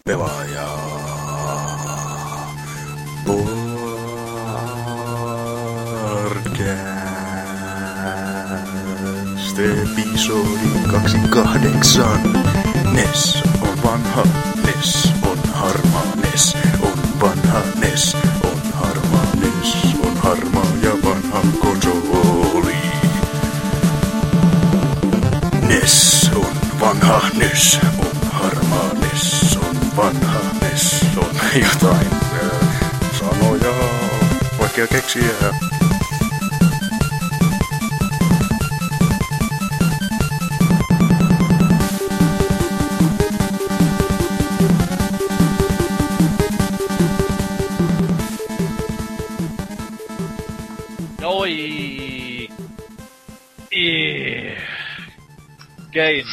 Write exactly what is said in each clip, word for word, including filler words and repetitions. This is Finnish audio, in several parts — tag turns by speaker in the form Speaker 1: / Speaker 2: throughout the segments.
Speaker 1: Pelaajaa. Podcast. Episodi kaksikymmentäkahdeksan. Nes on vanha, Nes on harmaa, Nes on vanha, Nes on harmaa, Nes on harmaa ja vanha konsoli. Nes on vanha, Nes on harmaa, Nes on vanha, Nes on jotain äh, sanoja, vaikea keksiä.
Speaker 2: Oi! Kein.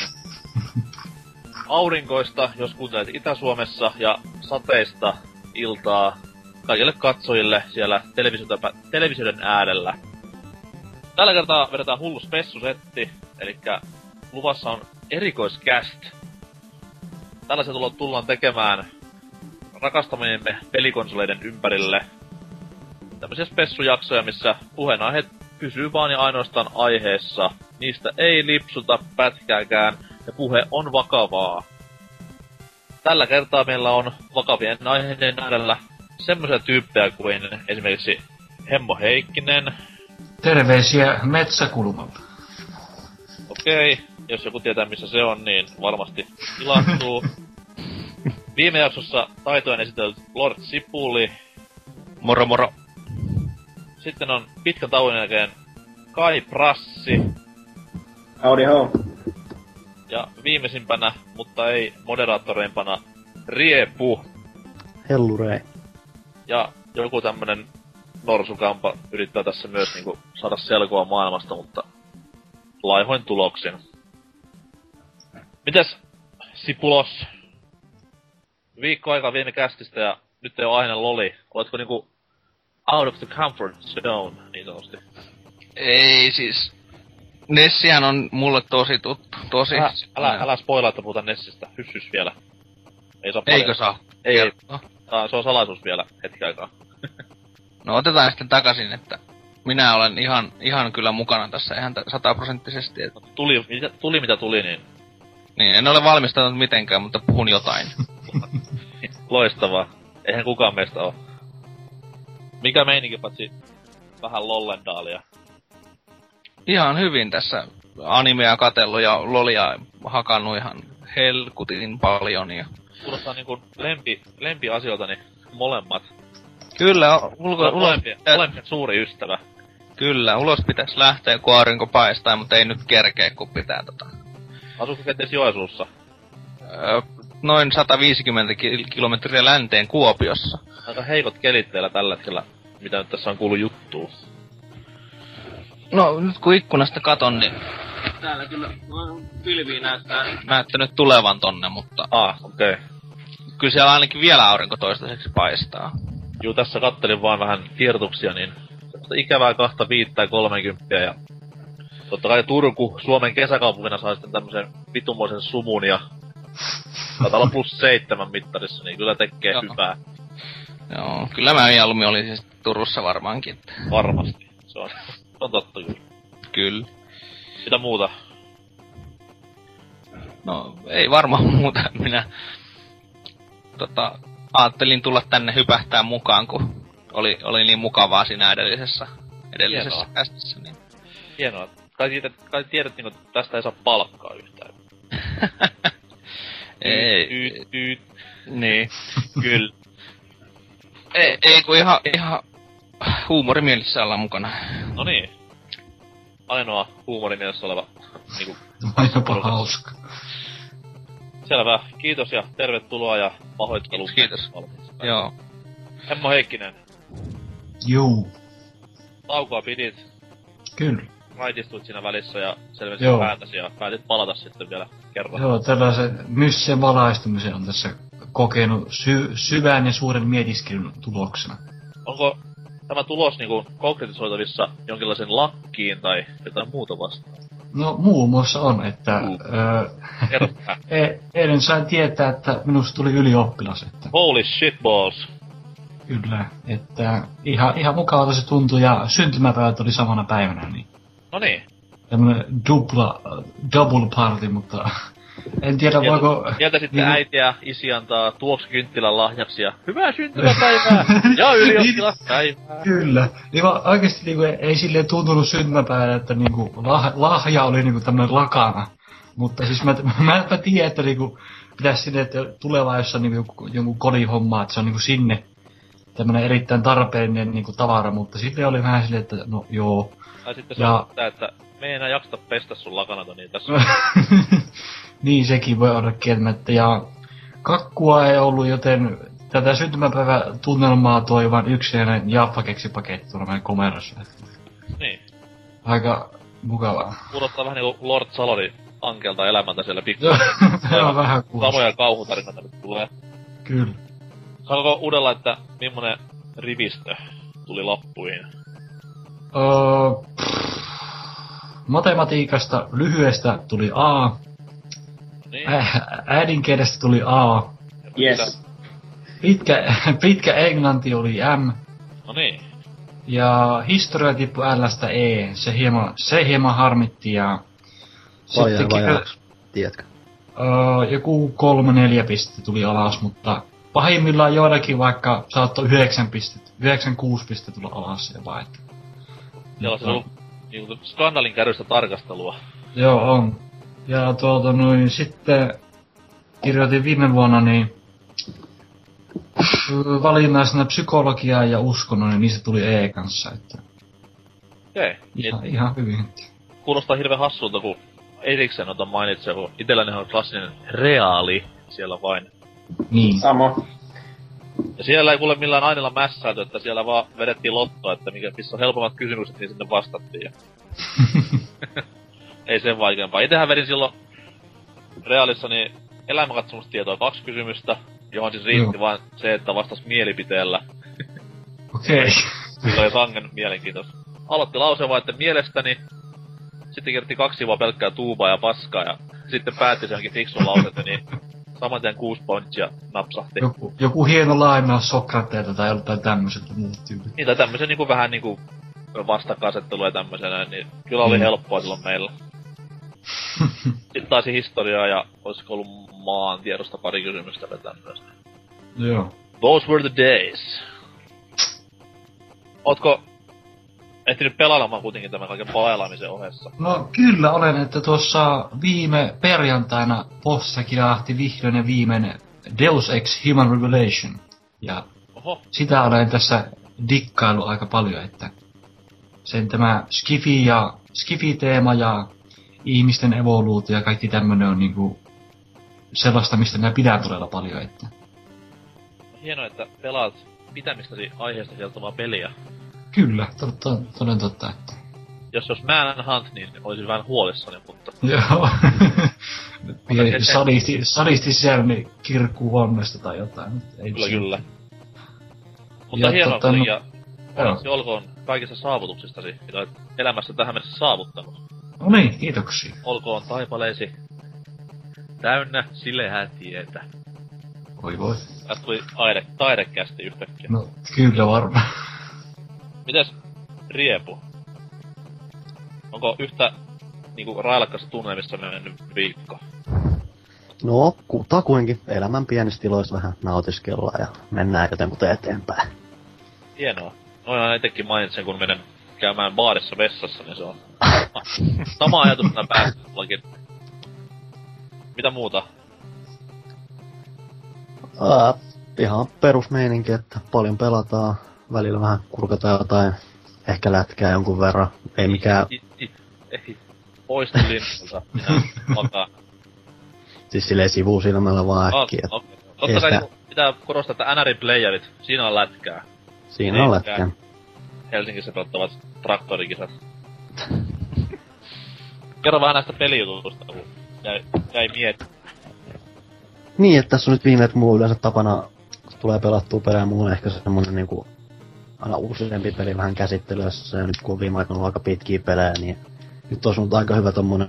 Speaker 2: Aurinkoista, jos kuuntelet Itä-Suomessa, ja sateista iltaa kaikille katsojille siellä televisioiden äärellä. Tällä kertaa vedetään hullu spessusetti, elikkä luvassa on erikoiscast. Tällaisia tullaan tekemään rakastamiemme pelikonsoleiden ympärille. Tämmöisiä spessujaksoja, missä puheenaiheet pysyy vaan ja ainoastaan aiheessa. Niistä ei lipsuta pätkääkään, ja puhe on vakavaa. Tällä kertaa meillä on vakavien aiheiden äärellä semmoisia tyyppejä kuin esimerkiksi Hemmo Heikkinen.
Speaker 3: Terveisiä Metsäkulmalta.
Speaker 2: Okei, jos joku tietää missä se on, niin varmasti ilahtuu. Viime jaksossa taitojen esitellyt Lord Sipuli.
Speaker 4: Moro moro.
Speaker 2: Sitten on pitkän tauon jälkeen Kai Prassi.
Speaker 5: Howdy ho.
Speaker 2: Ja viimeisimpänä, mutta ei moderaattoreimpana, Riepu.
Speaker 6: Hellurei.
Speaker 2: Ja joku tämmönen norsukampa yrittää tässä myös niinku saada selkoa maailmasta, mutta laihoin tuloksin. Mitäs, Sipulos? Viikko aikaa viime kästistä ja nyt ei oo aina loli. Oletko niinku out of the comfort zone, niin sanotusti?
Speaker 4: Ei siis... Nessihän on mulle tosi tuttu, tosi...
Speaker 2: Älä, älä, älä spoilaa, että puhutaan Nessistä. Hyssys vielä. Ei saa
Speaker 4: Eikö saa?
Speaker 2: Ei, ei. Ah, se on salaisuus vielä hetki aikaa.
Speaker 4: No otetaan sitten takaisin, että minä olen ihan, ihan kyllä mukana tässä ihan sataprosenttisesti. Että...
Speaker 2: Tuli, mitä, tuli mitä tuli, niin...
Speaker 4: Niin, en ole valmistanut mitenkään, mutta puhun jotain.
Speaker 2: Loistavaa. Eihän kukaan meistä oo. Mikä meininki patsi vähän lollendaalia?
Speaker 4: Ihan hyvin tässä animea katsellut ja lolia hakannut ihan helkutin paljon. Ja...
Speaker 2: Kuulostaa niinku lempi, lempiasioitani molemmat.
Speaker 4: Kyllä, ulko... ulos...
Speaker 2: Molempien, molempien suuri ystävä.
Speaker 4: Kyllä, ulos pitäis lähteä kun aurinko paistaa, mutta ei nyt kerkeä kun pitää tota...
Speaker 2: Asuuko kenties Joensuussa?
Speaker 4: Öö, noin sata viisikymmentä kilometriä länteen Kuopiossa.
Speaker 2: Aika heikot kelit teillä tällä hetkellä, mitä nyt tässä on kuullut juttuun.
Speaker 4: No, nyt kun ikkunasta katon, niin... Täällä kyllä pilviä näyttää näyttänyt tulevan tonne, mutta...
Speaker 2: Ah, okei. Okay.
Speaker 4: Kyllä siellä ainakin vielä aurinko toistaiseksi paistaa.
Speaker 2: Juu, tässä kattelin vaan vähän tiedotuksia, niin... Ikävää kahta viittää kolmenkymppiä ja... Totta kai Turku Suomen kesäkaupunkina saa sitten tämmösen vitumoisen sumun ja... Taitaa olla plus seitsemän mittarissa, niin kyllä tekee Joo. hyvää.
Speaker 4: Joo, kyllä mä mieluummin olisin siis Turussa varmaankin.
Speaker 2: Varmasti, se on, on totta kyllä.
Speaker 4: Kyllä.
Speaker 2: Mitä muuta?
Speaker 4: No, ei varmaan muuta. Minä tota, ajattelin tulla tänne hypähtää mukaan, kun oli, oli niin mukavaa siinä edellisessä, edellisessä kästissä. Niin.
Speaker 2: Hienoa. Kai tiedät, kai tiedät niin, että tästä ei saa palkkaa yhtään.
Speaker 4: ei.
Speaker 2: Tyyt, tyyt.
Speaker 4: Niin.
Speaker 2: Kyllä.
Speaker 4: Ei, ei kun ihan, ihan huumorimielissä ollaan mukana.
Speaker 2: No niin. Ainoa huumorimielessä oleva niinku...
Speaker 3: Ainoa hauska.
Speaker 2: Selvä. Kiitos ja tervetuloa ja pahoittelu.
Speaker 4: Kiitos. Kiitos. Joo.
Speaker 2: Hemmo Heikkinen.
Speaker 3: Juu.
Speaker 2: Taukoa pidit.
Speaker 3: Kyllä.
Speaker 2: Raitistuit siinä välissä ja selvästi päätäsi ja päätit palata sitten vielä kerran.
Speaker 3: Joo, tällaisen myssen valaistumisen on tässä kokenut sy- syvän ja suuren mietiskelyn tuloksena.
Speaker 2: Onko tämä tulos niinku konkretisoitavissa jonkinlaisen lakkiin tai jotain muuta vastaan?
Speaker 3: No muun muassa on, että
Speaker 2: Mm.
Speaker 3: öö,
Speaker 2: Kerrotaan.
Speaker 3: e- eilen sain tietää, että minusta tuli ylioppilas, että
Speaker 2: Holy shit balls.
Speaker 3: kyllä, että ihan, ihan mukavalta se tuntui ja syntymäpäivät oli samana päivänä, niin
Speaker 2: No niin.
Speaker 3: tämmönen dupla, double party, mutta en tiedä voiko...
Speaker 2: Sieltä sitten
Speaker 3: niin-
Speaker 2: äiti ja isi antaa tuoksukynttilän lahjaksi ja hyvää syntymäpäivää ja ylioppilaspäivää.
Speaker 3: Kyllä. Niin vaan oikeesti niinku ei silleen tuntunut syntymäpäivänä, että niinku lah, lahja oli niinku tämmönen lakana. Mutta siis mä, mä, mä tiedän, että niinku pitäis sinne, että tulevaisuudessa niinku joku, jonkun kodin homma, että se on niinku sinne tämmönen erittäin tarpeellinen niinku tavara, mutta sitten oli vähän silleen, että no joo.
Speaker 2: Tai sitten se
Speaker 3: Ja-
Speaker 2: on sitä, että me ei enää jaksata pestä sun lakanata, niin tässä
Speaker 3: Niin sekin voi olla kieltämättä. Ja kakkua ei ollut, joten tätä syntymäpäivätunnelmaa toi vain yksinäinen Jaffa-keksipaketti tuolla meidän komerossa.
Speaker 2: niin.
Speaker 3: Aika mukavaa.
Speaker 2: Kuulostaa vähän niinku Lord Salonin ankelta elämältä siellä pikku.
Speaker 3: Se on vähän kuulosta.
Speaker 2: Samoja kauhutarinoita nyt tulee.
Speaker 3: Kyllä.
Speaker 2: Saanko uudella, että millainen rivistö tuli loppuihin?
Speaker 3: Öö, matematiikasta lyhyestä tuli A.
Speaker 2: Niin.
Speaker 3: Ä- äidinkielestä tuli A.
Speaker 5: Yes.
Speaker 3: Pitkä, pitkä englanti oli M.
Speaker 2: No niin.
Speaker 3: Ja historia tippui L:stä E. Se hieman, se hieman harmitti ja...
Speaker 6: Vai jää
Speaker 3: kirjo-
Speaker 6: vajaaksi, tiedätkö?
Speaker 3: öö, joku kolme neljä pistettä tuli alas, mutta pahimmillaan joillakin vaikka saattoi yhdeksän pistettä, yhdeksän kuusi pistettä tulla alas ja vaan, että...
Speaker 2: Siellä on se ollut niinku skandalin kärrystä tarkastelua.
Speaker 3: Joo, on. Ja tuota noin, sitten kirjoitin viime vuonna niin ö, valinnaisena psykologiaa ja uskonnon, niin niistä tuli E kanssa, että
Speaker 2: Okei.
Speaker 3: ihan,
Speaker 2: Niin,
Speaker 3: ihan hyvin.
Speaker 2: kuulostaa hirveen hassulta, kun erikseen otan mainitsen, kun itselläni on klassinen reaali siellä vain.
Speaker 3: Niin.
Speaker 5: Samo.
Speaker 2: Ja siellä ei kuule millään aineella mässäilty, että siellä vaan vedettiin lottoa, että mikä, missä on helpommat kysymykset, niin sinne vastattiin. Ja ei sen vaikeampaa. Itsehän vedin silloin reaalissa niin elämänkatsomustietoa kaksi kysymystä, johon siis riitti
Speaker 3: Joo.
Speaker 2: vain se, että vastas mielipiteellä.
Speaker 3: Okei. Okay.
Speaker 2: Sillä oli sangen mielenkiintoista. Aloitti lause vaan, että mielestäni, sitten kerti kaksi sivua pelkkää tuubaa ja paskaa, ja sitten päätti se johonkin fiksun lausetta, niin saman tien kuusi pointsia napsahti.
Speaker 3: Joku, joku hieno lainaus Sokrateelta tai jotain tämmöiseltä muut tyypit.
Speaker 2: Niin, tai tämmösen niinku vähän niinku vastakkainasettelua ja tämmösenä, niin kyllä oli
Speaker 3: Mm.
Speaker 2: helppoa silloin meillä. Sitten taisi historiaa ja olisiko ollut maantiedosta pari kysymystä ja tämmöistä.
Speaker 3: Joo.
Speaker 2: Those were the days. Ootko ehtinyt pelailemaan kuitenkin tämän kaiken pailaamisen ohessa?
Speaker 3: No kyllä olen, että tuossa viime perjantaina postissa kilahti vihdoin ja viimeinen Deus Ex Human Revelation. Ja
Speaker 2: Oho,
Speaker 3: sitä olen tässä dikkailu aika paljon, että sen tämä skifi ja skifi-teema ja ihmisten evoluutio ja kaikki tämmönen on niinku sellaista, mistä minä pidän todella paljon, että
Speaker 2: hienoa, että pelaat pitämistäsi aiheesta kertovaa peliä.
Speaker 3: kyllä, totta, toden totta, että
Speaker 2: Jos se olisi Manhunt, niin olisin vähän huolissani, mutta
Speaker 3: joo. Pieni
Speaker 2: se-
Speaker 3: sadisti, sadisti siellä niin kirkkuu onnesta tai jotain. mutta Ei
Speaker 2: kyllä
Speaker 3: se-
Speaker 2: kyllä. Mutta
Speaker 3: Ja
Speaker 2: hienoa
Speaker 3: tota,
Speaker 2: kuitenkin,
Speaker 3: no-
Speaker 2: ja
Speaker 3: Joo.
Speaker 2: onneksi olkoon kaikista saavutuksistasi, mitä olet elämässä tähän mennessä saavuttanut.
Speaker 3: No niin, kiitoksia.
Speaker 2: Olkoon taipaleesi täynnä sileää tietä.
Speaker 3: Voi voi.
Speaker 2: Tästä tuli taide, taidekästi yhtäkkiä.
Speaker 3: No, kyllä varmaan.
Speaker 2: Mites Riepu? Onko yhtä niinku railakkaassa tunnelmissa mennyt viikko?
Speaker 6: No, kutakuinkin. Elämän pienissä tiloissa vähän nautiskellaan ja mennään jotenkin eteenpäin.
Speaker 2: Hienoa. Noin etenkin mainitsen, kun menen käymään baarissa vessassa, niin se on sama ajatus tänä päästölakin. Mitä muuta?
Speaker 6: Ää, ihan perusmeininki, että paljon pelataan. Välillä vähän kurkataan jotain. Ehkä lätkää jonkun verran. Ei mikään,
Speaker 2: I, i, ei. Poistu linnulta. Minä makaan.
Speaker 6: siis silleen sivusilmällä vaan
Speaker 2: Ah,
Speaker 6: äkkiä. et
Speaker 2: okay. Totta
Speaker 6: ei
Speaker 2: kai
Speaker 6: sitä-
Speaker 2: niinku pitää korostaa, että N R I-playerit, siinä on lätkää.
Speaker 6: Siinä on
Speaker 2: eikä-
Speaker 6: lätkää.
Speaker 2: Helsingissä pelattavat traktorikisat. Kerro vähän näistä pelijutuista, kun jäi, jäi miet.
Speaker 6: Niin, että tässä on nyt viime, että mulla on yleensä tapana, kun tulee pelattua perään, mulla on ehkä semmonen niinku aina uusimpi peli vähän käsittelyssä, ja nyt kun on viime aikoina ollut aika pitkiä pelejä, niin nyt on ollut aika hyvä tommonen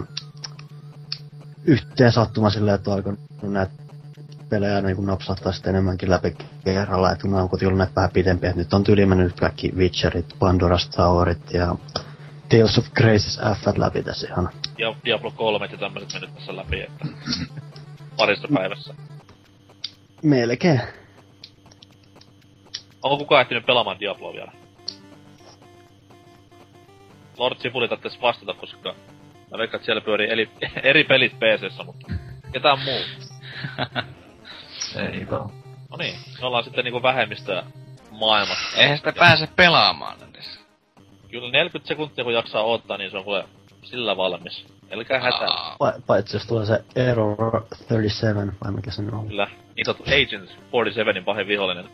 Speaker 6: yhteen sattuma silleen, että on alkanut näitä pelejä niinku napsahtaa sitten enemmänkin läpi kerralla, että kun nämä on kotiin näitä vähän pitempiä, nyt on tyyliin mennyt kaikki Witcherit, Pandora's Towerit ja Tales of Graces F läpi tässä ihan.
Speaker 2: Ja Diablo kolme ja tämmöset mennyt tässä läpi, että parissa päivässä.
Speaker 6: Melkein.
Speaker 2: Onko kukaan ehtinyt pelaamaan Diabloa vielä? Lord Sipuli taittais vastata, koska mä veikkaan, että siellä pyörii eri, eri pelit P C:ssä, mutta ketään muu.
Speaker 3: Ei vaan.
Speaker 2: No niin, me ollaan sitten niinku vähemmistöä maailmassa.
Speaker 4: Eihän sitä pääse pelaamaan edes.
Speaker 2: Kyllä neljäkymmentä sekuntia kun jaksaa odottaa, niin se on kuule sillä valmis. Elkää hätää.
Speaker 6: Pa- paitsi jos tulee se Error kolmekymmentäseitsemän, vai mikä se on?
Speaker 2: Kyllä, niin sanottu Agent neljäkymmentäseitsemänin pahin vihollinen.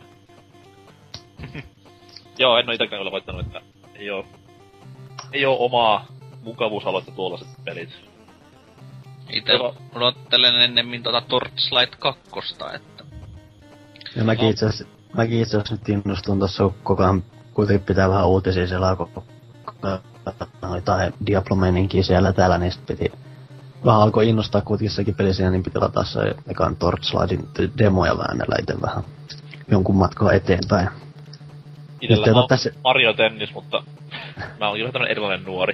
Speaker 2: Joo, en oo itekään kyllä voittanut, että ei oo... Ei oo omaa mukavuusaluetta tuollaiset pelit.
Speaker 4: Ite odottelen ennemmin tota Torchlight kakkosta, että...
Speaker 6: Ja mäkin
Speaker 2: No.
Speaker 6: itse asiassa, mäkin itse asiassa nyt innostun tossa, kun koko ajan kuitenkin pitää vähän uutisia siellä, kun jotain Diablo-meininkiä siellä täällä, niin sit piti vähän alkoi innostaa kuitenkin sekin peli siinä, niin piti lataa se ekan Torchlightin demoja väännellä ite vähän jonkun matkaa eteenpäin.
Speaker 2: Itellä on
Speaker 6: tässä...
Speaker 2: Mario Tennis, mutta mä oon kyllä tämmönen erilainen nuori.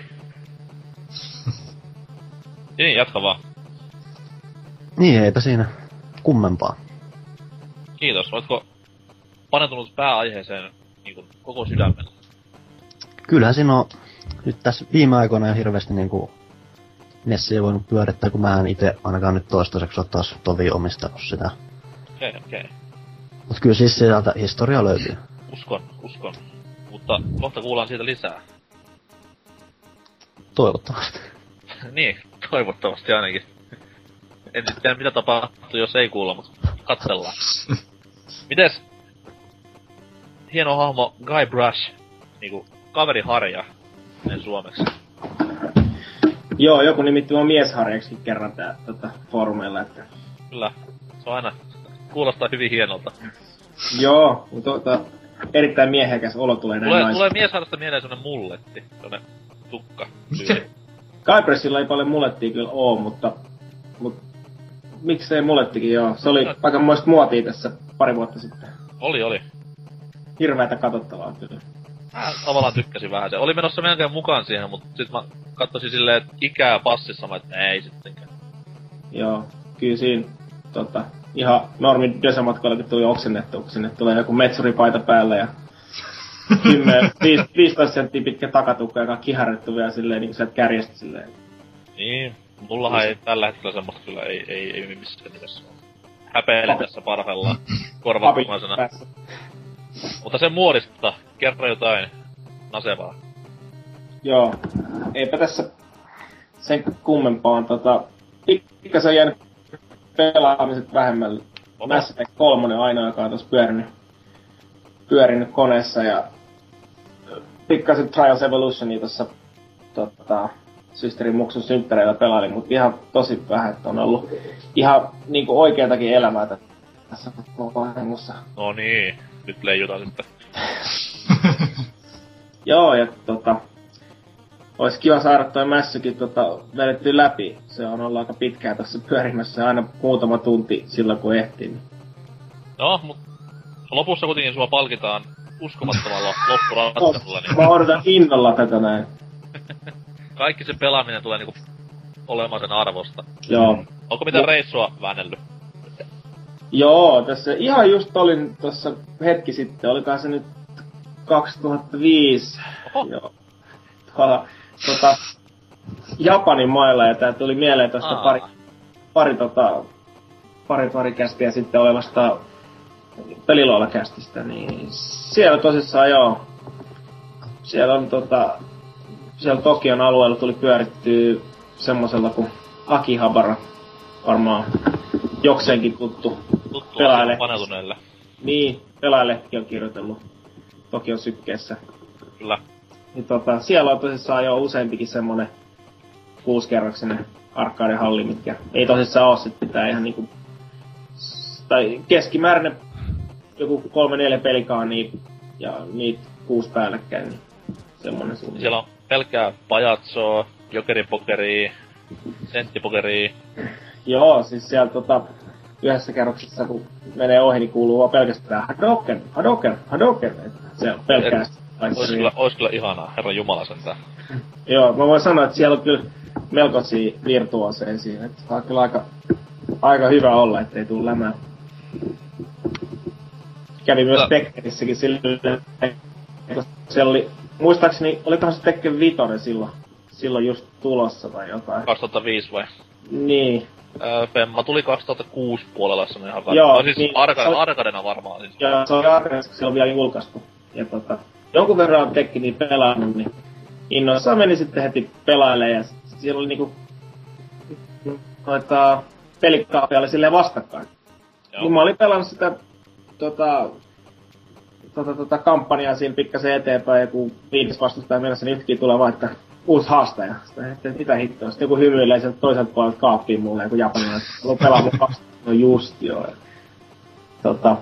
Speaker 2: Niin, jatka vaan.
Speaker 6: Niin, eipä siinä kummempaa.
Speaker 2: Kiitos. Oletko paneutunut pääaiheeseen niinku koko sydämellä?
Speaker 6: Kyllähän siinä on nyt tässä viime aikoina hirveästi niinku Nessi ei voinut pyörittää, kun mä en ite ainakaan nyt toistaiseksi ole taas tovi omistanut sitä.
Speaker 2: Okei, okay, okei. Okay.
Speaker 6: Mut kyllä siis sieltä historia löytyy.
Speaker 2: Uskon, uskon. Mutta kohta kuullaan siitä lisää.
Speaker 6: Toivottavasti.
Speaker 2: Niin, toivottavasti ainakin. En nyt tiedä mitä tapahtuu, jos ei kuulla, mutta katsellaan. Mites? Hieno hahmo Guy Brush. Niinku kaveri Harja. Näin suomeksi.
Speaker 5: Joo, joku nimitti mua miesharjaksikin kerran tää tota, foorumeilla, että...
Speaker 2: Kyllä. Se on aina... Kuulostaa hyvin hienolta.
Speaker 5: Joo, mutta tota, erittäin miehekäs olo tulee näin
Speaker 2: Tulee,
Speaker 5: naisista.
Speaker 2: tulee miesharjasta mieleen semmonen mulletti. Semmonen tukka.
Speaker 3: Mikä?
Speaker 5: Guybrushilla ei paljon mullettia kyllä oo, mutta... Mut miksei mullettikin joo. Se oli aika moista muotia tässä pari vuotta sitten.
Speaker 2: Oli, oli.
Speaker 5: Hirveätä katsottavaa kyllä.
Speaker 2: Mä tavallaan tykkäsin vähän se. Oli menossa melkein mukaan siihen, mutta sit mä katsoisin silleen, että ikää passissa, mä et ei sittenkään.
Speaker 5: Joo, kyllä siinä tota, ihan normin dösämatkoillakin tuli oksennettu, kun sinne tulee joku metsuripaita päällä ja kymmenen, viisitoista senttiä pitkä takatukka, joka on kiharrettu vielä silleen niin kuin sieltä kärjestä silleen.
Speaker 2: Niin, mullahan ei tällä hetkellä semmoista kyllä ei, ei, ei missään nimessä ole. Häpeilen tässä parhaillaan korvapumaisena. Mutta sen muodista, kerro jotain nasevaa.
Speaker 5: Joo, eipä tässä sen kummempaan tota... Pikkasen on jäänyt pelaamiset vähemmälle. Mass Effect kolme on ainoa, joka on tossa pyörinyt, pyörinyt koneessa ja pikkasen Trials Evolutionia tossa tota, systerin muksun symppäreillä pelailin, mut ihan tosi vähän, että on ollut ihan niinku oikeatakin elämää tässä vahingossa.
Speaker 2: No niin, nyt leijutaan sitten.
Speaker 5: Joo, ja tota... Ois kiva saada toi mässykin tota, vedetty läpi. Se on ollut aika pitkään tässä pyörimässä, aina muutama tunti silloin kun ehtii. Niin.
Speaker 2: No, mut lopussa kuitenkin sua palkitaan uskomattomalla loppuratkaisulla, niin
Speaker 5: Mä odotan innolla tätä näin.
Speaker 2: kaikki se pelaaminen tulee niinku olemaan sen arvosta.
Speaker 5: Joo.
Speaker 2: Onko mitään
Speaker 5: Mut-
Speaker 2: reissua väännellyt?
Speaker 5: Joo, tässä ihan just olin tuossa hetki sitten, olikohan se nyt kaksituhattaviisi.
Speaker 2: Oho.
Speaker 5: Joo. Tuolla tota, Japanin mailla, ja tää tuli mieleen tosta
Speaker 2: Aa.
Speaker 5: pari, pari tota, pari pari kästiä sitten olevasta peliluolakästistä, niin siellä tosissaan joo. Siellä on tota, siellä Tokion alueella tuli pyörittyä semmosella kuin Akihabara, varmaan jokseenkin tuttu.
Speaker 2: Tuttu
Speaker 5: Pelaile.
Speaker 2: asiaan paneutuneille.
Speaker 5: Niin, pelaajalehtikin on kirjoitellut Tokion sykkeessä.
Speaker 2: Kyllä.
Speaker 5: Niin tota, siellä on tosissaan jo useampikin semmonen kuusikerroksinen arcade-halli, mitkä ei tosissaan oo sit pitää ihan niinku... Tai keskimääräinen joku kolme neljä pelikaan niin, ja niitä kuusi päällekkäin, niin semmonen suunnilleen.
Speaker 2: Siellä on pelkkää pajatsoa, Jokeripokeria, senttipokeria.
Speaker 5: Joo, siis siellä tota, yhdessä kerroksessa kun menee ohi, niin kuuluu vaan pelkästään Hadoken, Hadoken, Hadoken. Se on pelkästään.
Speaker 2: Ois kyllä, ois kyllä ihanaa, herra jumala sentään.
Speaker 5: Joo, mä voin sanoa, että siellä on kyllä melkoisia virtuoseja siinä. Että on kyllä aika, aika hyvä olla, ettei tuu lämää. Kävi myös no. Tekkenissäkin silleen, että siellä oli, muistaakseni, olikohan se Tekken Vitoinen silloin, silloin just tulossa tai jotain.
Speaker 2: kaksituhattaviisi vai?
Speaker 5: Niin.
Speaker 2: Öö, Femma tuli kaksituhattakuusi puolella, se on ihan
Speaker 5: Joo,
Speaker 2: varmaan. Siis
Speaker 5: niin,
Speaker 2: arka-
Speaker 5: oli...
Speaker 2: arkadena varmaan siis.
Speaker 5: Joo, se oli arkadena, kun se on vielä julkaistu. Ja tota, jonkun verran on Tekkeniä pelannut, niin innoissaan meni sitten heti pelailemaan ja siellä oli niinku noita pelikaapia oli silleen vastakkain. Niin mä olin pelannut sitä tota, tota, tota kampanjaa siinä pikkasen eteenpäin, joku viides vastustaja mennessä, niin yhtäkkiä tulee vaan, että uusi haastaja. Sitten että mitä hittoa. Sitten joku hymyilee sieltä toiselta puolelta kaappiin mulle, joku japanilainen. Haluan pelaa mun kaksi. No just joo. Tota,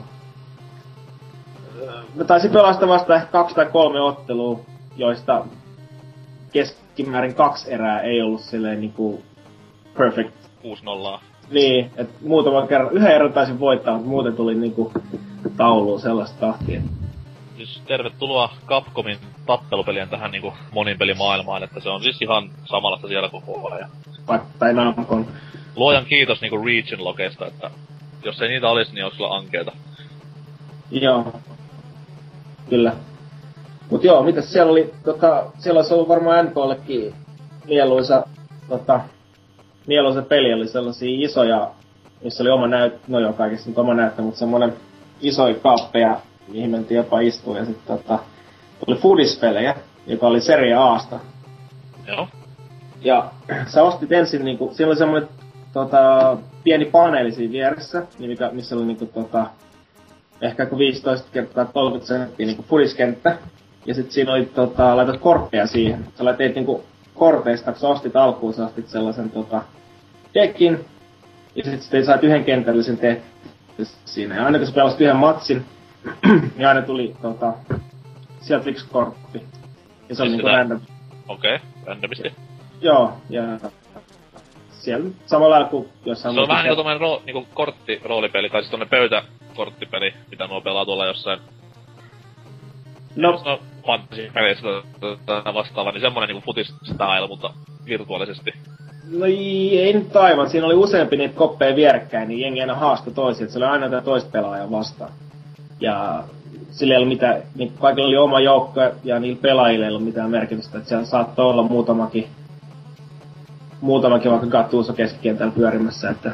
Speaker 5: mä taisin pelaa sitä vasta ehkä kaksi tai kolme ottelua, joista keskimäärin kaksi erää ei ollut silleen niinku perfect.
Speaker 2: kuusi nolla.
Speaker 5: Niin, et muutaman kerran, yhden erän taisin voittaa, mutta muuten tuli niinku tauluun sellaista tahtia.
Speaker 2: Siis tervetuloa Capcomin tappelupelien tähän niinku moninpelimaailmaan, että se on siis ihan samanlaista siellä koko ajan.
Speaker 5: Tai Namcon.
Speaker 2: Luojan kiitos niinku Region-lokeista, että jos ei niitä olisi, niin olisi kyllä ankeeta.
Speaker 5: Joo. Kyllä. Mut joo, mitäs siellä oli, tota, siellä olisi ollut varmaan N K:llekin mieluisa, tota, mieluisa peli, oli sellaisia isoja, missä oli oma näyttö, no joo, kaikessa nyt oma näyttö, mutta semmonen isoja kaappeja, mihin mentiin jopa istua, ja sitten tota, tuli Foodies-pelejä, joka oli Serie A:sta.
Speaker 2: Joo.
Speaker 5: Ja sä ostit ensin niinku, siellä oli semmonen tota, pieni paneeli siinä vieressä, mikä, missä oli niinku tota, ehkä viisitoista kertaa kolmekymmentä senttiä niinku Foodies-kenttä. Ja sit siinä oli tota, laitat kortteja siihen. Sä laitat niinku korteista, kun sä ostit alkuun, sä ostit sellaisen tota, dekin. Ja sit sitten sait yhden kentällisen tehty siinä. Ja aina kun sä pelasit yhden matsin, niin aina tuli tota, sieltä yksi kortti. Ja se oli niinku random.
Speaker 2: Okei, okay, randomisti.
Speaker 5: Joo, ja siellä samalla lailla kuin jossain...
Speaker 2: Se on vähän niinku tommonen ro, niinku korttiroolipeli, tai siis tommonen pöytäkorttipeli, mitä nuo pelaa tuolla jossain... No... no fantasy-peleissä tai vastaava, niin semmonen niinku futis-style, mutta virtuaalisesti.
Speaker 5: No ei nyt aivan, siinä oli useampi niitä koppeja vierekkäin, niin jengi aina haastoi toisia, että se oli aina jotain toista pelaajaa vastaan. Ja sillä ei ollut mitään, niin kaikilla oli oma joukko ja niillä pelaajilla ei ollut mitään merkitystä, että siellä saattoi olla muutamakin, muutamakin vaikka Gattuso keskikentällä pyörimässä, että...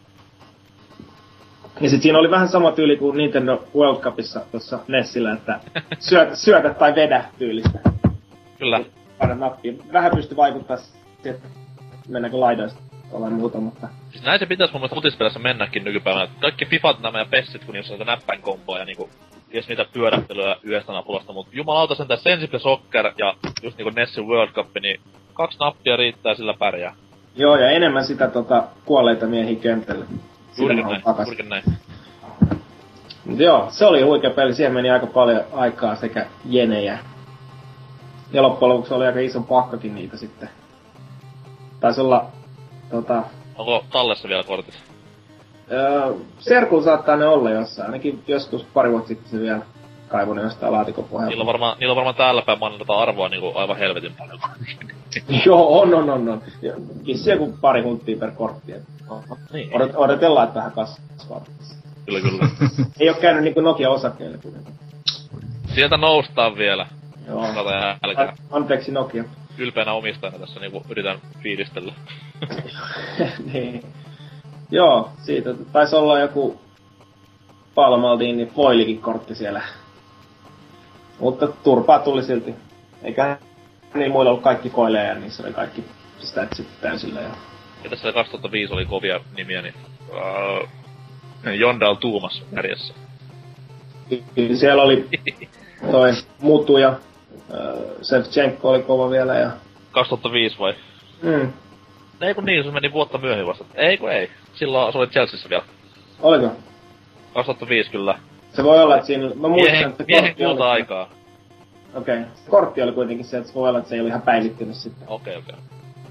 Speaker 5: Ja sit siinä oli vähän sama tyyli kuin Nintendo World Cupissa tuossa Nessillä, että syötä, syötä tai vedä tyylistä.
Speaker 2: Kyllä.
Speaker 5: Paina nappia. Vähän pystyi vaikuttaa siihen, että mennäänkö laidoista ollaan muuta, mutta...
Speaker 2: Siis näin se pitäis mun mielestä futispelissä mennäkin nykypäivänä. Kaikki Fifat nämä ja Pessit, kun niissä on näitä näppäinkomboja ja niinku... Ties niitä pyörähtelyä yhdestä napulasta, mut jumalauta sentään Sensible Soccer ja just niinku Nessin World Cup, niin kaksi nappia riittää, sillä pärjää.
Speaker 5: Joo, ja enemmän sitä tota kuolleita miehiä kentällä.
Speaker 2: Juurikin näin, juurikin näin.
Speaker 5: Mut joo, se oli huikea peli, siihen meni aika paljon aikaa sekä jenejä. Ja loppujen lopuksi oli aika iso pakkakin niitä sitten. Taisi olla tota...
Speaker 2: Onko tallessa vielä kortit?
Speaker 5: Öö, Serkulla saattaa ne olla jossain, ainakin joskus pari vuotta sitten se vielä kaivoi ne jostain laatikon pohjalta.
Speaker 2: Niillä on varmaan, niillä on varmaan täällä päin mannata arvoa niinku aivan helvetin paljon.
Speaker 5: Joo, on, on, on, on. Kissi joku pari hunttia per kortti. Niin. Odot, odotellaan, että vähän kasvaa.
Speaker 2: Kyllä, kyllä.
Speaker 5: Ei oo käynyt niinku Nokia-osakkeille.
Speaker 2: Sieltä noustaan vielä.
Speaker 5: Joo.
Speaker 2: Älkää.
Speaker 5: Anteeksi Nokia.
Speaker 2: Ylpeänä omistajana tässä niinku yritän fiilistellä.
Speaker 5: Niin. Joo, siitä taisi olla joku Palmaldini foilikin kortti siellä. Mutta turpaa tuli silti. Eikä niin muilla ollut kaikki foileja ja niissä oli kaikki statsit täysillä. Ja,
Speaker 2: ja tässä kaksituhattaviisi oli kovia nimiä, niin uh, Jondal Tuumas järjessä.
Speaker 5: Kyllä siellä oli toi Mutu ja uh, Shevchenko oli kova vielä ja...
Speaker 2: kaksituhattaviisi vai?
Speaker 5: Mm.
Speaker 2: Ei kun niin, se meni vuotta myöhemmin vasta. Ei kun ei. Silloin se oli Chelseassa vielä.
Speaker 5: Oliko?
Speaker 2: kaksituhattaviisi kyllä.
Speaker 5: Se voi olla, että siinä... Mä muistan,
Speaker 2: miehen,
Speaker 5: että
Speaker 2: miehen kulta-aikaa.
Speaker 5: Okei. Okay. Kortti oli kuitenkin se, että se voi olla, että se ei ollut ihan päivittynyt sitten.
Speaker 2: Okei, okay, okei. Okay.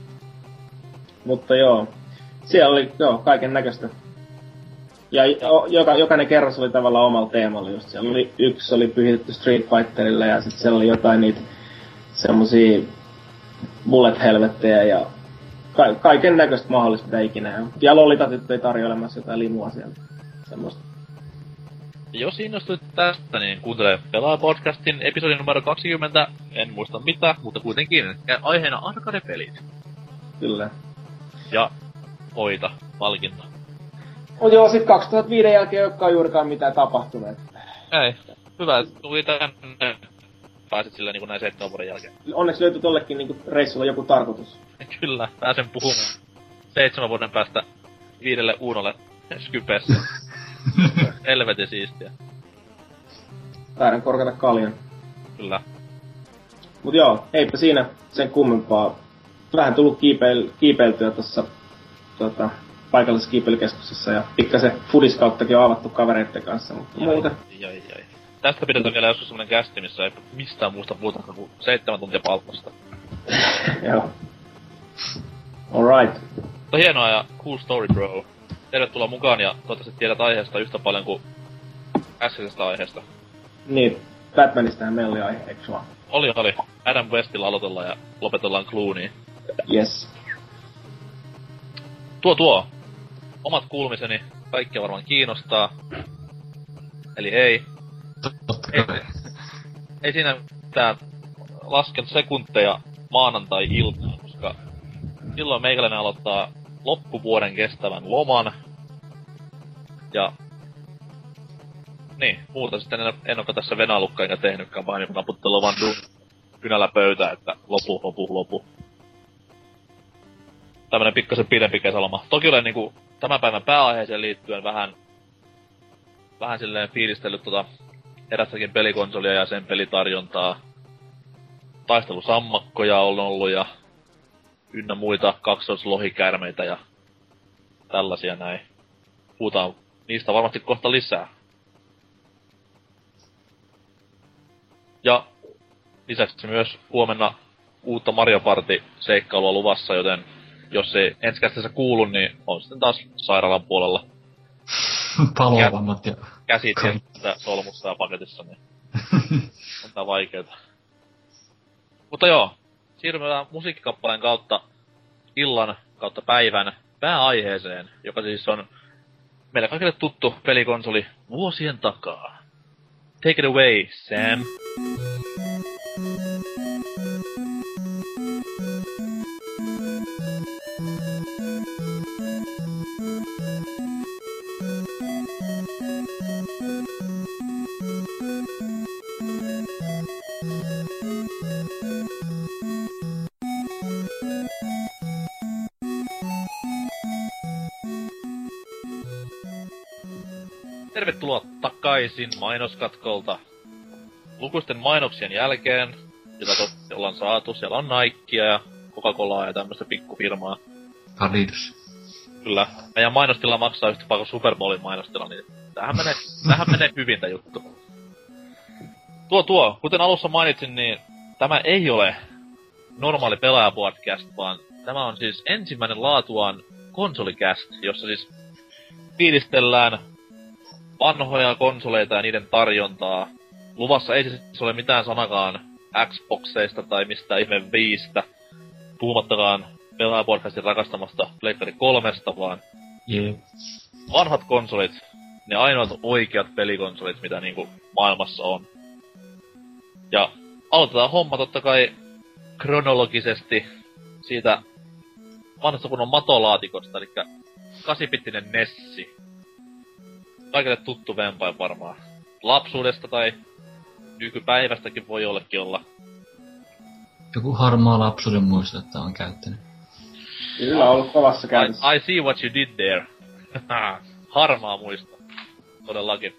Speaker 5: Mutta joo, siellä oli joo, kaiken näköistä. Ja jo, joka, jokainen kerros oli tavallaan omalla teemalla just. Siellä oli yksi oli pyhitetty Street Fighterille ja sitten siellä oli jotain niitä semmosia bullet-helvettejä ja ka- kaiken näköistä mahdollista mitä ikinä. Ja Lolita-tyttö ei tarjoilemassa jotain limua siellä. Semmoista.
Speaker 2: Jos innostuit tästä, niin kuuntele Pelaaja-podcastin episodin numero kaksikymmentä. En muista mitä, mutta kuitenkin. Aiheena arcade-pelit.
Speaker 5: Kyllä.
Speaker 2: Ja voita, palkinto.
Speaker 5: Mut joo, sit kaksituhattaviisi jälkeen ei olekaan juurikaan mitään tapahtunut.
Speaker 2: Ei. Hyvä, että tuli tänne. Pääsit sillä niinku näin seitsemän vuoden jälkeen.
Speaker 5: Onneksi löytyi tollekin niinku reissulla joku tarkoitus.
Speaker 2: Kyllä, pääsen puhumaan. Seitsemän vuoden päästä viidelle Uunolle Skypessä. Helvetin siistiä.
Speaker 5: Taidan korkata kaljan.
Speaker 2: Kyllä.
Speaker 5: Mut joo, eipä siinä sen kummempaa. Vähän tullut kiipeil, kiipeiltyä tossa tota, paikallisessa kiipeilykeskuksessa ja pikkasen fudiskauttakin on avattu kavereitten kanssa, mutta
Speaker 2: jai,
Speaker 5: muuta.
Speaker 2: Jai, jai. Tästä pidetään vielä joskus semmonen kästi, missä ei mistään muusta puhuta kuin seitsemän tuntia palkasta.
Speaker 5: Joo. Alright.
Speaker 2: Mutta hienoa ja cool story, bro. Tervetuloa mukaan ja toivottavasti tiedät aiheesta yhtä paljon kuin äskeisestä aiheesta.
Speaker 5: Niin, Batmanistähän meillä oli aihe, eikö vaan?
Speaker 2: Oli, oli. Adam Westillä aloitellaan ja lopetellaan Clooney.
Speaker 5: Yes.
Speaker 2: Tuo tuo. Omat kuulumiseni kaikkia varmaan kiinnostaa. Eli ei. Ei, ei siinä mitään lasken sekunteja maanantai-iltaan, koska silloin meikäläinen aloittaa loppuvuoden kestävän loman. Ja niin, muuta sitten en, en ole tässä venalukka enkä tehnytkään, vaan niin naputtelu vaan duun kynällä pöytää, että lopu, lopu, lopu. Tämmönen pikkasen pidempi kesäloma. Toki olen niinku tämän päivän pääaiheeseen liittyen vähän vähän silleen fiilistellyt tota erästäkin pelikonsolia ja sen pelitarjontaa. Taistelusammakkoja on ollut ja ynnä muita kaksoislohikärmeitä ja tällaisia näin. Puhutaan niistä varmasti kohta lisää. Ja lisäksi myös huomenna uutta Mario Party-seikkailua luvassa, joten jos ei ensikästeessä kuulu, niin on sitten taas sairaalan puolella.
Speaker 3: Palovammat ja...
Speaker 2: Käsit ja solmussa ja paketissa, niin on tää vaikeeta. Mutta joo, siirrytään musiikkikappaleen kautta illan kautta päivän pääaiheeseen, joka siis on meille kaikille tuttu pelikonsoli vuosien takaa. Take it away, Sam. Tervetuloa takaisin mainoskatkolta. Lukuisten mainoksien jälkeen, jota totta ollaan saatu, siellä on Nikea ja Coca-Colaa ja tämmöstä pikkufirmaa.
Speaker 3: Adidas.
Speaker 2: Kyllä. Meidän mainostila maksaa yhtä paljon kuin Super Bowlin mainostila, niin tähän menee, tähän menee hyvin tää juttu. Tuo tuo, kuten alussa mainitsin, niin tämä ei ole normaali pelaajapodcast, vaan tämä on siis ensimmäinen laatuaan konsolikäst, jossa siis fiilistellään vanhoja konsoleita ja niiden tarjontaa. Luvassa ei siis ole mitään sanakaan Xboxeista tai mistään ihme viistä, puhumattakaan Pelaajapodcastin rakastamasta Pleikkari kolmesta, vaan
Speaker 3: yeah.
Speaker 2: vanhat konsolit, ne ainoat oikeat pelikonsolit, mitä niinku maailmassa on. Ja aloitetaan homma totta kai kronologisesti siitä vanhasta kunnon matolaatikosta, eli kasipittinen Nessi. Kaikille tuttu vempain varmaan. Lapsuudesta tai nykypäivästäkin voi jollekin olla.
Speaker 3: Joku harmaa lapsuuden muisto, että on käyttänyt.
Speaker 5: Kyllä on ollut kovassa käytössä.
Speaker 2: I, I see what you did there. Harmaa muisto. Todellakin.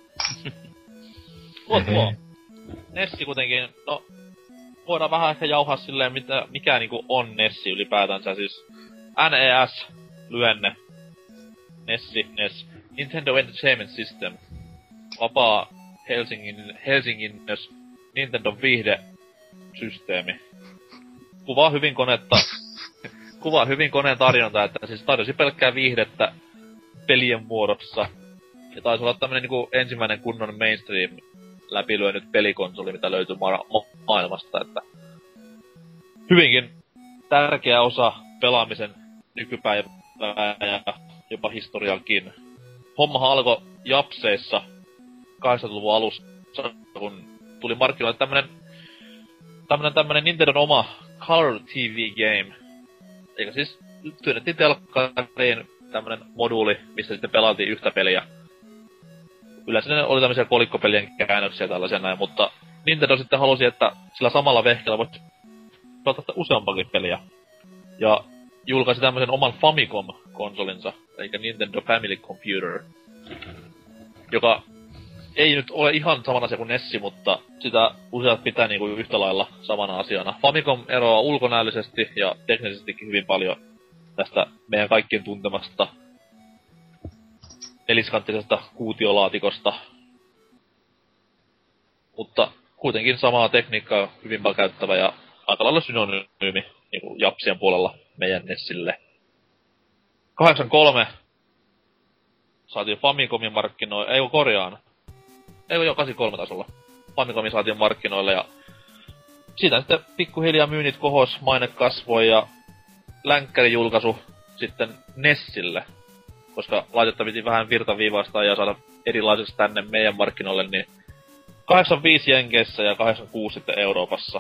Speaker 2: tuo tuo. Nessi kuitenkin, no... Voidaan vähän ehkä jauhaa silleen, mitä, mikä niinku on Nessi ylipäätänsä. Siis N E S, lyenne. Nessi, Nes. Nintendo Entertainment System. Vapaa Helsingin, Helsingin Nintendo viihdesysteemi. Kuvaa hyvin konetta, kuvaa hyvin koneen tarjonta, että siis tarjosi pelkkää viihdettä pelien muodossa. Ja taisi olla tämmönen niinku ensimmäinen kunnon mainstream läpilyönyt pelikonsoli, mitä löytyy ma- maailmasta, että hyvinkin tärkeä osa pelaamisen nykypäivää ja jopa historiankin. Hommahan alkoi Japseissa kahdeksankymmentäluvun alussa, kun tuli markkinoille tämmönen tämmönen tämmönen Nintendon oma Color T V Game. Eikä siis työnnettiin telkkariin tämmönen moduuli, missä sitten pelaatiin yhtä peliä. Yleensä ne oli tämmöisiä kolikkopelien käännöksiä tällaisia näin, mutta Nintendo sitten halusi, että sillä samalla vehkeellä voit pelata useampakin peliä. Ja julkaisi tämmöisen oman Famicom-konsolinsa, eli Nintendo Family Computer, joka ei nyt ole ihan samana asia kuin Nessi, mutta sitä useat pitää niinku yhtä lailla samana asiana. Famicom eroaa ulkonäöllisesti ja teknisestikin hyvin paljon tästä meidän kaikkien tuntemasta neliskanttisesta kuutiolaatikosta. Mutta kuitenkin samaa tekniikkaa hyvin paljon käyttävä ja aika lailla synonyymi niinku Japsien puolella meidän Nessille. kahdeksankymmentäkolme saatiin Famicomin markkinoille, ei kun korjaan. Ei kun jo kahdeksankymmentäkolme tasolla. Famicomin saatiin markkinoille ja siitä sitten pikkuhiljaa myynnit kohos, maine kasvoi ja länkkärijulkaisu sitten Nessille. Koska laitetta piti vähän virtaviivasta ja saada erilaiseksi tänne meidän markkinoille, niin kahdeksankymmentäviisi Jenkeissä ja kahdeksankymmentäkuusi sitten Euroopassa.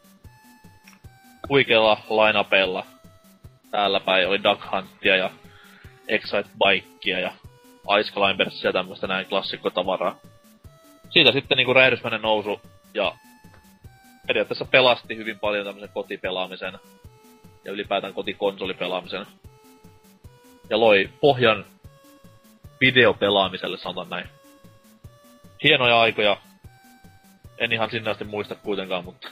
Speaker 2: Huikeilla line-upeilla. Täällä päin oli Duck Huntia ja Excite Bikea ja Ice Climbersia ja tämmöstä näin klassikkotavaraa. Siitä sitten niinku räjähdysmäinen nousu ja periaatteessa pelasti hyvin paljon tämmösen kotipelaamisen ja ylipäätään kotikonsolipelaamisen. Ja loi pohjan videopelaamiselle, sanotaan näin. Hienoja aikoja. En ihan sinne asti muista kuitenkaan, mutta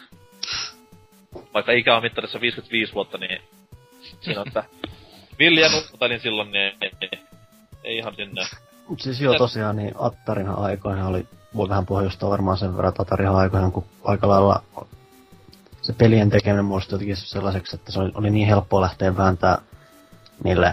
Speaker 2: vaikka ikä on mittarissa viisikymmentäviisi vuotta, niin siinä on, että Vilja nukkutelin silloin, niin ei, ei, ei ihan sinne.
Speaker 6: Mut siis joo tosiaan, niin Attarin aikoina oli, voi vähän pohjustaa varmaan sen verran, että Attarin aikoina, kun aika lailla se pelien tekeminen muodostui jotenkin sellaiseksi, että se oli, oli niin helppoa lähteä vääntää niille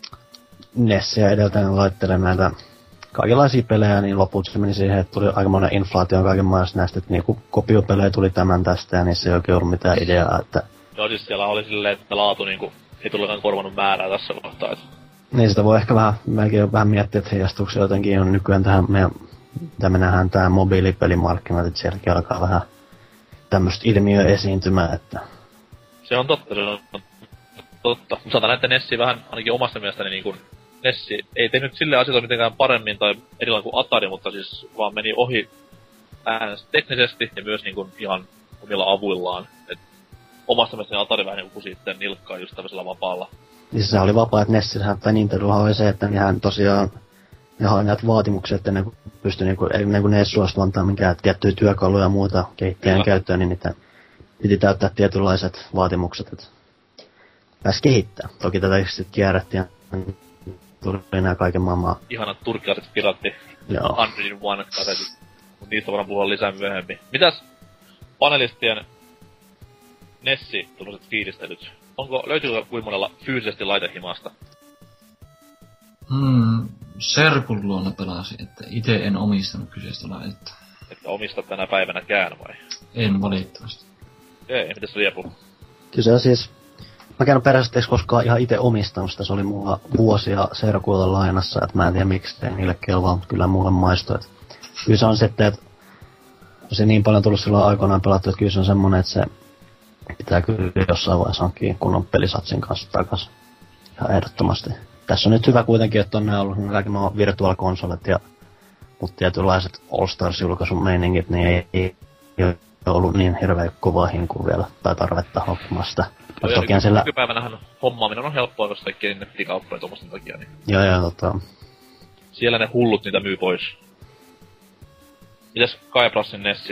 Speaker 6: Nessiä edeltäen laittelemaan näitä kaikenlaisia pelejä, niin lopulta se meni siihen, että tuli aika monen inflaation kaiken maailmassa näistä, että niinku kopiopelejä tuli tämän tästä ja niissä ei oikein ollut mitään ideaa, että
Speaker 2: joo, siis siellä oli silleen, että laatu niinku ei tulekaan korvannut määrää tässä kohtaa, et
Speaker 6: niin sitä voi ehkä vähän, melkein jo vähän miettiä, että heijastuuko se jotenkin on nykyään tähän meidän, mitä me nähdään tää mobiilipelimarkkinat, että sielläkin alkaa vähän tämmöstä ilmiöä esiintymään, että
Speaker 2: se on totta, se on totta. Mutta sanotaan, että Nessi vähän, ainakin omasta mielestäni niin kuin Nessi ei tehnyt sille asioita mitenkään paremmin tai erilainen kuin Atari, mutta siis vaan meni ohi äänestä teknisesti ja myös niin kuin ihan omilla avuillaan. Et omasta mielestäni Atari vähän niin kuin sitten nilkkaa just tämmöisellä vapaalla.
Speaker 6: Niin se oli vapaa, että Nessillähän tai Nintendollahan oli se, että nehän tosiaan nehän näitä vaatimuksia, että ne pystyi niinku, ennen kuin ne ei suostu antaa minkään tiettyjä työkaluja ja muuta kehittäjän käyttöön, niin niitä piti täyttää tietynlaiset vaatimukset, että pääsi kehittää. Toki tätä sitten kierrättiin ja tuli enää kaiken maailmaa.
Speaker 2: Ihanat turkilaiset piratti.
Speaker 6: Joo.
Speaker 2: sata yksi kasetit. Mut niistä voidaan puhua lisää myöhemmin. Mitäs panelistien Nessi tuollaiset fiilistelyt? Onko, löytyykö kuinka monella fyysisesti laitehimasta?
Speaker 3: Hmm, serkun luona pelasin, että ite en omistanut kyseistä laitetta.
Speaker 2: Että omistat tänä päivänäkään vai?
Speaker 3: En valitettavasti.
Speaker 2: Ei, mitäs Riepu?
Speaker 6: Kyllä siis, mä käyn peräisesti koskaan ihan ite omistanut sitä, se oli mulla vuosia serkuilla lainassa, että mä en tiedä miksi ei niille kelvaa, mutta kyllä mulle maistui. Et kyllä se on sitten, että se niin paljon tullut silloin aikoinaan pelattu, että kyllä se on semmonen, että se pitää kyllä jossain vaiheessa hankkia kunnon pelisatsin kanssa takas. Ihan ehdottomasti. Tässä on nyt hyvä kuitenkin, että on ne ollut kaikki nuo virtual consolet ja mut tietynlaiset All Stars-julkaisun meiningit, niin ei, ei, ei ole ollut niin hirveän kovaa hinkua vielä tai tarvetta hokkumaan sitä.
Speaker 2: Joo, ja nyky- sillä nykypäivänähän hommaaminen on helppoa, koska kaikki nettikauppoja tuommoisten takia. Niin
Speaker 6: joo, joo, tota
Speaker 2: siellä ne hullut niitä myy pois. Mitäs Kaiplassin Nessit?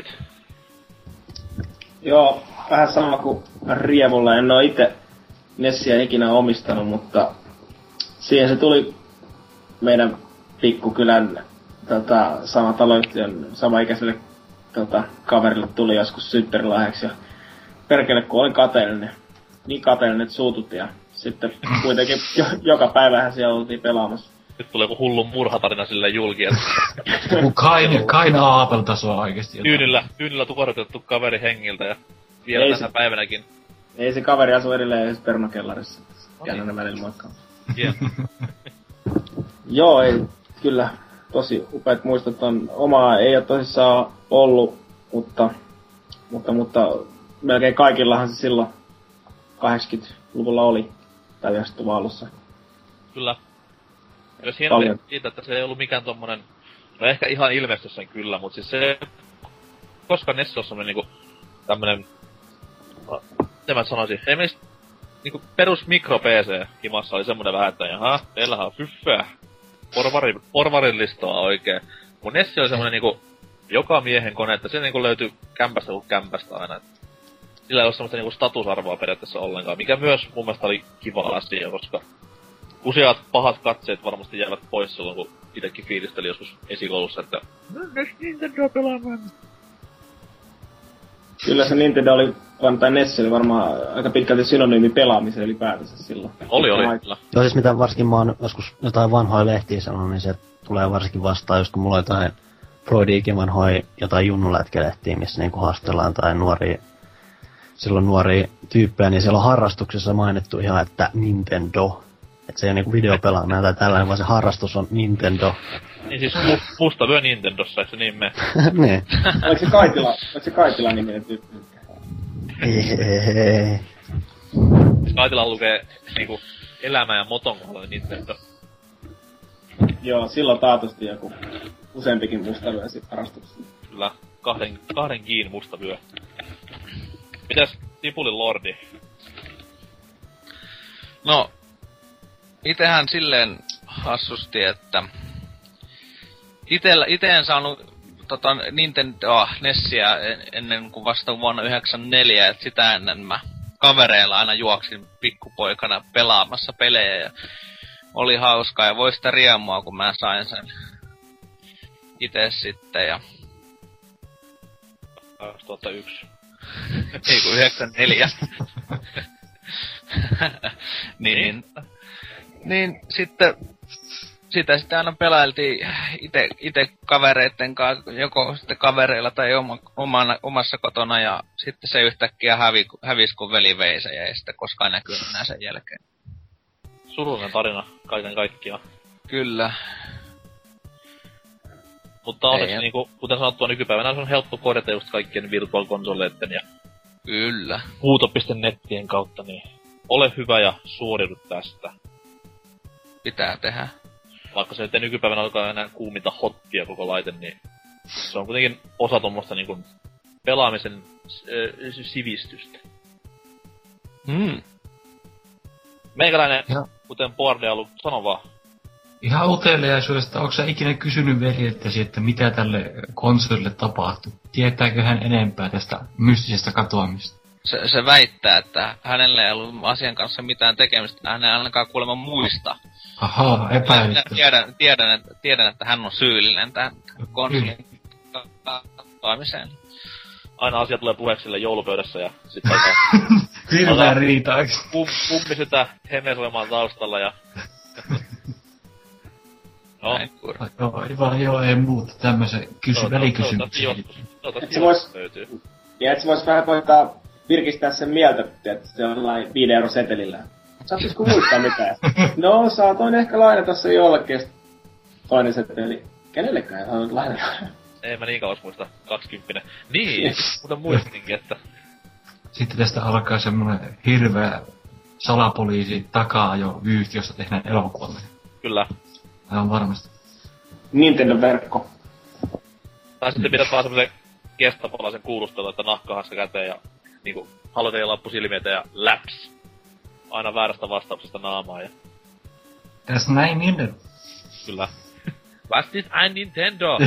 Speaker 5: Joo, vähän sama kuin Riemulla. En oo ite Nessiä ikinä omistanut, mutta siihen se tuli meidän pikkukylän tota, sama taloyhtiön samaikäiselle tota, kaverille tuli joskus synttärilahjaksi. Ja perkele kun olin kateellinen, niin kateellinen, että suututti. Ja sitten kuitenkin jo, joka päivähän siellä oltiin pelaamassa.
Speaker 2: Nyt tulee joku hullun murhatarina silleen julki, että...
Speaker 3: Joku kain, kaina Aapel-tasoa oikeesti.
Speaker 2: Tyynillä, tyynillä tukorotettu kaveri hengiltä ja vielä
Speaker 5: Ei
Speaker 2: tänä
Speaker 5: se,
Speaker 2: päivänäkin.
Speaker 5: Ei se kaveri asu edelleen edes permakellarissa. Käyn aina välillä moikkaan.
Speaker 2: Yeah.
Speaker 5: Joo, ei, kyllä tosi upeat muistot on. Omaa ei oo tosissaan ollut, mutta, mutta, mutta melkein kaikillahan se silloin kahdeksankymmentäluvulla oli, tai yhdeksänkymmentäluvun alussa.
Speaker 2: Kyllä. Myös hienoa siitä, että se ei ollut mikään tommonen, no ehkä ihan ilmestys sen kyllä, mut siis se, koska Ness on semmonen niinku, tämmönen, mitä mä sanoisin, ei meistä, niinku perus mikro P C himassa oli semmonen vähän, että jaha, teillähän on fyffää, porvari, porvarin listoa oikein. Mun Ness oli semmonen niinku, joka miehen kone, että se niinku löytyi kämpästä kuin kämpästä aina. Sillä ei ole semmoista niinku statusarvoa periaatteessa ollenkaan, mikä myös mun mielestä oli kiva asia, koska useat pahat katseet varmasti jäävät pois silloin, kun itekin fiilisteli joskus esikoulussa, että Nintendo pelaamaan.
Speaker 5: Kyllä se Nintendo oli, tai Ness oli varmaan aika pitkälti synonyymi pelaamiseen ylipäätänsä silloin.
Speaker 2: Oli, oli, kyllä.
Speaker 6: Joo, siis mitä varsinkin mä oon joskus jotain vanhoja lehtiä sanonut, niin se tulee varsinkin vastaan, just kun mulla on jotain Freudiikin vanhoja jotain junnulätkelehtiä, missä niinku haastellaan tai nuoria, silloin nuoria tyyppejä, niin siellä on harrastuksessa mainittu ihan, että Nintendo. Et se ei oo niinku videopelaaminen tai tällainen, vaan se harrastus on Nintendo.
Speaker 2: Niin siis mu- musta vyö Nintendossa, eikö se niin mene?
Speaker 6: Niin.
Speaker 5: Oliko se Kaitila, oliko se Kaitila niminen tyyppi?
Speaker 6: Ei.
Speaker 2: Siis Kaitila lukee niinku elämä ja moton kohdalla Nintendo.
Speaker 5: Joo, silloin taatusti joku useampikin mustavyö sit harrastuksessa.
Speaker 2: Kyllä, kahden, kahden kiin musta vyö. Mitäs Tipulin Lordi?
Speaker 4: No, itehän silleen hassusti, että itellä, ite en saanut tota, Nintendo Nessiä ennen kuin vasta vuonna yhdeksänkymmentäneljä, että sitä ennen mä kavereilla aina juoksin pikkupoikana pelaamassa pelejä ja oli hauskaa ja voi sitä riemua, kun mä sain sen ite sitten ja...
Speaker 2: kaksituhattayksi.
Speaker 4: Ei kun yhdeksänkymmentäneljä. niin, niin, niin sitten sitä sitten aina pelailtiin ite, ite kavereitten kanssa, joko sitten kavereilla tai oma, omana, omassa kotona ja sitten se yhtäkkiä hävi, hävisi kun veli vei se ja ei sitten koskaan näkynyt enää sen jälkeen.
Speaker 2: Surullinen tarina kaiken kaikkiaan.
Speaker 4: Kyllä.
Speaker 2: Mutta onneksi niinku, kuten sanottua nykypäivänä se on helppo korjata just kaikkien virtual-konsoleiden ja
Speaker 4: Kyllä.
Speaker 2: huuto piste nettien kautta, niin ole hyvä ja suoriudu tästä.
Speaker 4: Pitää tehdä.
Speaker 2: Vaikka se nyt ei nykypäivänä olekaan enää kuuminta hottia koko laite, niin se on kuitenkin osa tommoista niinku pelaamisen äh, sivistystä.
Speaker 4: Hmm.
Speaker 2: Meikäläinen,
Speaker 3: Ja.
Speaker 2: kuten Boardea ollut, sano vaan.
Speaker 3: Ihan uteliaisuudesta, onko sä ikinä kysynyt veljeltäsi, että mitä tälle konsolille tapahtuu? Tietääkö hän enempää tästä mystisestä katoamista?
Speaker 4: Se, se väittää, että hänellä ei ollut asian kanssa mitään tekemistä, hän ei ainakaan kuulemma muista.
Speaker 3: Ahaa,
Speaker 4: Minä
Speaker 3: epäilystä.
Speaker 4: tiedän, tiedän, että, tiedän, että hän on syyllinen tähän konsolin katoamiseen.
Speaker 2: Aina asia tulee puheeksi sille joulupöydässä ja sit alkaa
Speaker 3: Hirveä riita, eiks?
Speaker 2: pum, pummi sitä hemesoimaan taustalla ja... no.
Speaker 4: Näin, kur-
Speaker 3: Joo, ei vaan joo, ei muuta tämmösen kysy,
Speaker 2: Toivottavasti
Speaker 3: välikysymyksen.
Speaker 2: joskus, toivottavasti
Speaker 5: Se vois-
Speaker 2: joskus löytyy.
Speaker 5: Ja et se vois vähän koittaa virkistää sen mieltä, että se on jollain viiden euro setelillä. Saattisiko muistaa mitään? No, saatoin ehkä lainata se jollekin. Toinen seteli. Kenellekään ei saanut lainata?
Speaker 2: Ei mä niin kauas muista, kaksikymppinen. Niin, muuten muistinkin, että...
Speaker 3: Sitten tästä alkaa semmonen hirveä salapoliisi takaa jo vyyhti, jossa tehdään elokuvalle.
Speaker 2: Kyllä.
Speaker 3: Aivan varmasti.
Speaker 5: Nintendo-verkko.
Speaker 2: Tai sitten pidät vaan semmosen kestapalaisen kuulustelun, että nahkahanska käteen ja niinku haloteen lappu silmiä ja läps. Aina väärästä vastauksesta naamaa ja...
Speaker 3: Tässä näin niin.
Speaker 2: Kyllä. Was ist ein Nintendo?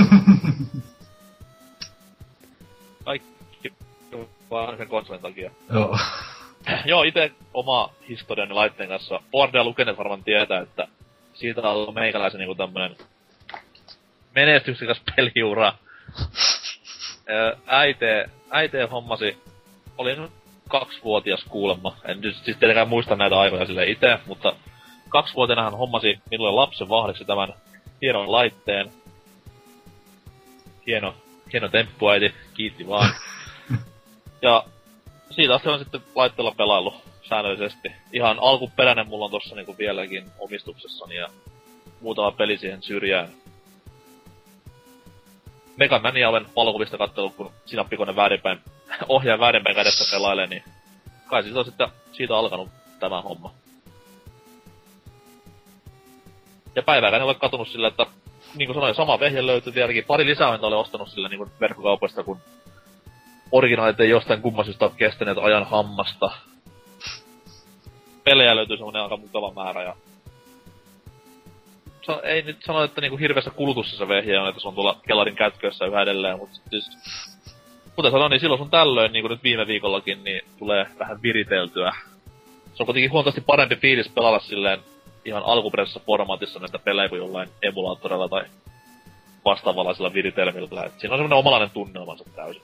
Speaker 2: Kaikki vaan sen konsolin takia.
Speaker 3: Joo.
Speaker 2: Joo, ite oma historiani laitteen kanssa. Boardea lukeneet varmaan tietää, että siitä on ollut meikäläisen niinku tämmönen menestyksekäs peliura. Äite, äite hommasi, oli kaksivuotias kuulemma. En nyt siis tietenkään muista näitä aikoja silleen ite, mutta kaksivuotiaana hän hommasi minulle lapsen vahdiksi tämän hienon laitteen. Hieno, hieno temppuäiti, kiitti vaan. Ja siitä asti on sitten laitteella pelaillut säännöllisesti. Ihan alkuperäinen mulla on tossa niinku vieläkin omistuksessani ja muutama peli siihen syrjään. Mega Mania olen valokuvista kattellut, kun sinappikonen väärinpäin, ohjaa väärinpäin kädessä pelailee, niin kai siitä on sitten siitä alkanut tämä homma. Ja päivääkään en ole katunut sillä, että niin kuin sanoin, sama vehje löytyy vieläkin. Pari lisäointa olen ostanut sillä niin kuin verkkokaupasta, kun originaalit ei jostain kumman syystä ole kestäneet ajan hammasta. Pelejä löytyy semmonen aika mukava määrä ja... So, ei nyt sano, että niinku hirveässä kulutussa se vehje on, että se on tuolla kellarin kätkössä yhä edelleen, mutta siis... Kuten sanoin, niin silloin sun tällöin, niinku nyt viime viikollakin, niin tulee vähän viriteltyä. Se on kuitenkin huomattavasti parempi fiilis pelata silleen ihan alkuperäisessä formaatissa näitä pelejä kuin jollain emulaattorilla tai vastaavanlaisilla viritelmillä. Et siinä on semmonen omalainen tunnelmansa täysin.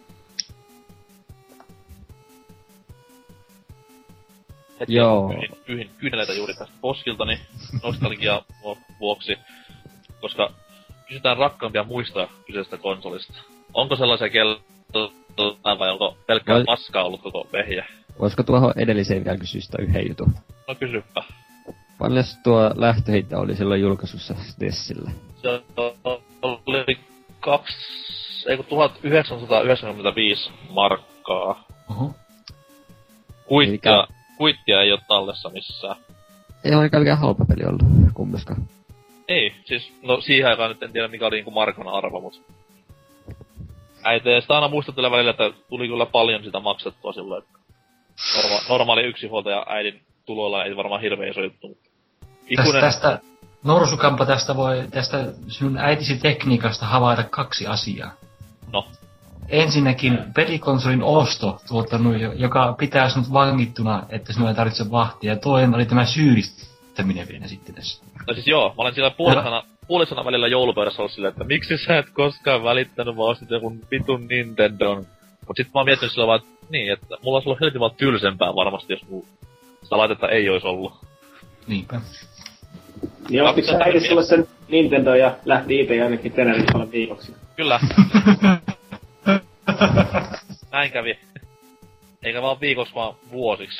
Speaker 2: Heti
Speaker 7: Joo.
Speaker 2: Pyyhin, pyyhin kyyneleitä juuri tästä poskiltani nostalgia vuoksi, koska kysytään rakkaampia muista kyseisestä konsolista. Onko sellaisia kelloja vai onko pelkkää
Speaker 7: Vai...
Speaker 2: paskaa ollut koko vehje?
Speaker 7: Voisiko tuohon edelliseen vielä kysyä sitä yhden jutun?
Speaker 2: No kysyppä.
Speaker 7: Paljon tuo lähtöhinta oli silloin julkaisussa Stessillä?
Speaker 2: Se oli kaksi, ei kun tuhatyhdeksänsataayhdeksänkymmentäviisi markkaa.
Speaker 3: Oho.
Speaker 2: Kuittia,
Speaker 7: Eikä...
Speaker 2: kuittia ei oo tallessa missään.
Speaker 7: Ei ole mikään halpa peli ollut, kummaskaan.
Speaker 2: Ei, siis, no siihen aikaan nyt en tiedä mikä oli niinku markan arvo, mut... Äiti sitä aina muistuttele välillä, että tuli kyllä paljon sitä maksettua silloin, että... Norma- normaali yksinhuoltaja äidin tuloilla ei varmaan hirveä iso juttu, mutta...
Speaker 3: Ikunen... Tästä, tästä, Norsukampa tästä voi, tästä sinun äitisi tekniikasta havaita kaksi asiaa.
Speaker 2: No.
Speaker 3: Ensinnäkin pelikonsolin osto tuottanut, joka pitää sinut vangittuna, että sinua ei tarvitse vahtia. Ja toinen oli tämä syyllistäminen vielä sitten tässä.
Speaker 2: No siis joo, mä olen siellä puolisana, puolisana välillä joulupöydässä ollut silleen, että miksi sä et koskaan välittänyt vaan ostit jonkun vitun Nintendon. Mut sit mä oon miettinyt sillä vaan, että niin, että mulla olisi ollut helvetin vaan tylsempää varmasti, jos muu sitä laitetta ei ois ollut.
Speaker 3: Niinpä.
Speaker 5: Niin ostitko sä äiti sulle sen Nintendo ja lähti ite jonnekin Teneriffalle viikoksi?
Speaker 2: Kyllä. Näin kävi. Eikä vaan viikoksi, vaan vuosiksi.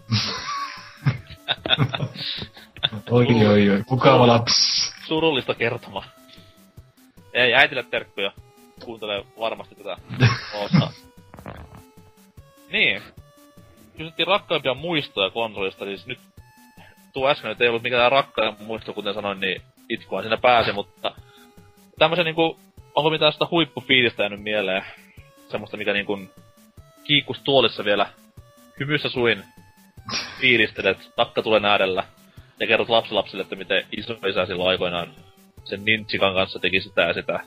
Speaker 3: Oi oi oi, mukava lapsi.
Speaker 2: Surullista kertomaa. Ei, äitille terkkuja. Kuuntelee varmasti tätä osaa. Niin. Kysyttiin rakkaimpia muistoja konsolista, siis nyt... Tuo äsken nyt ei ollut mikään rakkain muisto, kuten sanoin, niin itkuhan siinä pääsi, mutta... Tämmösen niinku... Onko mitään sitä huippufiilistä jäänyt mieleen? Semmoista, mikä niinkun... Kiikkus tuolissa vielä hymyssä suin fiilistelet takkatulen äärellä ja kerrot lapsilapsille, että miten isoisä silloin aikoinaan sen Ninchikan kanssa teki sitä ja sitä.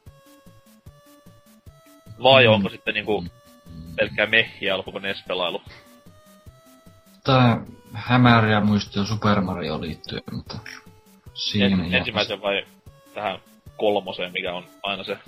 Speaker 2: Vai mm. onko sitten niinku pelkkää mehhiä alkuko N E S-pelailu?
Speaker 3: Tää hämäriä muistia Super Mario liittyen, mutta siinä
Speaker 2: en, ensimmäisen vai tähän kolmoseen, mikä on aina se?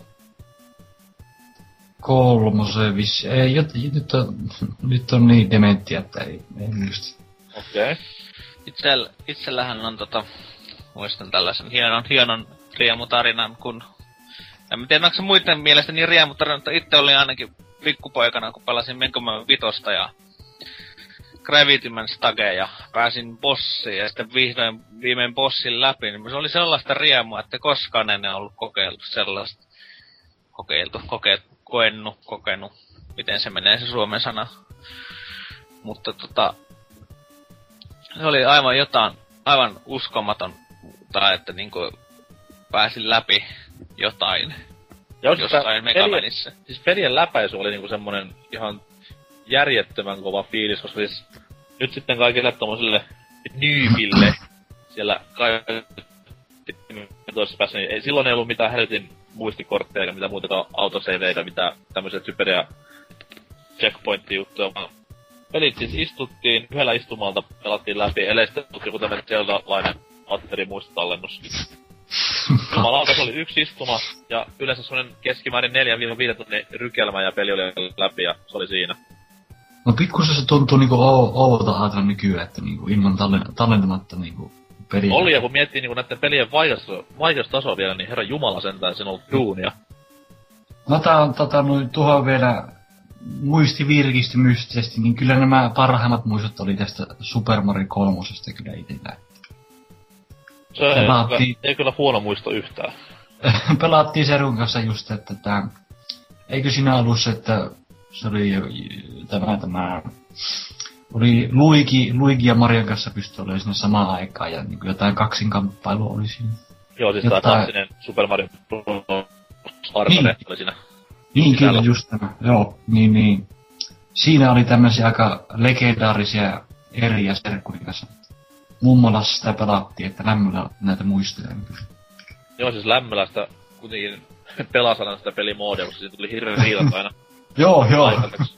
Speaker 3: Kolmoseen vissi. Ei, jot, nyt, on, nyt on niin dementtiä, että ei, ei muista.
Speaker 2: Okei. Okay.
Speaker 4: Itsel, itsellähän on tota, muistan tällaisen hienon, hienon riemutarinan, kun... En tiedä, onko se muiden mielestä niin riemutarina, mutta itse olin ainakin pikkupoikana, kun pelasin Mega Man Vitosta ja Gravity Man Stage ja pääsin bossiin ja sitten vihdoin viimein bossin läpi, niin se oli sellaista riemua, että koskaan en ollut kokeiltu sellaista. Kokeiltu, kokeiltu, koennu, kokenut, miten se menee se suomen sana. Mutta tota, se oli aivan jotain, aivan uskomaton, tai että niinku pääsin läpi jotain,
Speaker 2: ja
Speaker 4: jostain Megamanissa.
Speaker 2: Siis pelien läpäisy oli niinku semmonen ihan järjettömän kova fiilis, koska siis nyt sitten kaikille tommosille nyypille siellä toisessa päässä, niin ei, silloin ei ollut mitään helvetin muistikortteja eikä mitään muutakaan autosavea eikä mitään tämmöisiä typeriä checkpointti-juttuja, vaan pelit siis istuttiin yhdellä istumalta, pelattiin läpi, ellei sitten joku tämmöinen Zelda-lainen Atteri muistotallennus. Jumalauta, se oli yksi istuma, ja yleensä semmonen keskimäärin neljän viiva viiden tunnin rykelmä ja peli oli läpi, ja se oli siinä.
Speaker 3: No pikkusen se tuntuu niinku oudolta ajatella nykyään, että niinku ilman tallen, tallentamatta niinku peliä.
Speaker 2: Oli, ja kun miettii niinku näitten pelien vaikeustasoa vielä, niin herran jumala sentään sen on ollut duunia.
Speaker 3: No tää on tota noin tuohon vielä muisti virkisty mystisesti, niin kyllä nämä parhaimmat muistot oli tästä Super Mario kolmosesta kyllä itellä.
Speaker 2: Se ei, Pelaattiin... ei kyllä huono muisto yhtään.
Speaker 3: Pelattiin Serun kanssa just, että tää... Eikö siinä alussa, että se oli tämä, tämä... Oli Luigi, Luigi ja Marion kanssa pystyi olemaan sinne samaan aikaan ja niin jotain kaksinkamppailua oli siinä.
Speaker 2: Joo, siis jotain... tää klassinen Super Mario Arcade niin. Oli siinä.
Speaker 3: Niin, sisällä. Kyllä, just tämä. Joo, niin, niin. Siinä oli tämmöisiä aika legendaarisia eriä serkkujen kanssa. Mummolassa sitä pelattiin, että lämmöllä näitä muistoja.
Speaker 2: Joo, siis lämmöllä kuitenkin pelasana sitä pelimoodia, koska siitä tuli hirveän riidat aina.
Speaker 3: Joo, joo.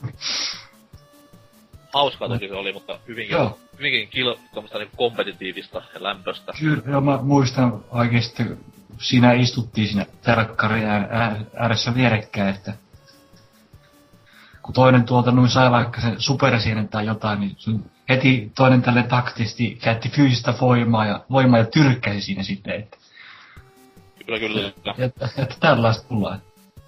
Speaker 2: Hauskaa toki se oli, mutta hyvinkin, hyvinkin kilo, tommoista niinku kompetitiivista ja lämpöstä.
Speaker 3: Kyllä, joo, mä muistan oikeesti, siinä istuttiin siinä terkkarin ääressä vierekkäin, että kun toinen tuolta noin sai vaikka sen supersienen tai jotain, niin heti toinen tälle taktisesti käytti fyysistä voimaa ja, voimaa ja tyrkkäsi siinä sitten, että...
Speaker 2: Kyllä, kyllä.
Speaker 3: Että, että tällaista tullaan.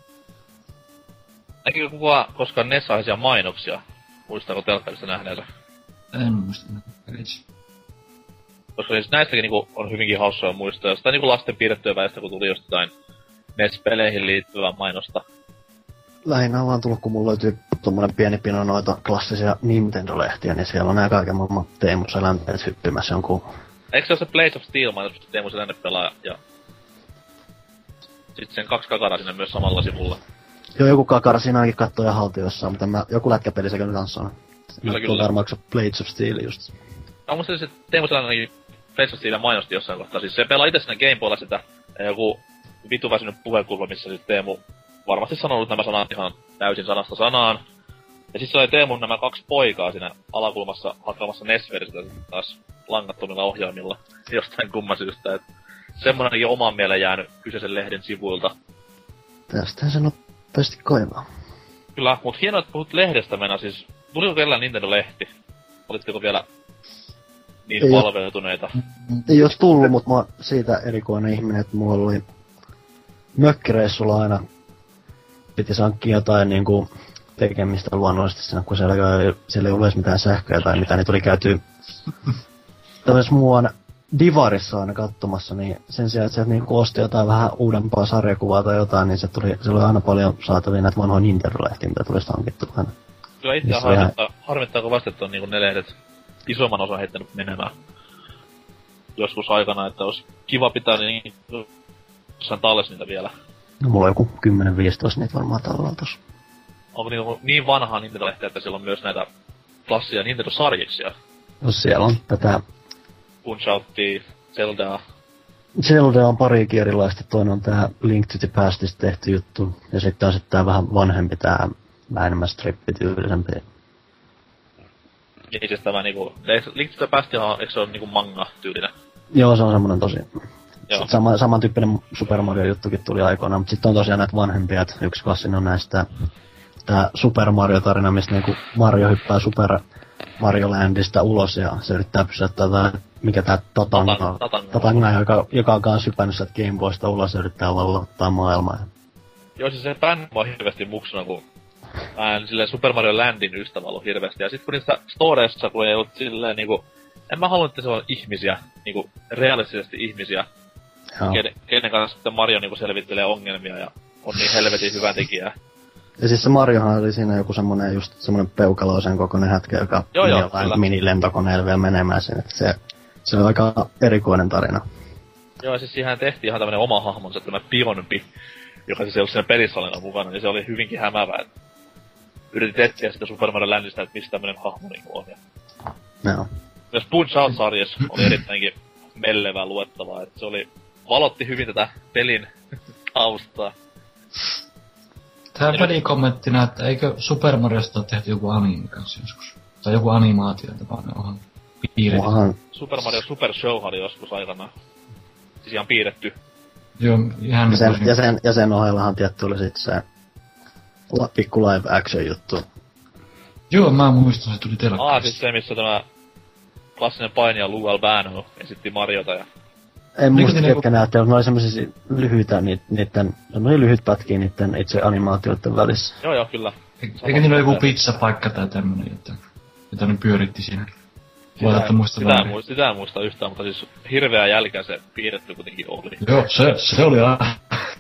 Speaker 2: Näkikö kukaan koskaan Nessaisia mainoksia? Muistaako telkkarista nähneensä?
Speaker 3: En muista nähneensä.
Speaker 2: Koska siis näistäkin niinku on hyvinkin hauskaa muistaa. Jostain niinku lasten piirrettyä väistä, kun tuli jostain N E S-peleihin liittyvää mainosta.
Speaker 6: Lähinnä on vaan tullut, kun mulla löytyy tommonen pieni pino noita klassisia Nintendo-lehtiä, niin siellä on nää kaiken maailman Teemu Selänteet hyppimässä jonkun...
Speaker 2: Eikö se ole se Blades of Steel mainos, kun Teemu Selänne pelaa ja... Sitten sen kaksi kakaraa sinne myös samalla sivulla.
Speaker 6: Joo, joku kakara siinä ainakin kattoo ja haltioissaan, mutta mä, joku lätkäpeli sekä nyt kanssa on.
Speaker 2: Kyllä, kyllä.
Speaker 6: Varmaan se Blades of Steel just.
Speaker 2: No musta se Teemu Selänne Blades of Steel mainosti jossain kohtaa. Siis se pelaa itse sinne Game Boylla sitä joku vitu väsynyt puheenkulma, missä sit Teemu varmasti sanonut nämä sanat ihan täysin sanasta sanaan. Ja sit se oli Teemun nämä kaksi poikaa siinä alakulmassa hakkaamassa N E S-versiota taas langattomilla ohjaimilla jostain kumman syystä. Et semmonenkin oman mielen jäänyt kyseisen lehden sivuilta.
Speaker 6: Tästähän se nopeasti kaivaa.
Speaker 2: Kyllä, mut hienoa, että puhut lehdestä mennä siis. Tuliko kellään Nintendo-lehti? Olitteko vielä niin ei palveutuneita?
Speaker 6: Ei oo tullu, mut mä oon siitä erikoinen ihminen, että mulla oli mökkireissulla aina piti sankkia jotain niinku tekemistä luonnollisesti siinä, kun siellä, siellä ei ollut edes mitään sähköä tai mitä, niin tuli käytyy tämmöisessä muuan Divarissa aina katsomassa, niin sen sijaan, että sieltä niinku osti jotain vähän uudempaa sarjakuvaa tai jotain, niin se tuli, se oli aina paljon saatavia näitä vanhoja Nintendo-lehtiä, mitä tuli sitä hankittua aina.
Speaker 2: Kyllä itseään harmittaa, ihan... harmittaa kovasti, että on niinku ne lehdet isomman osan heittänyt menemään joskus aikana, että olisi kiva pitää niin jossain tallessa niitä vielä.
Speaker 6: No mulla on joku kymmenen viisitoista niitä varmaan tallella tossa.
Speaker 2: Onko niinku niin vanhaa Nintendo-lehteä, että siellä on myös näitä klassia Nintendo-sarjiksia?
Speaker 6: No siellä on tätä...
Speaker 2: Punch-Outtia, Zeldaa.
Speaker 6: Zelda on parikin erilaista. Toinen on tää Link to the Pastista tehty juttu. Ja sitten on sitten tää vähän vanhempi, tää vähän enemmän strippityylisempi.
Speaker 2: Niin siis tämä niinku... Link to the Pastihan, eikö se ole niinku manga-tyylinen?
Speaker 6: Joo, se on semmonen tosi...
Speaker 2: Joo.
Speaker 6: Sama, samantyyppinen Super Mario-juttukin tuli aikoinaan, mutta sitten on tosiaan näitä vanhempia, että yksi klassinen on näistä tää Super Mario-tarina, missä niinku Mario hyppää Super Mario Landista ulos ja se yrittää pysäyttää tai mikä tää Tatanga, Tatanga, Tatanga joka, joka on kans hypännyt sieltä Game Boysta ulos ja yrittää vallottaa maailmaa.
Speaker 2: Joo, siis se bändi vaan hirveästi muksuna, kun mä en silleen Super Mario Landin ystävä ollut hirveästi. Ja sit kun niissä storeissa, kun ei ollut silleen niinku... En mä halunnut, että se on ihmisiä, niinku realistisesti ihmisiä. Kenen, kenen kanssa sitten Mario niinku selvittelee ongelmia ja on niin helvetin hyvä tekijä.
Speaker 6: Ja siis se Mariohan oli siinä joku semmonen just semmonen peukaloisen kokoinen hätkä, joka
Speaker 2: joo,
Speaker 6: meni
Speaker 2: joo,
Speaker 6: jollain minilentokoneella vielä menemään sinne. Se, se on aika erikoinen tarina.
Speaker 2: Joo, ja siis siihen tehtiin ihan tämmönen oma hahmonsa, tämä Pionpi, joka siis ei ollut siinä pelissä olena mukana, niin se oli hyvinkin hämävä. Yritit etsiä sitä Super Mario Landista, että mistä tämmönen hahmo niinku on.
Speaker 6: Joo.
Speaker 2: Myös Punch-Out-sarjassa oli erittäinkin mellevää luettavaa, että se oli... Valotti hyvin tätä pelin taustaa.
Speaker 3: Tää välikommenttina, että eikö Super Mariosta ole tehty joku anime kanssa joskus? Tai joku animaatio, että vaan ne onhan piirretty.
Speaker 6: Ohan.
Speaker 2: Super Mario Super Show oli joskus aikana. Siis ihan piirretty.
Speaker 3: Joo, ihan...
Speaker 6: Ja sen, ja sen, ja sen ohellahan tietty oli sit se la, pikku live action juttu.
Speaker 3: Joo, mä muistan, se tuli telkkarista.
Speaker 2: Ah, siis se, missä tämä klassinen painija Lou Albano esitti Mariota ja...
Speaker 6: En muista,
Speaker 3: niinku-
Speaker 6: ketkä näyttää, mutta ne oli semmosia lyhyitä, ni, niitten, ne oli lyhyt pätkiä niitten itse animaatioiden välissä.
Speaker 2: Joo joo, kyllä.
Speaker 3: Eikä niillä ole joku pizzapaikka tai tämmönen, jota, jota ne pyöritti siinä? Voitatte muistaa
Speaker 2: sitä,
Speaker 3: väärin.
Speaker 2: muista, sitä en muista yhtään, mutta siis hirveä jälkeä se piirretty kuitenkin oli.
Speaker 3: Joo, se, se oli a...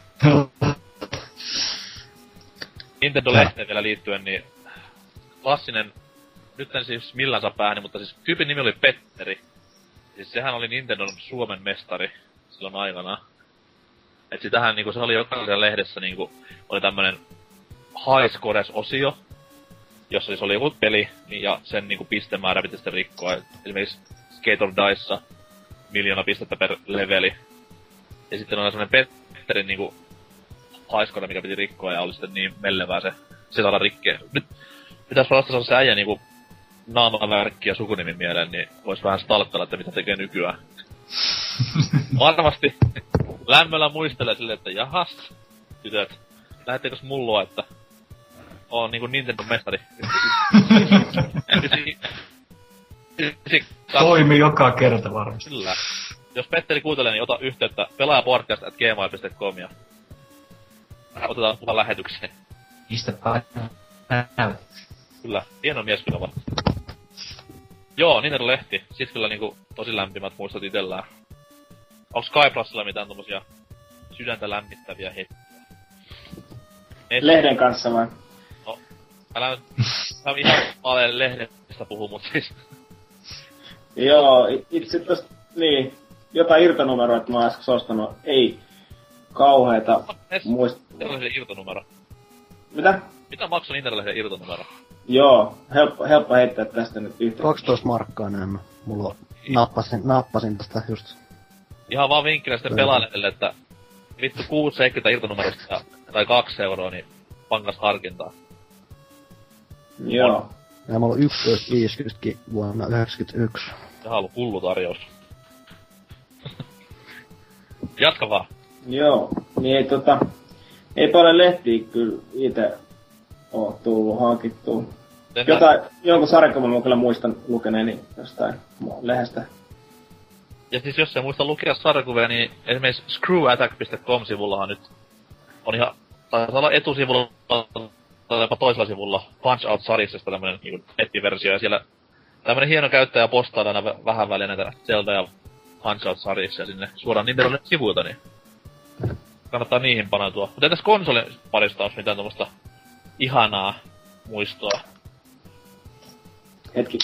Speaker 2: Nintendo-lehteen vielä liittyen, niin klassinen, nyt en siis millään saa päähäni, mutta siis tyypin nimi oli Petteri. Siis sehän oli Nintendon Suomen mestari silloin aikana. Et sitähän niinku se oli jokaisessa lehdessä niinku, oli tämmönen High Scores-osio, jossa siis oli joku peli, niin ja sen niinku pistemäärä piti sitten rikkoa. Esimerkiksi Skate of Dicessa miljoona pistettä per leveli. Ja sitten oli semmonen Petterin niinku High Score, mikä piti rikkoa, ja oli sitten niin mellevää se, se saada rikkeä. Nyt pitäis vastata se äijä niinku naamavärkki ja sukunimin mieleen, niin vois vähän stalkkailla, että mitä tekee nykyään. Varmasti lämmöllä muistelee silleen, että jahas, tytöt, lähettekös mullua, että oon niinku Nintendo mestari.
Speaker 3: Toimii joka kerta varmasti.
Speaker 2: Kyllä. Jos Petteri kuuntelee, niin ota yhteyttä pelaajapodcast at gmail dot com ja otetaan kuvan lähetykseen.
Speaker 3: Mistä päin?
Speaker 2: Kyllä, hieno mies kyllä vaan. Joo, Nintendo-lehti. Sit kyllä niinku tosi lämpimät muistot itellään. Onks Skyplusilla mitään tommosia sydäntä lämmittäviä hetkiä? Et...
Speaker 5: Lehden kanssa vai?
Speaker 2: No, älä nyt ihan paljon lehdestä puhu, mut siis...
Speaker 5: Joo, itse tosta, niin, jotain irtonumeroita mä oon äsken ostanut. Ei kauheeta muist...
Speaker 2: Nintendo-lehden irtonumero.
Speaker 5: Mitä?
Speaker 2: Mitä maksoi Nintendo-lehden irtonumero?
Speaker 5: Joo, helppo, helppo heittää tästä nyt yhteen.
Speaker 6: kaksitoista markkaa enemmän. Mulla on, nappasin, nappasin tästä just.
Speaker 2: Ihan vaan vinkkinä sitten pelaajille, että vittu kuusi seitsemänkymmentä irtonumerosta tai kaksi euroa, niin pankas harkintaa.
Speaker 5: Joo.
Speaker 6: Ja mulla on yksitoista viisikymmentäkin vuonna yhdeksänkymmentäyksi.
Speaker 2: Sehän on ollut hullu tarjous. Jatka vaan.
Speaker 5: Joo, niin ei tota... Ei paljon lehtiä kyllä ite oo tullu hankittua. Jotain, jonkun sarjakuvan mä kyllä muistan lukeneeni jostain lehdestä.
Speaker 2: Ja siis jos ei muista lukea sarjakuvia, niin esimerkiksi screw attack dot com-sivullahan nyt on ihan... Taitaa olla etusivulla tai jopa toisella sivulla Punch Out Sarissesta tämmönen niin nettiversio, ja siellä tämmönen hieno käyttäjä postaa aina vähän väliä näitä Zelda ja Punch Out Sarissa sinne suoraan Nintendolle sivuilta, niin kannattaa niihin paneutua. Mutta entäs konsolin parista olisi mitään tommoista ihanaa muistoa?
Speaker 5: Hetki.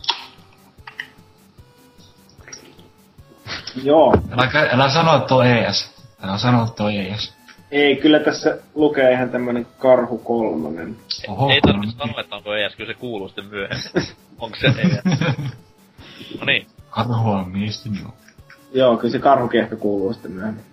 Speaker 5: Joo.
Speaker 3: Älä, älä sano, että on E S. Älä sano, että on E S.
Speaker 5: Ei, kyllä tässä lukee ihan tämmönen Karhu kolmonen.
Speaker 3: Oho,
Speaker 2: Ei tarvitse sanoa, että onko E S, kyllä se kuuluu sitten myöhemmin. Onko se E S? No niin.
Speaker 3: Karhua miestä joo.
Speaker 5: Joo, kyllä se Karhukin ehkä kuuluu sitten myöhemmin.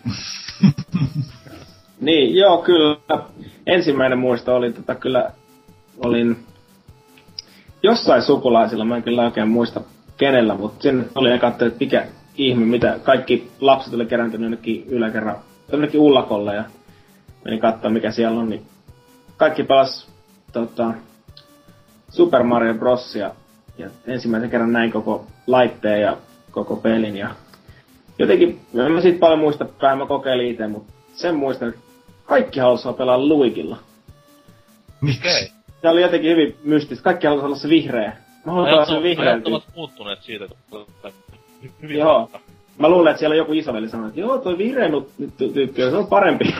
Speaker 5: Niin, joo, kyllä. Ensimmäinen muisto oli tota kyllä, olin jossain sukulaisilla, mä en kyllä oikein muista kenellä, mutta sen oli ja katsoin, että mikä ihme, mitä kaikki lapset oli kerääntynyt jonnekin yläkerran, jonnekin ullakolle ja menin katsoa mikä siellä on, niin kaikki pelas tota, Super Mario Brosia ja ensimmäisen kerran näin koko laitteen ja koko pelin ja jotenkin, en mä siitä paljon muista, vähän mä kokeilin itse, mutta sen muistan, että kaikki halusivat pelaa Luigilla.
Speaker 3: Miksi?
Speaker 5: Se oli jotenkin hyvin mystistä. Kaikki halusivat olla se vihreä. Mä haluan olla se vihreä.
Speaker 2: Ajat ovat muuttuneet siitä, kun... Hyvin
Speaker 5: Joo.
Speaker 2: vaikka.
Speaker 5: Mä luulen, että siellä joku isoveli sanoi, että joo, toi vihreä tyyppi, se on parempi.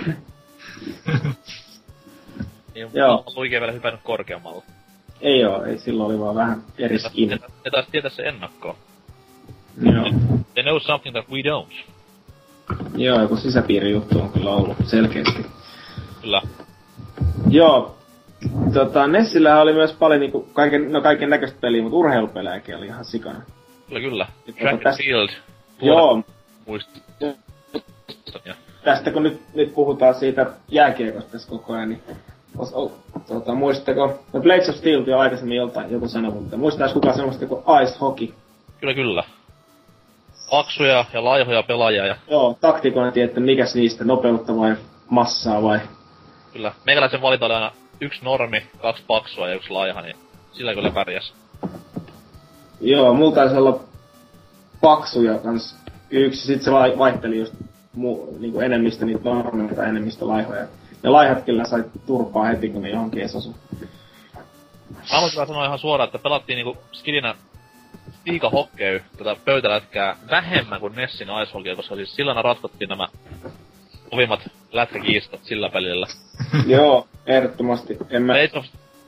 Speaker 2: Niin,
Speaker 5: Joo.
Speaker 2: on Luigi vielä hypännyt korkeammalla.
Speaker 5: Ei oo, ei silloin oli vaan vähän eri skin.
Speaker 2: Ne taisi tietää se ennakkoon.
Speaker 5: Joo.
Speaker 2: They know something that we don't.
Speaker 5: Joo, joku sisäpiirijuttu on kyllä ollut selkeästi.
Speaker 2: Kyllä.
Speaker 5: Joo. Tota, Nessillähän oli myös paljon niinku kaiken, no kaiken näköistä peliä, mutta urheilupelejäkin oli ihan sikana.
Speaker 2: Kyllä, kyllä.
Speaker 5: Ja
Speaker 2: Track and
Speaker 5: tästä-
Speaker 2: field.
Speaker 5: Joo.
Speaker 2: Muistin. Ja
Speaker 5: Tästä kun nyt, nyt puhutaan siitä jääkiekosta tässä koko ajan, niin os, o, tota, muistatteko, no Blades of Steel jo aikaisemmin joltain joku sanoi, mutta muistaisi kukaan semmoista kuin Ice Hockey?
Speaker 2: kyllä, kyllä. Paksuja ja laihoja pelaajia ja
Speaker 5: Joo, taktikointi, että mikäs niistä, nopeutta vai massaa vai...
Speaker 2: kyllä. Meikäläisen valita oli aina yksi normi, kaksi paksua ja yksi laiha, niin sillä kyllä pärjäs.
Speaker 5: Joo, mulla taisi olla paksuja kans yksi, sit se vaihteli just mu, niinku enemmistö niitä normeja tai enemmistö laihoja. Ja laihat kyllä sai turpaa heti, kun ne johonkin ees osu.
Speaker 2: Mä voin kyllä sanoa ihan suoraan, että pelattiin niinku skidinä Stiga Hockey, tätä pöytälätkää, vähemmän kuin Nessin Ice Hockey, koska siis silloin ratkottiin nämä kovimmat lätkäkiistat sillä pelillä.
Speaker 5: Joo, ehdottomasti. En mä...
Speaker 2: Blades of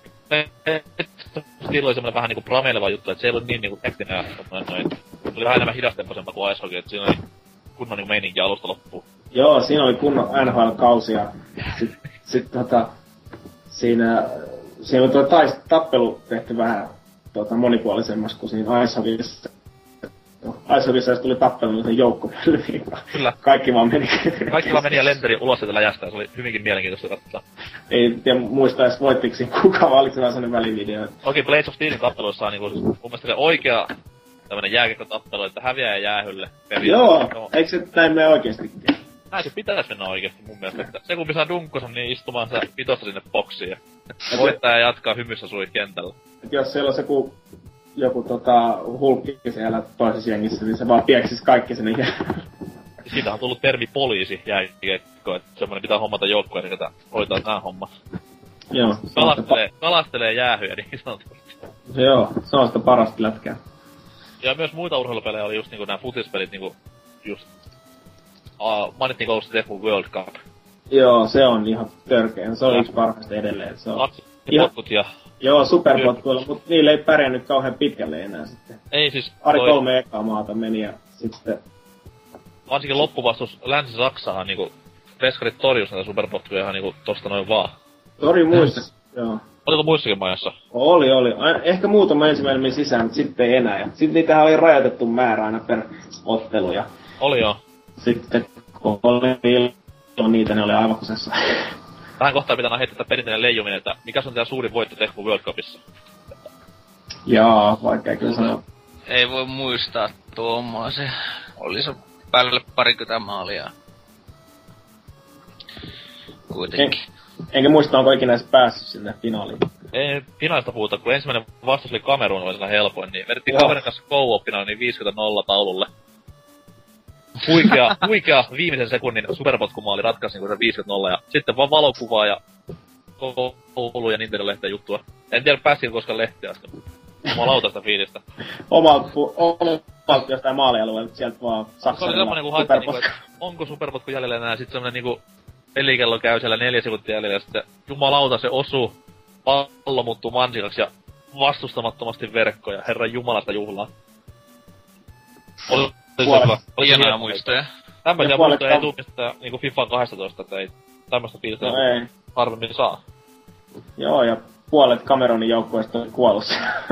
Speaker 2: Steel oli semmonen vähän niinku prameileva juttu, et se ei ollut niin niinku tekninen ja noin noin. Se oli vähän enemmän hidastempoisempaa kuin Ice Hockey, et siinä oli kunnon niinku meininki alusta loppuun.
Speaker 5: Joo, siinä oli kunnon N H L-kausi ja sit, sit tota... Siinä... Siinä oli tuo taist, tappelu tehty vähän tota, monipuolisemmas kuin siinä Ice Hockeyssa. Ice Hockeyssa tuli tappelu sen joukkomyllyyn.
Speaker 2: Kyllä.
Speaker 5: Kaikki vaan meni.
Speaker 2: Kaikki vaan meni ja lenteri ulos sieltä läjästä ja se oli hyvinkin mielenkiintoista katsoa.
Speaker 5: Ei tiedä muista edes voittiksi kuka vaan, oliko se vaan sellainen välivideo.
Speaker 2: Toki Blades of Steelin tappeluissa on niinku mun mielestä se oikea tämmönen jääkiekkotappelu, että häviää jäähylle.
Speaker 5: Joo, no. Eikö se näin mene oikeestikin?
Speaker 2: Näin se pitäis mennä oikeesti mun mielestä, että se kumpi saa dunkkonsa, niin istumaan sitä vitosta sinne boksiin ja voittaa ja jatkaa hymyssä sui kentällä.
Speaker 5: Et jos siellä on se ku, joku tota hulkki siellä toisessa jengissä, niin se vaan pieksis kaikki sinne jäähylle.
Speaker 2: Siitä on tullut termi poliisi jääkiekko, että semmonen pitää hommata joukkueen, joka hoitaa nää hommat.
Speaker 5: Joo.
Speaker 2: Kalastelee, pa- kalastelee jäähyjä niin sanotusti.
Speaker 5: Joo, se on sitä parasta lätkää.
Speaker 2: Ja myös muita urheilupelejä oli just niinku nää futispelit niinku just... Uh, mainittiin koulusta Deathloop World Cup.
Speaker 5: Joo, se on ihan törkeä. Se on yksi parhaista edelleen. Se on...
Speaker 2: Lapsi ja potkut ja...
Speaker 5: Joo, superpotkuilla, mut niille ei pärjännyt kauhean pitkälle enää sitten.
Speaker 2: Ei siis...
Speaker 5: Pari
Speaker 2: toi...
Speaker 5: kolme ekaa maata meni ja sitten...
Speaker 2: Varsinkin loppuvastus Länsi-Saksahan niinku... Veskarit torjus näitä superpotkuja ihan niinku tosta noin vaan.
Speaker 5: Tori muistas, joo.
Speaker 2: Oliko muissakin maissa?
Speaker 5: Oli, oli. Ehkä muutama ensimmäinen meni sisään, mutta sitten ei enää. Ja sitten niitähän oli rajoitettu määrä aina per ottelu. Ja
Speaker 2: oli joo.
Speaker 5: sitten kun oli niitä, ne oli aivan kusessa.
Speaker 2: Tähän kohtaan pitää heittää tätä perinteinen leijuminen, että mikä on teidän suurin voitto Tehku World Cupissa?
Speaker 5: Jaa, vaikka ei kyllä sanoa.
Speaker 4: Ei voi muistaa tuomaa, se oli se päälle parikymmentä maalia. Kuitenkin.
Speaker 5: En, enkä muista, onko ikinä edes päässyt sinne finaaliin.
Speaker 2: Ei finaalista puhuta, kun ensimmäinen vastus oli Kamerun, oli siinä helpoin, niin vedettiin kaverin kanssa co-opina niin viisikymmentä nolla taululle. Huikea, huikea viimeisen sekunnin superpotkumaali ratkaisi niin se viisikymmentä nolla ja sitten vaan valokuvaa ja koulu ja Nintendo-lehteen juttua. En tiedä pääsikö koskaan lehteä asti, mutta jumalauta sitä fiilistä.
Speaker 5: Omalta omalta jostain maalialueelta sieltä vaan Saksalla.
Speaker 2: Se oli semmonen kun haettiin niinku, että onko superpotku jäljellä enää, sit semmonen niinku pelikello käy siellä neljä sekuntia jäljellä ja sitten jumalauta se osuu, pallo muuttuu mansikaksi ja vastustamattomasti verkkoja, herran jumalasta juhlaa. Oli
Speaker 4: Oli hienoja muistoja.
Speaker 2: Tämmöisiä muistoja ei tuu mistään niinku FIFA kaksitoista, että ei tämmöstä fiilistä
Speaker 5: no ei.
Speaker 2: harvemmin saa.
Speaker 5: Joo, ja puolet Cameronin joukkueesta oli kuollut.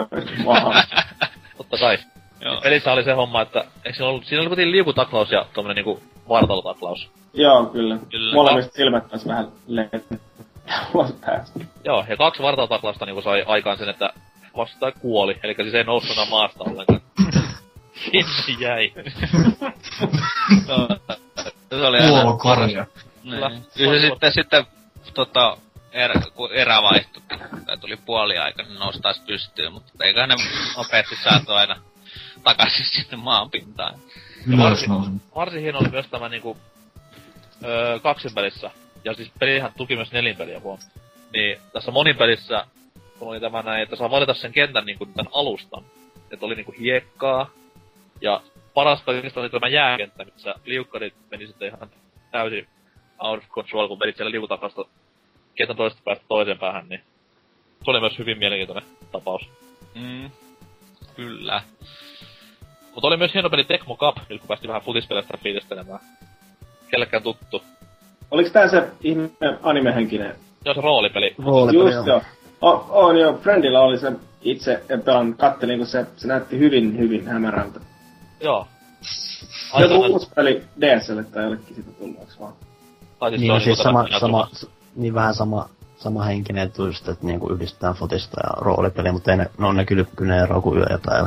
Speaker 2: Totta kai. Joo. Pelissä oli se homma, että eikö siinä ollut, siinä oli kuitenkin liukutaklaus ja tommonen niinku vartalotaklaus.
Speaker 5: Joo, kyllä.
Speaker 2: kyllä.
Speaker 5: Molemmista silmät taas vähän lehti.
Speaker 2: Joo, ja kaksi vartalotaklausta niinku sai aikaan sen, että vastustaja kuoli, elikkä siis ei noussut enää maasta ollenkaan. Sinne jäi.
Speaker 4: No, se oli
Speaker 3: Kuolo karja.
Speaker 4: Niin. Kyllä se sitten, sitten tota, erä, kun erä vaihtui, tai tuli puoli aika, niin nousi taas pystyyn, mutta eiköhän ne nopeasti saatu aina takaisin sinne maanpintaan.
Speaker 2: Varsin, varsin hieno oli myös tämä niinku öö, kaksinpelissä, ja siis pelihän tuki myös nelinpeliä huom. Niin tässä monipelissä, kun oli tämä näin, että saa valita sen kentän niinku tän alustan. Että oli niinku hiekkaa, ja paras kaikista oli tämä jääkenttä, missä liukkarit meni sitten ihan täysin out of control, kun menit siellä liukutakasta kentän toisesta päästä toiseen päähän, niin se oli myös hyvin mielenkiintoinen tapaus.
Speaker 4: Mm, kyllä.
Speaker 2: Mutta oli myös hieno peli Tecmo Cup, nyt kun päästiin vähän futispeleistä fiilistelemään. Kellekään tuttu.
Speaker 5: Oliks tää se ihme animehenkinen?
Speaker 2: Joo, se roolipeli.
Speaker 6: Roolipeli,
Speaker 5: just joo. O, on joo, Friendillä oli se itse, en pelannut, kattelin, kun se, se näytti hyvin, hyvin hämärältä.
Speaker 2: Joo.
Speaker 5: Joku uusi peli D S L:lle tai jollekin siitä tullut, onks vaan?
Speaker 2: Tai siis
Speaker 6: niin,
Speaker 2: se
Speaker 6: siis sama, sama,
Speaker 2: s-
Speaker 6: niin vähän sama, sama henkinen, että just, että niinku yhdistetään fotista ja roolipeliä, mutta ei ne, no ne kyllä, kyllä ne eroa kuin yö ja päivä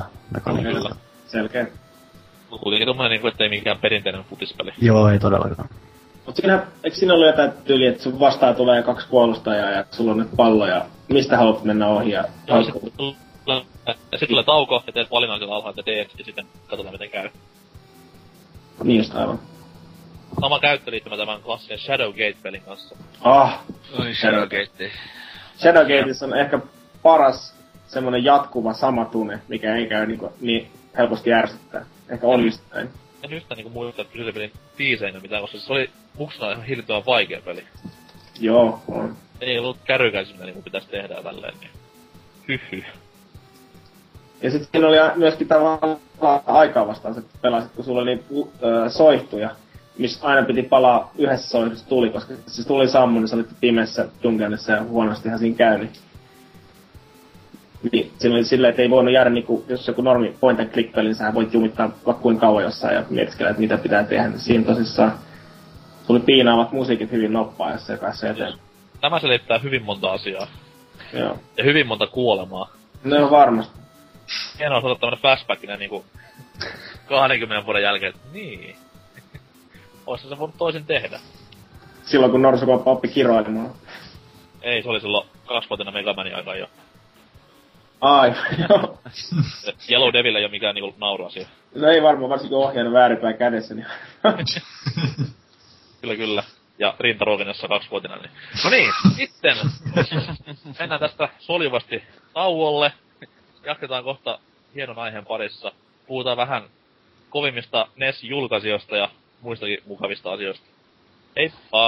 Speaker 6: mekaniikalla.
Speaker 5: Selkeä.
Speaker 2: Mut kuitenkin tommonen niinku, ettei mikään perinteinen futispeli.
Speaker 6: Joo, ei todellakaan.
Speaker 5: Mut siinä, eikö siinä ollut jotain tyyliä, että sun vastaan tulee kaksi puolustajaa ja sulla on nyt pallo ja mistä haluat mennä ohi ja...
Speaker 2: Joo, sit tulee, sit tulee tauko ja teet valinnan siellä alhaalla, että teet ja sitten katsotaan miten käy.
Speaker 5: Niin just aivan.
Speaker 2: Sama käyttöliittymä tämän klassisen Shadowgate-pelin kanssa.
Speaker 5: Ah!
Speaker 4: Oi Shadowgate.
Speaker 5: Shadowgateissa on ehkä paras semmonen jatkuva sama tunne, mikä ei käy niinku niin helposti ärsyttää. Ehkä onnistuin.
Speaker 2: En yhtään niinku muista, että kyseisen pelin biiseinä mitään, koska se oli muksena ihan hirvittävän vaikea peli.
Speaker 5: Joo, on.
Speaker 2: Ei ollut kärrykäisinä niinku pitäis tehdä tälleen, niin hyhy.
Speaker 5: Ja sit siinä oli myöskin tavallaan aikaa vastaan, että pelasit, kun sulla oli niitä äh, soihtuja, missä aina piti palaa yhdessä soihdussa tuli, koska se tuli sammun, niin sä olit pimeässä dungeonissa ja huonostihan siinä käy, niin... Niin, siinä oli silleen, että ei voinut jäädä niinku, jos joku normi point and click peli, niin sähän voit jumittaa vaikka kuin kauan jossain ja mietiskellä, että mitä pitää tehdä. Niin siinä tosissaan tuli piinaavat musiikit hyvin noppaa, jos ei päässyt eteen.
Speaker 2: Tämä selittää hyvin monta asiaa.
Speaker 5: Joo.
Speaker 2: Ja hyvin monta kuolemaa.
Speaker 5: No varmasti.
Speaker 2: Hienoa saada tämmönen flashbackinä niinku kahdenkymmenen vuoden jälkeen, että niin. Oissa se voinut toisin tehdä.
Speaker 5: Silloin kun Norsukooppa oppi kiroilemaan.
Speaker 2: Ei, se oli silloin kaksivuotena Megamanin aikaan jo.
Speaker 5: Ai, joo.
Speaker 2: Yellow Devil ei oo mikään niinku nauru-asia.
Speaker 5: No ei varmaan, varsinkin ohjaan väärinpäin kädessä, niin...
Speaker 2: Kyllä, kyllä. Ja rintaruokinnassa kaksivuotina, niin... No niin, sitten! Mennään tästä soljuvasti tauolle. Jatketaan kohta hienon aiheen parissa. Puhutaan vähän kovimmista N E S-julkaisijoista ja muistakin mukavista asioista. Heippa!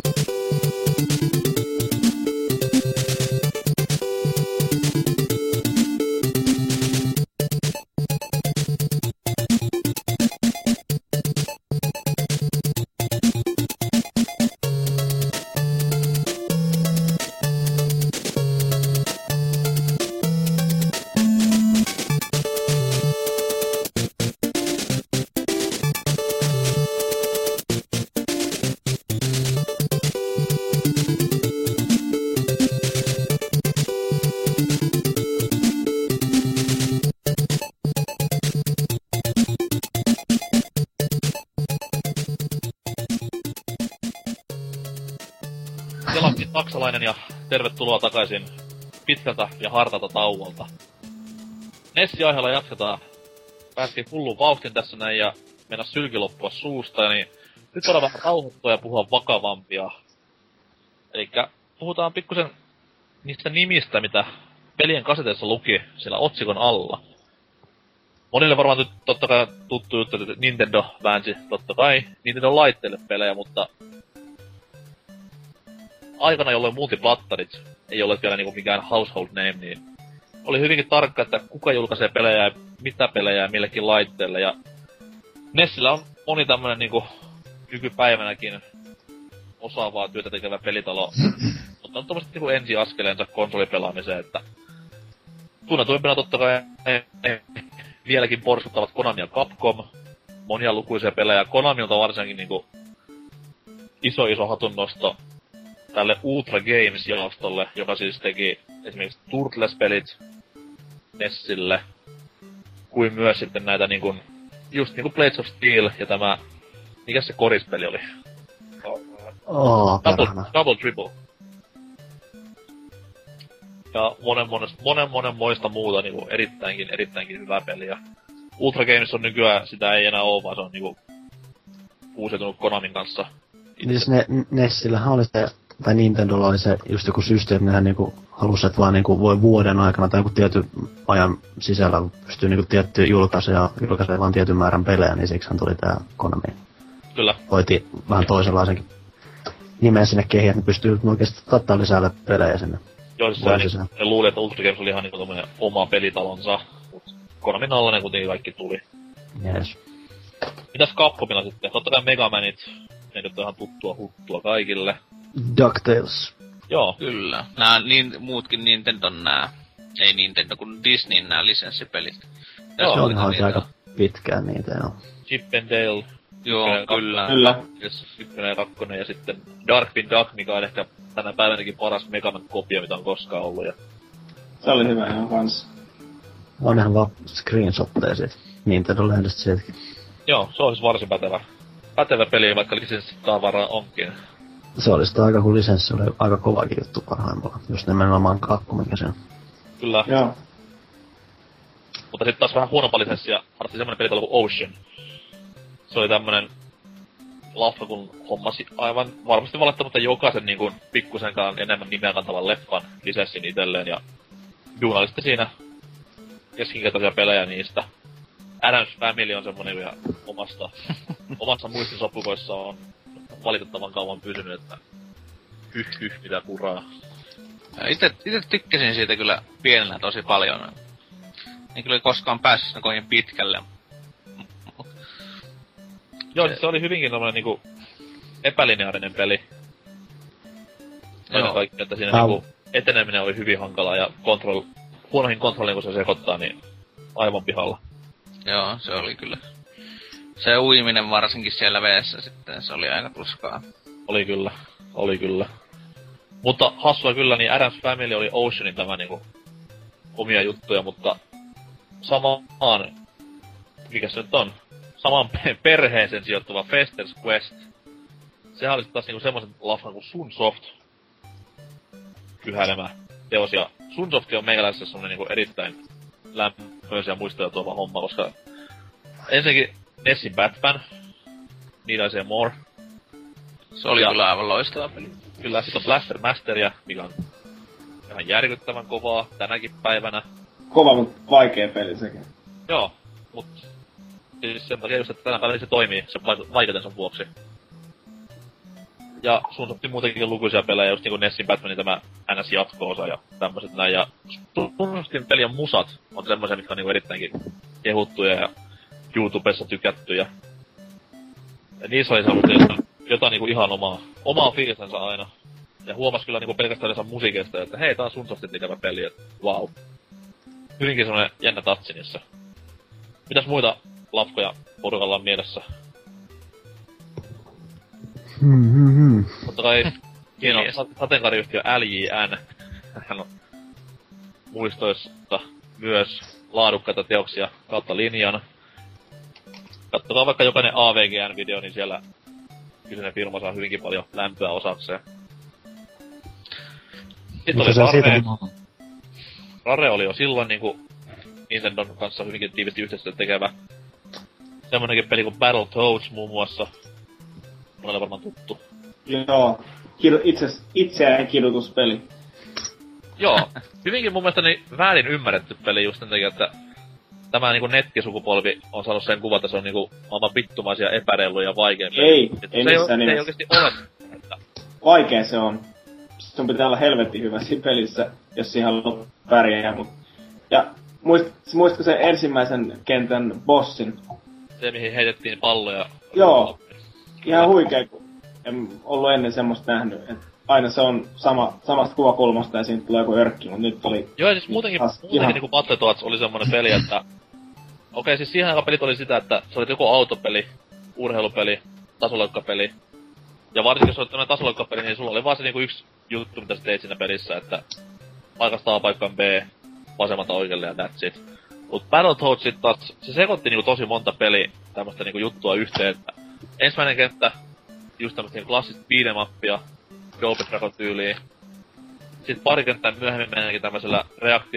Speaker 2: Selakki saksalainen ja tervetuloa takaisin pitkältä ja hartalta tauolta. Nessi-aiheella jatketaan. Päästiin hullun vauhtin tässä näin ja mennä sylki loppua suusta, niin nyt voidaan vähän rauhoittua ja puhua vakavampia. Elikkä puhutaan pikkusen niistä nimistä, mitä pelien kaseteissa luki siellä otsikon alla. Monille varmaan nyt totta kai tuttu juttu, että Nintendo väänsi totta kai Nintendo laitteille pelejä, mutta aikana, jolloin multiplattarit ei ole vielä niinku mikään household name, niin oli hyvinkin tarkka, että kuka julkaisee pelejä ja mitä pelejä ja millekin laitteelle. Ja Nessillä on moni tämmönen niinku nykypäivänäkin osaavaa työtä tekevä pelitalo. Mutta on tommoset niinku ensiaskeleensa konsolipelaamiseen, että tunnetuimpina totta kai vieläkin porskuttavat Konami ja Capcom. Monia lukuisia pelejä. Konamilta varsinkin niinku iso iso hatunnosto tälle Ultra Games-jaostolle, joka siis teki esimerkiksi Turtles-pelit Nessille, kuin myös sitten näitä niinkun, just niinku Blades of Steel ja tämä, mikä se korispeli oli?
Speaker 6: Oh,
Speaker 2: Double, Double Triple. Ja monen, monen, monen, monen moista muuta niinku erittäinkin, erittäinkin hyvää peliä. Ultra Games on nykyään, sitä ei enää oo, vaan se on niinku uusiutunut Konamin kanssa.
Speaker 6: Niin ne, Nessillähän oli se, tai Nintendolla oli se just joku systeemi, nehän niinku halusi, että vaan niinku voi vuoden aikana tai joku tietyn ajan sisällä pystyy niinku tietty julkaisee julkaisee vaan tietyn määrän pelejä, niin siksihän tuli tää Konami.
Speaker 2: Kyllä.
Speaker 6: Hoiti vähän toisenlaisenkin nimen sinne kehiin, että ne pystyy oikeesti ottaa lisää pelejä sinne.
Speaker 2: Joo, siis se niin, ne luuli, että Ultra Games oli ihan niinku tommonen oma pelitalonsa, mut Konamin alla ne kuitenkin kaikki tuli.
Speaker 6: Jees.
Speaker 2: Mitäs Capcomilla sitten? Totta kai Megamanit, ne nyt on ihan tuttua huttua kaikille.
Speaker 6: DuckTales.
Speaker 2: Joo.
Speaker 4: Kyllä. Nää niin, muutkin Nintendon nää, ei Nintendo, kun Disneyn nää lisenssipelit.
Speaker 6: Joo, se on aika pitkään niitä, joo.
Speaker 2: Chip and Dale.
Speaker 4: Joo, kyllä.
Speaker 5: Kyllä.
Speaker 2: Yes, ykkönen ja kakkonen ja sitten Darkwing Duck, mikä on ehkä tänä päivänäkin paras Megaman-kopio, mitä on koskaan ollut. Ja...
Speaker 5: Se oli hyvä ihan kans.
Speaker 6: On ihan vaan screenshotteja siitä Nintendo-lehdestä siitäkin.
Speaker 2: Joo, se on siis varsin pätevä. pätevä peli, vaikka lisenssitavaraa onkin.
Speaker 6: Se oli sitä aika, kun lisenssi oli aika kovakin juttu parhaimmalla, jos nimenomaan kakku, mikä se on.
Speaker 2: Kyllä.
Speaker 5: Joo.
Speaker 2: Mutta sitten taas vähän huonompaa lisenssiä harrasti semmonen peli kuin Ocean. Se oli tämmönen laffa, kun hommasi aivan varmasti valittamatta jokaisen niin kuin pikkusenkaan enemmän nimeä kantavan leffan lisenssin itselleen ja duunali sitten siinä keskinkertaisia pelejä niistä. Addams Family on semmonen ja omasta, omassa muistisopukoissa on valitettavan kauan pysynyt, että hyh hyh mitä kuraa.
Speaker 4: Ite, ite tykkäsin siitä kyllä pienenä tosi paljon. En kyllä koskaan päässyt sinne kovin pitkälle.
Speaker 2: Joo, siis se oli hyvinkin tommonen niinku epälineaarinen peli. Aina kaikki, että siinä
Speaker 6: Au.
Speaker 2: niinku eteneminen oli hyvin hankalaa ja kontrol, huonoihin kontrolliin kun se sekoittaa, niin aivan pihalla.
Speaker 4: Joo, se oli kyllä. Se uiminen varsinkin siellä veessä sitten, se oli aika tuskaa.
Speaker 2: Oli kyllä, oli kyllä. Mutta hassua kyllä, niin Addams Family oli Oceanin tämä niinku omia juttuja, mutta samaan, mikä se nyt on, samaan perheeseen sijoittuva Fester's Quest. Sehän oli taas niinku semmoisen lafan kuin Sunsoft kyhäilemä teos, ja Sunsoft on meikäläisessä semmonen niinku erittäin lämpöisiä muistoja tuova homma, koska ensinnäkin Nessin Batman, Need I Say More.
Speaker 4: Se oli
Speaker 2: ja,
Speaker 4: kyllä aivan loistava peli.
Speaker 2: Kyllä, sit on Blaster Masteria, mikä on ihan järkyttävän kovaa tänäkin päivänä.
Speaker 5: Kova, mutta vaikea peli sekin.
Speaker 2: Joo, mut siis sen takia just, että tänä päivänä se toimii sen vaikeutensa vuoksi. Ja sun sopii muutenkin lukuisia pelejä, just niinku Nessin Batmanin tämä N S-jatko-osa ja tämmöset näin. Ja Sunrustin pelien musat on semmosia, mitkä on niinku erittäinkin kehuttuja ja YouTubessa tykättyjä. Ja niissä oli semmoista jotain niinku ihan omaa, omaa fiilistänsä aina. Ja huomas kyllä niinku pelkästään yleensä musiikista, että hei, tää on Sunsoftin tekevä peli, että vau. Wow. Hyvinkin semmonen jännä tatsi niissä. Mitäs muita lafkoja porukalla on mielessä?
Speaker 6: Hmm,
Speaker 2: Totta kai hieno sateenkaariyhtiö L J N. Hän on muistoissa myös laadukkaita teoksia kautta linjan. Kattokaa vaikka jokainen A V G N-video, niin siellä kyseinen firma saa hyvinkin paljon lämpöä osakseen. Sitten oli Rare. Rare oli jo silloin niinku Nintendon kanssa hyvinkin tiivisti yhteistyötä tekevä. Semmonenkin peli kuin Battletoads muun muassa. Monelle varmaan tuttu.
Speaker 5: Joo. Kidu, itse, itseään kidutuspeli.
Speaker 2: Joo. Hyvinkin mun mielestä niin väärin ymmärretty peli just sen takia, että tämä niinku nettisukupolvi on saanut sen kuvan, että se on niinku aivan vittumaisia epäreiluja ja vaikea peli.
Speaker 5: Ei,
Speaker 2: että
Speaker 5: ei
Speaker 2: se
Speaker 5: missään
Speaker 2: ei,
Speaker 5: nimessä.
Speaker 2: se ei oikeesti ole. Että
Speaker 5: Vaikea se on. Sun pitää olla helvetin hyvä siinä pelissä, jos siihen haluaa pärjää. Mut. Ja muist, muistatko sen ensimmäisen kentän bossin?
Speaker 2: se, mihin heitettiin palloja.
Speaker 5: Joo. Ihan huikea, kun en ollut ennen semmoista nähnyt. Et aina se on sama, samasta kuvakulmasta ja siitä tulee joku örkki, mut nyt oli...
Speaker 2: Joo, ja siis muutenkin, muutenkin ihan... niinku Battletoads oli semmonen peli, että... Okei, okay, siis siihen aikaan pelit oli sitä, että se oli joku autopeli, urheilupeli, tasoleukkapeli. Ja varsinkin jos olet tämmönen tasoleukkapeli, niin sulla oli vaan se niinku yksi juttu, mitä sä teit siinä pelissä, että... Paikasta A paikkaan B, vasemmalta oikealle ja that's it. Mut Battletoads sit taas, se sekoitti niinku tosi monta peliä tämmöstä niinku juttua yhteen, että... Ensimmäinen kenttä, just tämmöstä niinku klassista beat'em-appia, Double Dragon tyyliin. Sitten pari kenttää myöhemmin mennäänkin tämmöisellä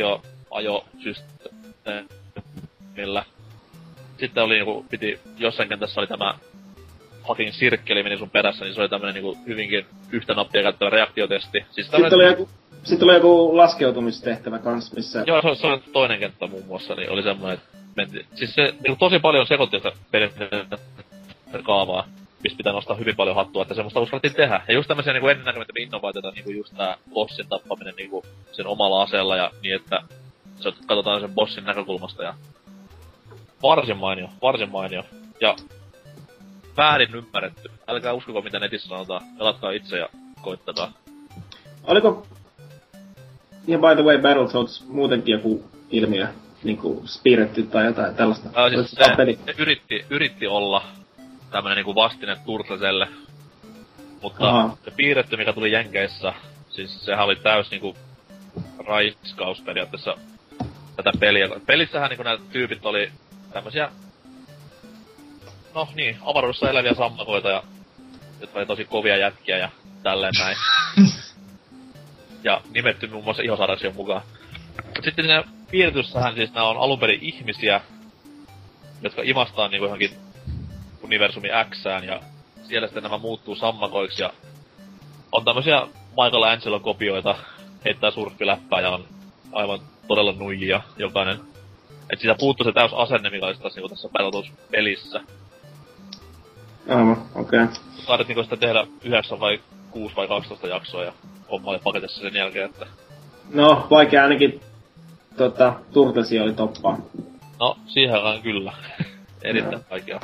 Speaker 2: reaktioajosysteemillä. Sitten oli niinku, piti, jossain kentässä oli tämä fucking sirkkeli meni sun perässä, niin se oli tämmönen niinku hyvinkin yhtä nappia käyttävä reaktiotesti. Siis
Speaker 5: Sitten oli joku, sit oli joku laskeutumistehtävä kans, missä...
Speaker 2: Joo, se, se oli toinen kenttä muun muassa, niin oli semmonen, että menti... Siis se niinku tosi paljon sekoitti sitä pelin kaavaa, mistä pitää nostaa hyvin paljon hattua, että semmoista uskallettiin tehdä. Ja just tämmösiä niinku ennennäkemättömiä innovaatioita, niinku just tää bossin tappaminen niinku sen omalla aseella ja niin, että se katsotaan sen bossin näkökulmasta ja... Varsin mainio, varsin mainio. Ja... Väärin ymmärretty. Älkää uskoko mitä netissä sanotaan. Pelatkaa itse ja koittakaa.
Speaker 5: Oliko... Ihan by the way, Battletoads muutenkin joku ilmiö, niinku Spiritty tai jotain tällaista?
Speaker 2: Ää, siis se, se yritti, yritti olla tämmönen niinku vastine Turtleselle. Mutta aha, se piirretty, mikä tuli Jenkeissä, siis sehän oli täys niinku raiskaus periaatteessa tätä peliä. Pelissähän niinku nämä tyypit oli tämmösiä no niin, avaruudessa eläviä sammakoita ja jotka oli tosi kovia jätkiä ja tälleen näin. Ja nimetty muun muassa Ihosarassion mukaan. Mut sitten siinä piirretyssähän siis nää on alunperin ihmisiä, jotka imastaa niinku johonkin universumi Xään ja siellä sitten nämä muuttuu sammakoiksi ja on tämmösiä Michelangelo-kopioita, heittää surffiläppää ja on aivan todella nuijia jokainen. Et siitä puuttuu se täys asenne, mikä olisi taas niinku tässä Battletoads-pelissä.
Speaker 5: Aivan, okei. Okay.
Speaker 2: Saadet niinku sitä tehdä yhdeksän vai kuusi vai kaksitoista jaksoa ja homma oli paketissa sen jälkeen, että...
Speaker 5: No, vaikea ainakin tota, Turtlesi oli toppaa.
Speaker 2: No, siihen on kyllä. Erittäin vaikeaa.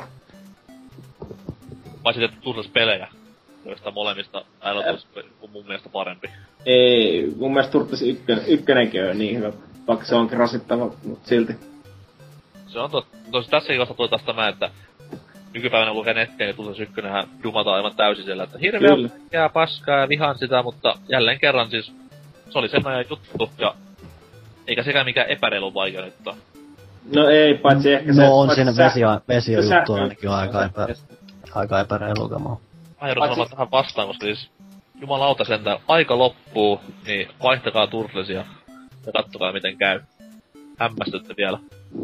Speaker 2: Vai sitten Turtles-pelejä, joista molemmista Battletoads on mun mielestä parempi.
Speaker 5: Ei, mun mielestä Turtles ykkönen, ykkönenkin on niin hyvä, vaikka se onkin rasittava, mut silti.
Speaker 2: Se on totta. Tosi tässäkin kohta tuli taas tämä, että nykypäivänä lukee nettiin, niin Turtles ykkönenhän dumataan aivan täysin siellä, että hirveä jää paskaa ja vihaan sitä, mutta jälleen kerran siis se oli sen ajan juttu ja eikä sekään mikään epäreilun vaikea nyt ole.
Speaker 5: No ei, paitsi ehkä
Speaker 6: no,
Speaker 5: se...
Speaker 6: No on
Speaker 5: paitsi
Speaker 6: siinä
Speaker 5: sä...
Speaker 6: vesio, vesio-juttu
Speaker 5: sä...
Speaker 6: ainakin aika, epä, aika epäreilu kamaa.
Speaker 2: Mä joudun sanomaan tähän vastaan, koska siis jumalauta sentään, aika loppuu, niin vaihtakaa Turtlesia ja kattokaa miten käy. Hämmästytte vielä.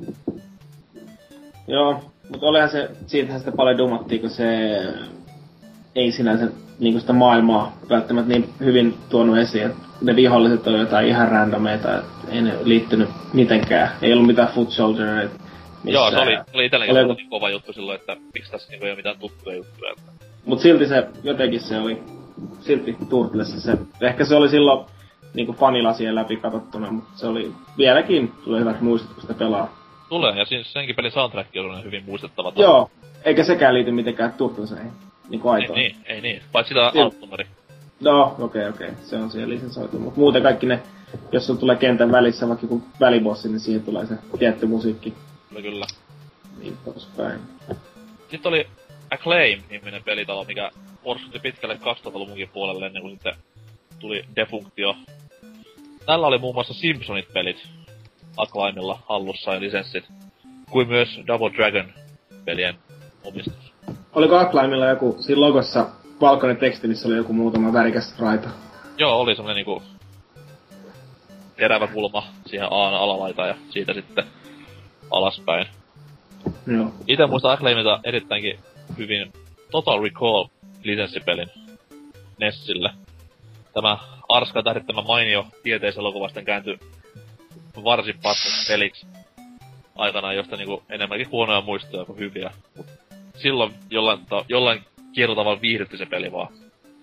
Speaker 5: Joo, mutta olihan se, siitähän sitä paljon dumattiin, kun se ei sinänsä niinku sitä maailmaa välttämättä niin hyvin tuonut esiin, että ne viholliset on jotain ihan randomeita, että ei ne liittynyt mitenkään. Ei ollut mitään foot soldiereita missään.
Speaker 2: Joo, se oli, oli itselläkin
Speaker 5: oli...
Speaker 2: niin kova juttu silloin, että miksi tässä niinku ei oo mitään tuttuja juttuja. Että...
Speaker 5: Mut silti se, jotenkin se oli, silti Turtlessa se, ehkä se oli silloin niinku fanilasien läpi katsottuna, mutta se oli vieläkin, tulee hyvät muistot, kun sitä pelaa.
Speaker 2: Tulee, ja siis senkin pelin soundtrack on hyvin muistettava.
Speaker 5: Joo, eikä sekään liity mitenkään Turtleseihin, niinku aitoon.
Speaker 2: Ei niin, ei niin, paitsi sitä albumeri.
Speaker 5: No, okei, okay, okei, okay. Se on siihen lisensoitu, mut muuten kaikki ne, jos sun tulee kentän välissä vaikka joku välibossi, niin siihen tulee se tietty musiikki.
Speaker 2: Kyllä, kyllä.
Speaker 5: Niin poispäin.
Speaker 2: Sitten oli Acclaim-niminen pelitalo, mikä porssutti pitkälle kaksituhattaluvunkin puolelle ennen kuin sitten tuli Defunktio. Tällä oli muun muassa Simpsonit-pelit Acclaimilla hallussa ja lisenssit, kuin myös Double Dragon-pelien omistus.
Speaker 5: Oliko Acclaimilla joku, siinä logossa valkoinen teksti, missä oli joku muutama värikäs raita?
Speaker 2: Joo, oli semmonen niinku terävä kulma siihen A:n alalaitaan ja siitä sitten alaspäin.
Speaker 5: Joo.
Speaker 2: Ite muistan Acclaimilta erittäinkin hyvin Total Recall-lisenssipelin Nessille. Tämä Arskan tähdittämä mainio tieteiselokuvasta kääntyi varsin passaksi peliksi aikanaan, josta niinku enemmänkin huonoja muistoja kuin hyviä. Mut silloin jollain, ta- jollain kiertotavalla viihdytti se peli vaan.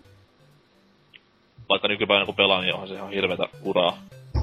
Speaker 2: Vaikka nykypäivänä kun pelaa, niin onhan se ihan hirveetä uraa.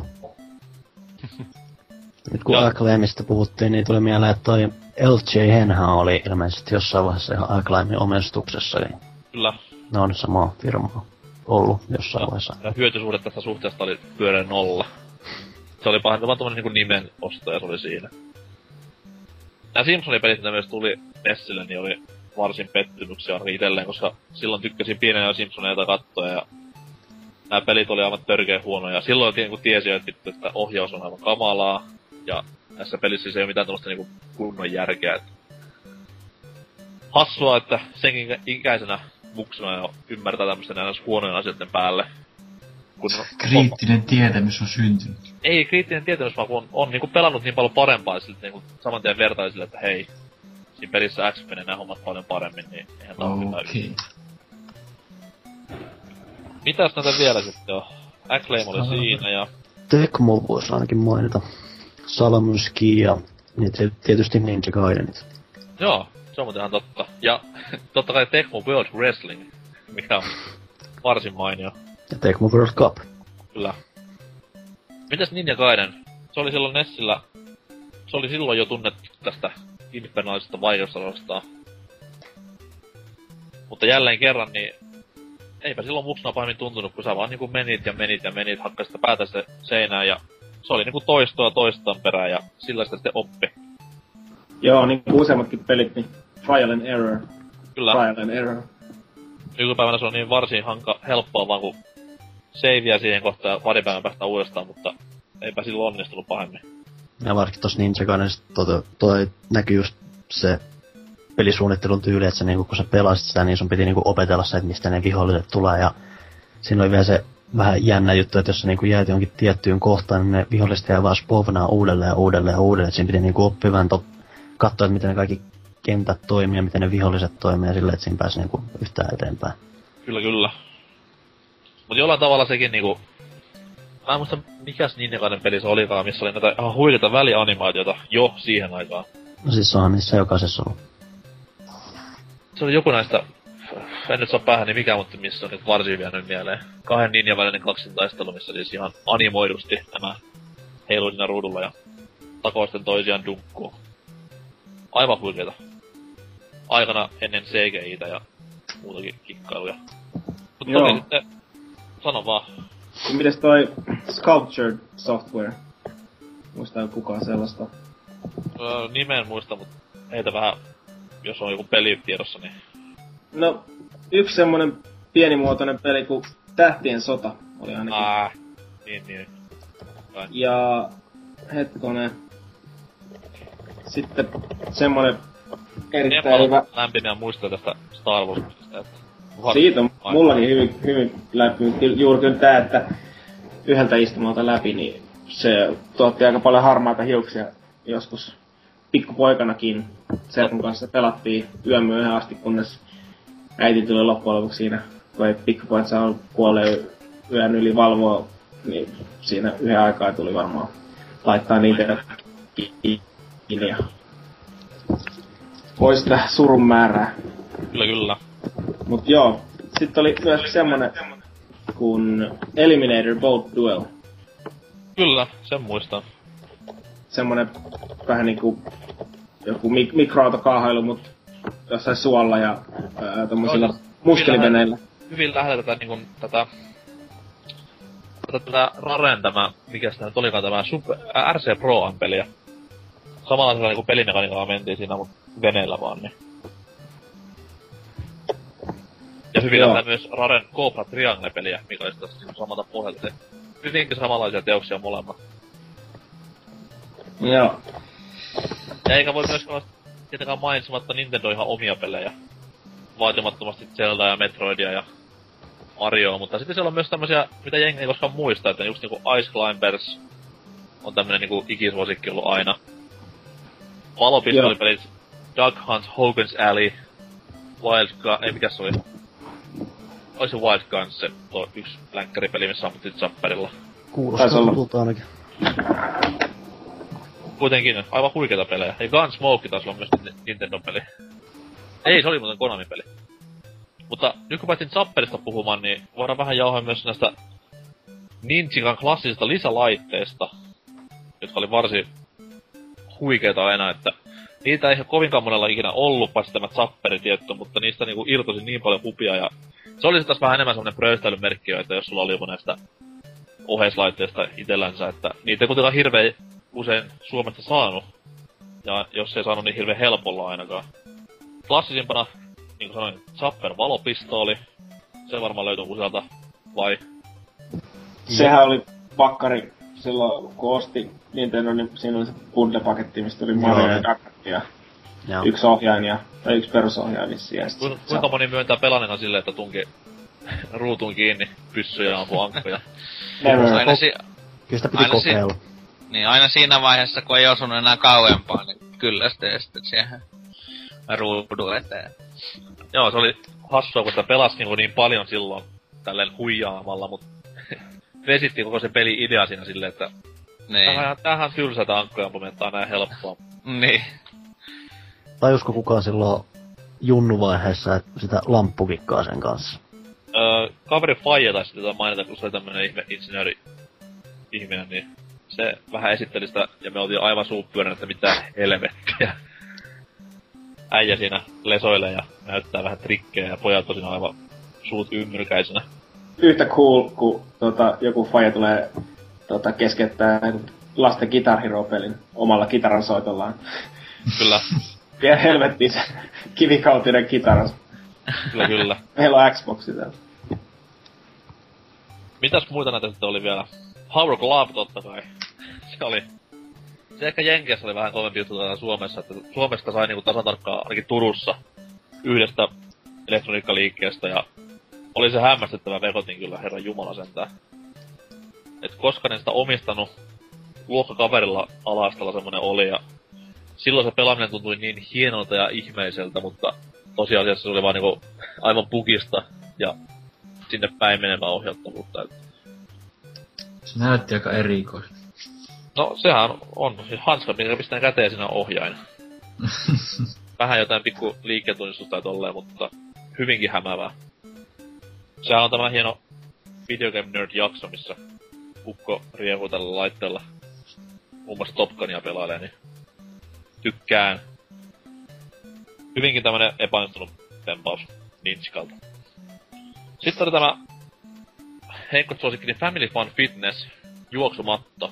Speaker 6: Nyt kun Acclaimista puhuttiin, niin tuli mieleen, että toi L J Henhän oli ilmeisesti jossain vaiheessa ihan Acclaimin omistuksessa. Niin
Speaker 2: Kyllä.
Speaker 6: ne on samaa firmaa ollut jossain
Speaker 2: ja,
Speaker 6: vaiheessa.
Speaker 2: Ja hyötysuhde tästä suhteesta oli pyöreä nolla. Se oli pahin, vaan tommonen niinku nimen osto ja se oli siinä. Nää Simpsonin pelit, mitä myös tuli Nessille, niin oli varsin pettymyksiä ainakin itelleen, koska silloin tykkäsin pienenä Simpsoneita kattoa ja nää pelit oli aivan törkeä huonoja. Silloin niinku tiesi jo, että, että ohjaus on aivan kamalaa ja tässä pelissä siis ei oo mitään tommoista niinku kunnon järkeä. Hassua, että senkin ikäisenä muksuna jo ymmärtää tämmösten näin huonojen asioiden päälle. Kun
Speaker 3: kriittinen on, tietämys on syntynyt.
Speaker 2: Ei kriittinen tietämys, vaan kun on, on niinku pelannut niin paljon parempaa, sille niinku saman tien vertaisi sille, että hei, siinä pelissä X menee nää hommat paljon paremmin, niin eihän tää oo mitään
Speaker 3: okay.
Speaker 2: Mitäs näitä vielä sitten on? Acclaim oli siinä ja...
Speaker 6: Tecmo voisi ainakin mainita. Salamus Key ja niin tietysti Ninja Gaidenit.
Speaker 2: Joo, se on muuten ihan totta. Ja totta kai Tecmo World Wrestling, mikä on varsin mainio.
Speaker 6: Ja Tecmo World Cup.
Speaker 2: Kyllä. Mitäs Ninja Gaiden? Se oli silloin Nessillä... Se oli silloin jo tunnettu tästä infernaalisesta vaikeustasostaan. Mutta jälleen kerran, niin... Eipä silloin muksuna pahemmin tuntunut, kun sä vaan niinku menit ja menit ja menit, hakkasit sitä päätä se seinään ja... Se oli niinku toistoa toistaan perään ja sillä sitä sitten oppi.
Speaker 5: Joo, niin kuin useammatkin pelit, niin trial and error.
Speaker 2: Kyllä.
Speaker 5: Trial and error.
Speaker 2: Nykypäivänä se on niin varsin hanka, helppoa vaan kun savea siihen kohtaan ja pari päivän päästä uudestaan, mutta eipä silloin onnistunut pahemmin.
Speaker 6: Ja varsinkin tossa Ninja Gaidenissa toi, toi näkyy just se pelisuunnittelun tyyli, että sä, niinku, kun sä pelasit sitä, niin sun piti niinku opetella se, että mistä ne viholliset tulee. Ja siinä oli vielä se vähän jännä juttu, että jos sä niinku jäät jonkin tiettyyn kohtaan, niin ne viholliset jää vaan spavnaa uudelleen ja uudelleen ja uudelleen. Että siinä piti niinku oppia vähän to- katsoa, että miten ne kaikki kentät toimii ja miten ne viholliset toimii ja silleen, että siinä pääsi niinku yhtään eteenpäin.
Speaker 2: Kyllä, kyllä. Mut jollain tavalla sekin niinku... Mä en muista mikäs ninjakainen peli se olikaan, missä oli näitä ihan huikeita välianimaatioita jo siihen aikaan.
Speaker 6: No siis onhan niissä jokaisessa ollut.
Speaker 2: Se oli joku näistä... En nyt saa päähän niin mikä, mutta missä on nyt varsin vienyt mieleen. Kahden ninjan välinen kaksintaistelu, missä siis ihan animoidusti nämä heilui siinä ruudulla ja takoo sitten toisiaan dunkkuun. Aivan huikeeta. Aikana ennen C G I:tä ja muutakin kikkailuja. Mut
Speaker 5: Joo.
Speaker 2: toki sitten... Sano vaan.
Speaker 5: Mites toi Sculptured Software? Muistaa kukaan sellaista?
Speaker 2: Öö, nimen muista, mut heitä vähän... Jos on joku peli tiedossa, niin...
Speaker 5: No, yksi semmonen pienimuotoinen peli kuin Tähtien sota oli ainakin.
Speaker 2: Aa, niin, niin. Vai.
Speaker 5: Ja hetkonen. Sitten semmonen erittäin hyvä.
Speaker 2: Lämpimiä muistoja tästä Star Warsista, että...
Speaker 5: Siitä on mullakin hyvin, hyvin läpi. Juuri kyllä tää, että yhdeltä istumalta läpi, niin se tuotti aika paljon harmaita hiuksia joskus pikkupoikanakin. Serkun kanssa pelattiin yömyöhön asti, kunnes äiti tuli loppujen lopuksi siinä, kun ei pikkupojat saa kuolee yön yli valvoa, niin siinä yhden aikaa tuli varmaan laittaa niitä kiinni ja pois sitä surun määrää.
Speaker 2: Kyllä, kyllä.
Speaker 5: Mut joo, sit oli myös semmonen kuin Eliminator Boat Duel.
Speaker 2: Kyllä, sen muistan.
Speaker 5: Semmonen vähän niinku joku mik- mikroautokaahailu, mut jossain suolla ja ää, tommosilla muskeliveneillä.
Speaker 2: Hyvin lähellä tätä niinku tätä... Tätä, tätä Raren tämä, mikäs tää nyt olikaan tämä Super, ää, R C Proan peliä. Samanlaisella niinku pelimekaniikalla mentiin siinä, mut veneellä vaan, niin. Ja hyvin lähellä myös Raren Cobra Triangle-peliä, mikä olisi tässä niinku samalta pohjalta. Hyvinkin samanlaisia teoksia molemmat.
Speaker 5: Joo.
Speaker 2: Ja eikä voi myöskään olla tietenkään mainitsematta Nintendo ihan omia pelejä. Vaatimattomasti Zelda ja Metroidia ja Marioa, mutta sitten siellä on myös tämmösiä, mitä jengi ei koskaan muista, että just niinku Ice Climbers on tämmönen niinku ikisuosikki ollut aina. Valopistolipelit, Duck Hunt, Hogan's Alley, Wild Gun, ei mikäs se oli? Ois se Wild Guns se tuo yksi länkkäripeli, missä ammuttiin zapperilla.
Speaker 6: Kuulostaa tutulta ainakin.
Speaker 2: Kuitenkin aivan huikeita pelejä. Ja Gunsmoke taas on myös Nintendo-peli. Ei, se oli muuten Konami-peli. Mutta nyt kun päästin zapperista puhumaan, niin voidaan vähän jauhaa myös näistä Ninjagan klassisista lisälaitteista, jotka oli varsin huikeita aina, että niitä ei kovinkaan monella ikinä ollut, paitsi tämä zapperi tietty, mutta niistä niinku irtosi niin paljon hupia ja se oli taas vähän enemmän semmonen pröystäilymerkki, että jos sulla oli joku näistä oheislaitteista itellänsä, että niitä ei kuitenkaan hirveän usein Suomesta saanut. Ja jos ei saanut niin hirveän helpolla ainakaan. Klassisimpana, niin kuin sanoin, Zapper valopistooli. Se varmaan löytyy usealta, vai?
Speaker 5: Sehän oli pakkari silloin, kun osti Nintendo, niin siinä oli se bundle-paketti, mistä oli Mario ja Duck ja Joo. yksi ohjain ja, tai yksi perusohjain vissiin.
Speaker 2: Ku, kuinka moni myöntää pelannenkaan silleen, että tunki ruutuun kiinni pyssyjä ja ampuu ankkoja?
Speaker 6: Aina si- Kyllä sitä piti kokeilla. Si-
Speaker 4: niin, aina siinä vaiheessa, kun ei osunut enää kauempaa, niin kyllä sitten sitten siihen ruudun eteen.
Speaker 2: Joo, se oli hassua, kun sitä pelasi niin, niin paljon silloin tälleen huijaamalla, mut vesitti koko se peli-idea siinä silleen, että niin. Tämähän on tylsä tää ankkoja ampuminen, tää on näin helppoa.
Speaker 4: Niin.
Speaker 6: Tajusko kukaan silloin junnuvaiheessa, että sitä lamppukikkaa sen kanssa?
Speaker 2: Öö, kaveri Faija taisi sitä mainita, kun se oli tämmönen ihme insinööri ihminen, niin se vähän esitteli sitä, ja me oltiin aivan suuppyörän, että mitä helvettiä. Äijä siinä lesoilee ja näyttää vähän trikkejä, ja pojat on siinä aivan suut ymmyrkäisenä.
Speaker 5: Yhtä cool, kun tota, joku faija tulee tota, keskeyttää lasten Guitar Hero-pelin omalla kitaransoitollaan.
Speaker 2: Kyllä.
Speaker 5: Vielä helvettiin se kivikautinen kitaras.
Speaker 2: Kyllä, kyllä.
Speaker 5: Meillä on Xboxi täällä.
Speaker 2: Mitäs muita näitä sitten oli vielä? Power Glove totta kai. Se oli se ehkä Jenkeissä oli vähän kovempi juttu täällä Suomessa, että Suomesta sai niinku tasan tarkkaan ainakin Turussa yhdestä elektroniikkaliikkeestä ja oli se hämmästyttävä vekotin kyllä, herran jumala sentään. Et koska en sitä omistanut, luokkakaverilla alastalla semmonen oli ja silloin se pelaaminen tuntui niin hienolta ja ihmeiseltä, mutta tosiasiassa se oli vaan niinku aivan bugista ja sinne päin menevää ohjattavuutta. Et...
Speaker 3: Se näytti aika erikoista.
Speaker 2: No sehän on, siis hanska, minkä pistää käteen siinä ohjain. Vähän jotain pikku liikkeentunnistusta ja tolleen, mutta hyvinkin hämävää. Sehän on tämä hieno Video Game Nerd-jakso, missä ukko riehuu tällä laitteella muun muassa Top Gunia pelailee, niin tykkään. Hyvinkin tämmönen epäonnistunut tempaus Ninjakalta. Sitten oli tämä heikko suosikkini Family Fun Fitness juoksumatto.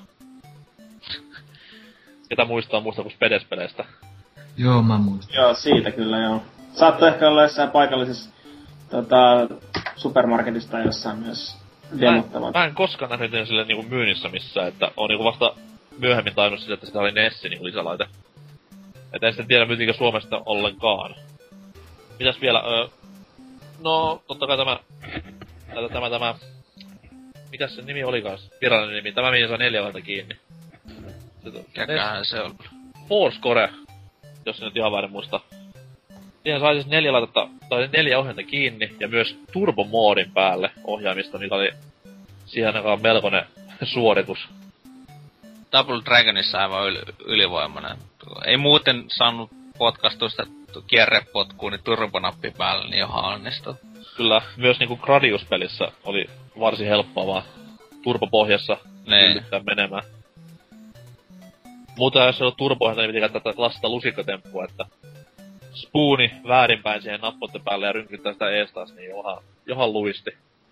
Speaker 2: Ketä muistaa muista kuin Spedes-peleistä.
Speaker 3: Joo, mä muistan.
Speaker 5: Joo, siitä kyllä joo. Saattoi ehkä olla jossain paikallisessa tota, supermarketissa tai jossain myös demottavan.
Speaker 2: Mä, mä en koskaan nähnyt niitä sille niinku myynnissä missään, että on niinku vasta myöhemmin tajunnut sitä, että sitä oli Nessi niinku lisälaite. Et en sitten tiedä myytiinkö Suomesta ollenkaan. Mitäs vielä, öö... No, totta kai tämä... Tämä, tämä, tämä... Mikäs se nimi olikaan? Virallinen nimi. Tämä mihin saa neljä vuotta kiinni.
Speaker 4: Mikäköhän se on?
Speaker 2: Fourscore, jos en nyt ihan väärin muista. Siihen sai siis neljä laitetta, tai neljä ohjainta kiinni, ja myös turbomoodin päälle ohjaamista, mikä oli siihen aikaan melkoinen suoritus.
Speaker 4: Double Dragonissa aivan yl- ylivoimainen. Ei muuten saanut potkastusta kierrepotkuun, niin turbonappi päälle, niin johon onnistuu.
Speaker 2: Kyllä, myös niinku Gradius-pelissä oli varsin helppoa vaan turbopohjassa yllyttää menemään. Muuten jos se on turbo-ohjelta, niin piti käyttää tätä klassista lusikkatemppua, että spooni väärinpäin siihen nappoitten päälle ja rynkyttää sitä ees taas, niin johan, johan luisti.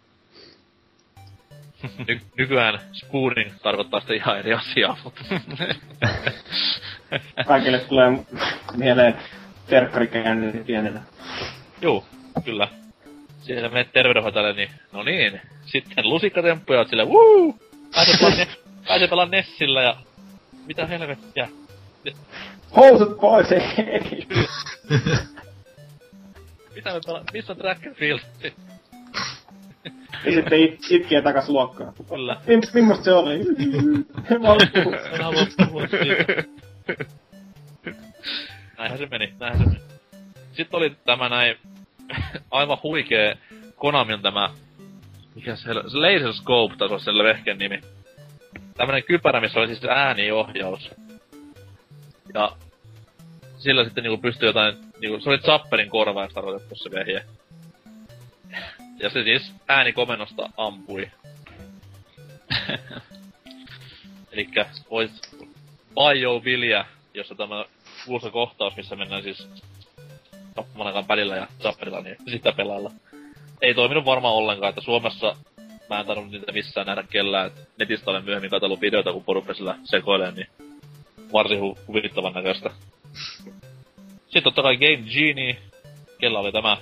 Speaker 2: Ny- nykyään spooning tarkoittaa sitä ihan eri asiaa, mutta...
Speaker 5: Kaikille tulee mieleen terkkarikäänne pienenä.
Speaker 2: Juu, kyllä. Siinä menet terveydenhoitajalle, niin no niin. Sitten lusikkatemppuja oot silleen, wuu! Pääsee pelaan, ne- pääsee pelaan Nessillä ja... Mitä helvettiä?
Speaker 5: Housut pois, ei!
Speaker 2: Mitä me pelaan? Missä on Track and Field?
Speaker 5: Ja sitten it, itkiä takas luokkaan.
Speaker 2: Kyllä.
Speaker 5: Mimmosta mimmost se oli? En mä puhu.
Speaker 2: En halua puhua siitä. Näinhän se meni, näinhän se meni. Sitten oli tämä näin aivan huikee Konamin tämä... Mikä se, se Laser Scope taisi olla sen vehken nimi. Tämmönen kypärä, missä oli siis ääniohjaus. Ja sillä sitten niinku pystyi jotain, niinku, se oli Zapperin korvaajaksi tarkoitettu se vehje. Ja se siis äänikomennosta ampui. Elikkä voit Bio Vilja, jossa tämä kuuluisa kohtaus, missä mennään siis Tappamanakaan välillä ja Zapperilla, niin sitä pelailla. Ei toiminut varmaan ollenkaan, että Suomessa mä en tarvinnut niitä missään nähdä kellään, et netistä olen myöhemmin katsellut videota, kun porukka sillä sekoilee, niin varsin hu- huvittavan näköistä. Sitten totta kai Game Genie, kellä oli tämä.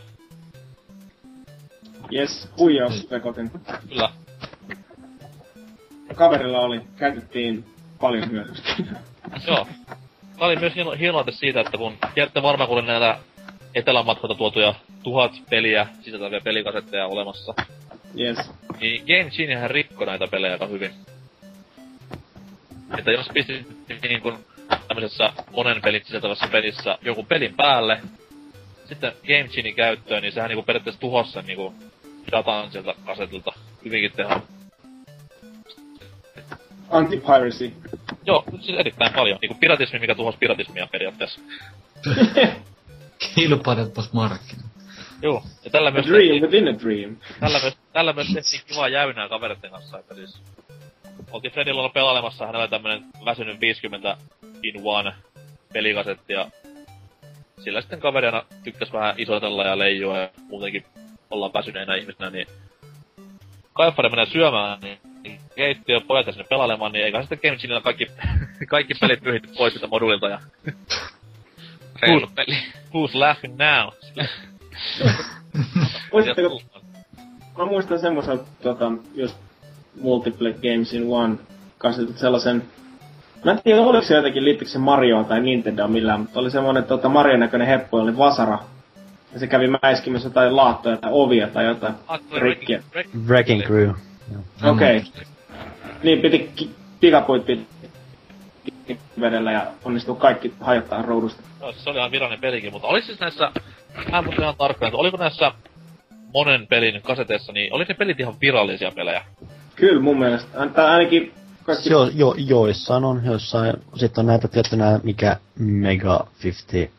Speaker 5: Jes, huijausvekotin.
Speaker 2: Kyllä.
Speaker 5: Kaverilla oli, käytettiin paljon hyödystä.
Speaker 2: Joo. Tää oli myös hieno, hienoa siitä, että kun tiedätte varmaan, kun oli näitä etelämatkoilta tuotuja tuhat peliä sisältäviä pelikasetteja olemassa.
Speaker 5: Jes.
Speaker 2: Niin Game Geniehän rikkoi näitä pelejä aika hyvin. Että jos pistit niin kun tämmöisessä monen pelin sisältävässä pelissä joku pelin päälle, sitten Game Genie käyttöön, niin sehän niinku periaatteessa tuhosi sen niinku datan sieltä kasetilta hyvinkin tehoa.
Speaker 5: Anti-piracy.
Speaker 2: Joo, siis erittäin paljon. Niinku piratismi, mikä tuhosi piratismia periaatteessa.
Speaker 3: Kilpailetpas markkinat.
Speaker 2: Joo, ja tällä
Speaker 5: A
Speaker 2: myös
Speaker 5: dream
Speaker 2: tehtiin,
Speaker 5: within a dream.
Speaker 2: tällä myös, tällä myös tehtiin kivaa jäynää kavereiden kanssa, että siis... Oltiin Fredillä olla pelailemassa, hänellä oli tämmönen väsynyt viisikymmentä in one pelikasetti, ja... Sillä sitten kaverina tykkäs vähän isoitella ja leijua, ja muutenkin ollaan väsyneenä ihmisenä, niin... Kaifari menee syömään, niin... niin keittiö pojat sinne pelailemaan, niin eikä sitten Game Geniellä kaikki, kaikki pelit pyhitty pois sitä modulilta, ja...
Speaker 4: Reilu peli.
Speaker 2: Who's laughing now?
Speaker 5: Muistatteko, mä muistan semmoisen, tota, just Multiple Games in One, kanssa sellaisen Mä en tiedä, oliko se jotenkin, liittyykö se Marioon tai Nintendoa millään, mutta oli semmonen tota Marion näköinen heppu, oli vasara. Ja se kävi mäiskimässä jotain laattoja tai ovia tai jotain rikkiä.
Speaker 6: Wrecking Crew.
Speaker 5: Okei. Okay. Niin, piti ki- pikapuit piti vedellä ja onnistuu kaikki hajottaa ruudusta.
Speaker 2: Joo, siis se oli ihan virallinen pelikin, mutta oliko siis näissä, mä en muista ihan tarkkaan, että oliko näissä monen pelin kaseteissa, niin oliko ne pelit ihan virallisia pelejä?
Speaker 5: Kyllä mun mielestä. Tai ainakin kaikki...
Speaker 6: Jo, jo, joissain on, joissain. Sitten on näitä tietty nää, mikä Mega viisikymmentä.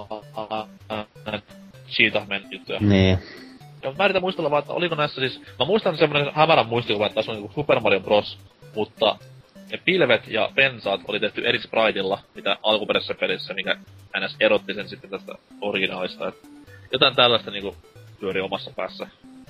Speaker 2: Cheetah-men juttuja.
Speaker 6: Niin.
Speaker 2: Ja mä yritän muistella vaan, että oliko näissä siis... Mä muistan semmonen hämärän muistikuva, että tässä on niinku Super Mario Bros. Mutta ne pilvet ja pensaat oli tehty eri spriteilla, mitä alkuperäisessä pelissä, mikä ns. Erotti sen sitten tästä originaalista. Et jotain tällaista niinku pyöri omassa päässä.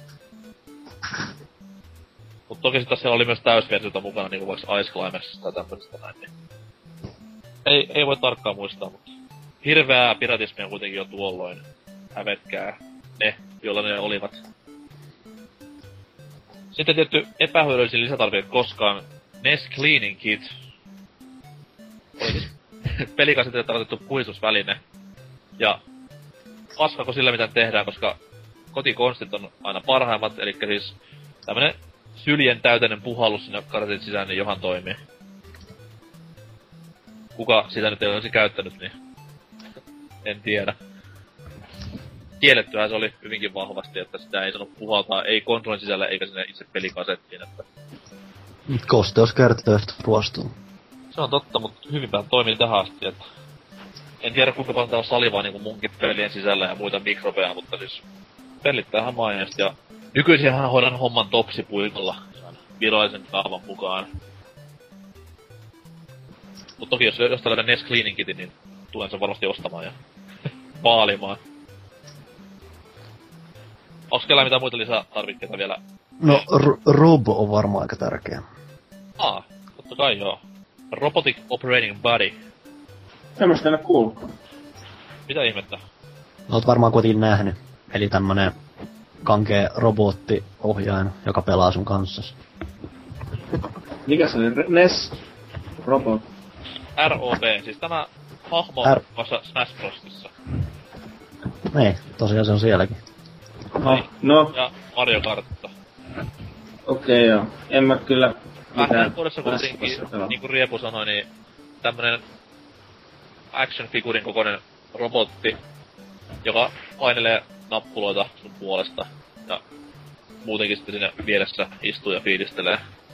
Speaker 2: Mut toki sit tässä oli myös täysversiota mukana, niinku vaikka Ice Climbers tai tämmöisestä näin, niin... Ei, ei voi tarkkaan muistaa, mutta... Hirveää piratismia kuitenkin jo tuolloin hävetkää ne, joilla ne olivat. Sitten tietty epähyödyllisin lisätarvike koskaan, N E S Cleaning Kit. Oli siis pelikaseteille tarkoitettu puhdistusväline. Ja paskako sillä mitä tehdään, koska kotikonstit on aina parhaimmat, eli siis tämmönen syljen täyteinen puhallus sinne kasetin sisään, niin johan toimii. Kuka sitä nyt ei olisi käyttänyt, niin en tiedä. Kiellettyhän se oli hyvinkin vahvasti, että sitä ei saanut puhaltaa ei kontrollin sisällä eikä sinne itse pelikasettiin, että...
Speaker 6: Kosteuskertoista ruostuu.
Speaker 2: Se on totta, mutta hyvinpä toimii tähän asti, että... En tiedä kuinka paljon täällä on salivaa niinku munkin pelien sisällä ja muita mikrobeja, mutta siis... Pellittää ihan mainiosti ja... Nykyisinhän hoidan homman topsipuikolla virallisen kaavan mukaan. Mut toki jos jostain löydän N E S Cleaning Kitin, niin tulen sen varmasti ostamaan ja vaalimaan. Onks kellään mitään muita lisätarvikkeita vielä?
Speaker 6: No, r- Robo on varmaan aika tärkeä.
Speaker 2: Aa, totta kai joo. Robotic Operating Body.
Speaker 5: Tämmöstä en oo kuullut.
Speaker 2: Mitä ihmettä?
Speaker 6: Oot varmaan kuitenkin nähnyt. Eli tämmönen kankee robottiohjain, joka pelaa sun kanssas.
Speaker 5: Mikä se oli? N E S? Robot?
Speaker 2: R O B, siis tämä hahmo
Speaker 6: R-
Speaker 2: vasta Smash Brosissa.
Speaker 6: Ei, tosiaan se on sielläkin.
Speaker 5: No, no.
Speaker 2: Ja Mario Kartta.
Speaker 5: Okei okay, joo. En mä kyllä...
Speaker 2: Vähän todessa kuitenkin, niinku Riepu sanoi, niin tämmönen action-figurin kokoinen robotti, joka painelee nappuloita sun puolesta. Ja muutenkin sitten siinä vieressä istuu ja fiilistelee.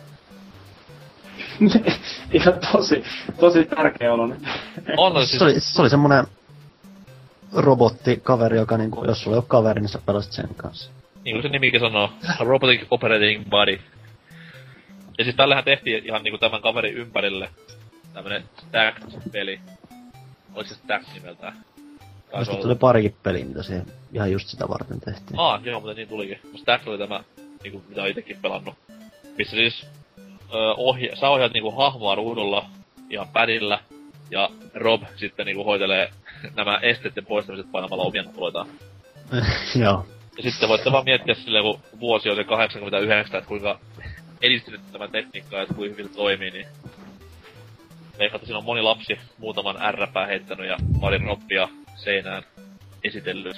Speaker 5: Ihan tosi, tosi tärkeä oloinen.
Speaker 2: On siis...
Speaker 6: Se oli, se oli semmonen robottikaveri, joka niinku, jos sulla ei oo kaveri, niin sä pelasit sen kanssa.
Speaker 2: Niin kuin se nimikin sanoo, Robotic Operating Body. Ja siis tällähän tehtiin ihan niinku tämän kaverin ympärille tämmönen Stacked-peli. Oliko se Stacked nimeltään?
Speaker 6: Musta tuli parikin peliä, mitä siihen ihan just sitä varten tehtiin.
Speaker 2: Aa, joo, mutta niin tulikin. Stacked oli tämä, niinku, mitä oon itekin pelannut. Missä siis öö, ohja- sä ohjaat niinku hahmoa ruudulla ihan padilla. Ja Rob sitten niinku hoitelee nämä esteiden poistamiset painamalla omia nappuloitaan.
Speaker 6: Joo.
Speaker 2: Ja sitten voitte vaan miettiä silleen, kun vuosi on se kahdeksankymmentäyhdeksän, että kuinka edistynyt tämä tekniikka ja kuinka hyvin se toimii, niin... Veikkaat, siinä on moni lapsi muutaman ärräpää heittänyt ja pari roppia seinään esitellyt.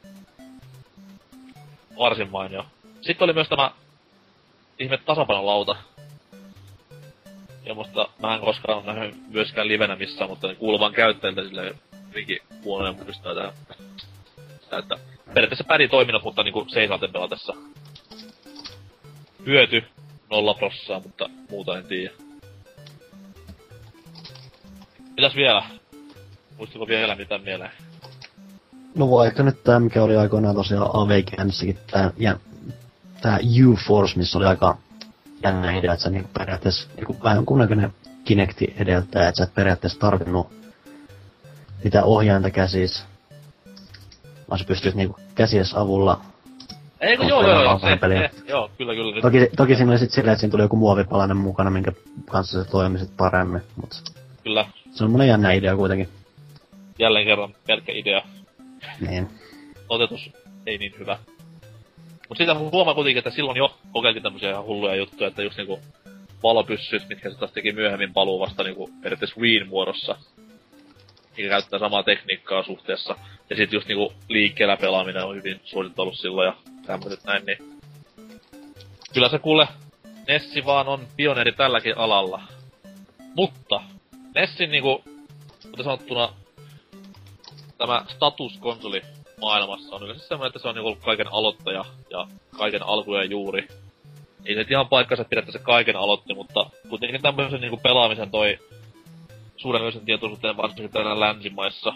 Speaker 2: Varsin mainio. Sitten oli myös tämä ihme tasapainolauta. Ja musta mä en koskaan nähnyt myöskään livenä missään, mutta kuuluu vaan käyttäjiltä silleen hyvinkin huonoja muistaa tähän. Sitä, että periaatteessa pädi toiminnot, mutta niinku seisalten pelatessa. Hyöty nolla prossaa, mutta muuta en tiedä. Mitäs vielä? Muistuiko vielä mitään mieleen?
Speaker 6: No vaikka nyt tää, mikä oli aikoinaan tosiaan A V G Nssäkin, tää, ja, tää U-Force, missä oli aika jännä idea, että sä niinku periaatteessa, niinku vähän kun näköinen Kinecti edeltää, että sä et periaatteessa tarvinnut mitään ohjainta käsis, vaan sä pystyt niinku käsies avulla.
Speaker 2: Eikö joo joo joo, se, se, joo, kyllä kyllä.
Speaker 6: Toki, toki siinä oli sit silleen, että siinä tuli joku muovipalanen mukana, minkä kanssa se toimi sit paremmin, mut...
Speaker 2: Kyllä.
Speaker 6: Se on semmonen jännä idea kuitenkin.
Speaker 2: Jälleen kerran pelkkä idea.
Speaker 6: Niin.
Speaker 2: Toteutus ei niin hyvä. Mut siitä huomaa kuitenkin, että silloin jo kokeiltiin tämmösiä ihan hulluja juttuja, että just niinku valopyssyt, mitkä se taas teki myöhemmin paluu vasta niinku periaatteessa Wiiin muodossa. Mikä käyttää samaa tekniikkaa suhteessa. Ja sit just niinku liikkeellä pelaaminen on hyvin suosittu ollut silloin ja tämmöset näin, niin... Kyllä se kuule, Nessi vaan on pioneeri tälläkin alalla. Mutta, Nessin niinku, kuten sanottuna, tämä statuskonsoli maailmassa on yleensä semmoinen, että se on niinku ollut kaiken aloittaja ja kaiken alkujen juuri. Ei se ihan paikkansa pidä, että se kaiken aloitti, mutta kuitenkin tämmöisen niinku pelaamisen toi suuren yleisen tietoisuuteen varsinkin täällä länsimaissa.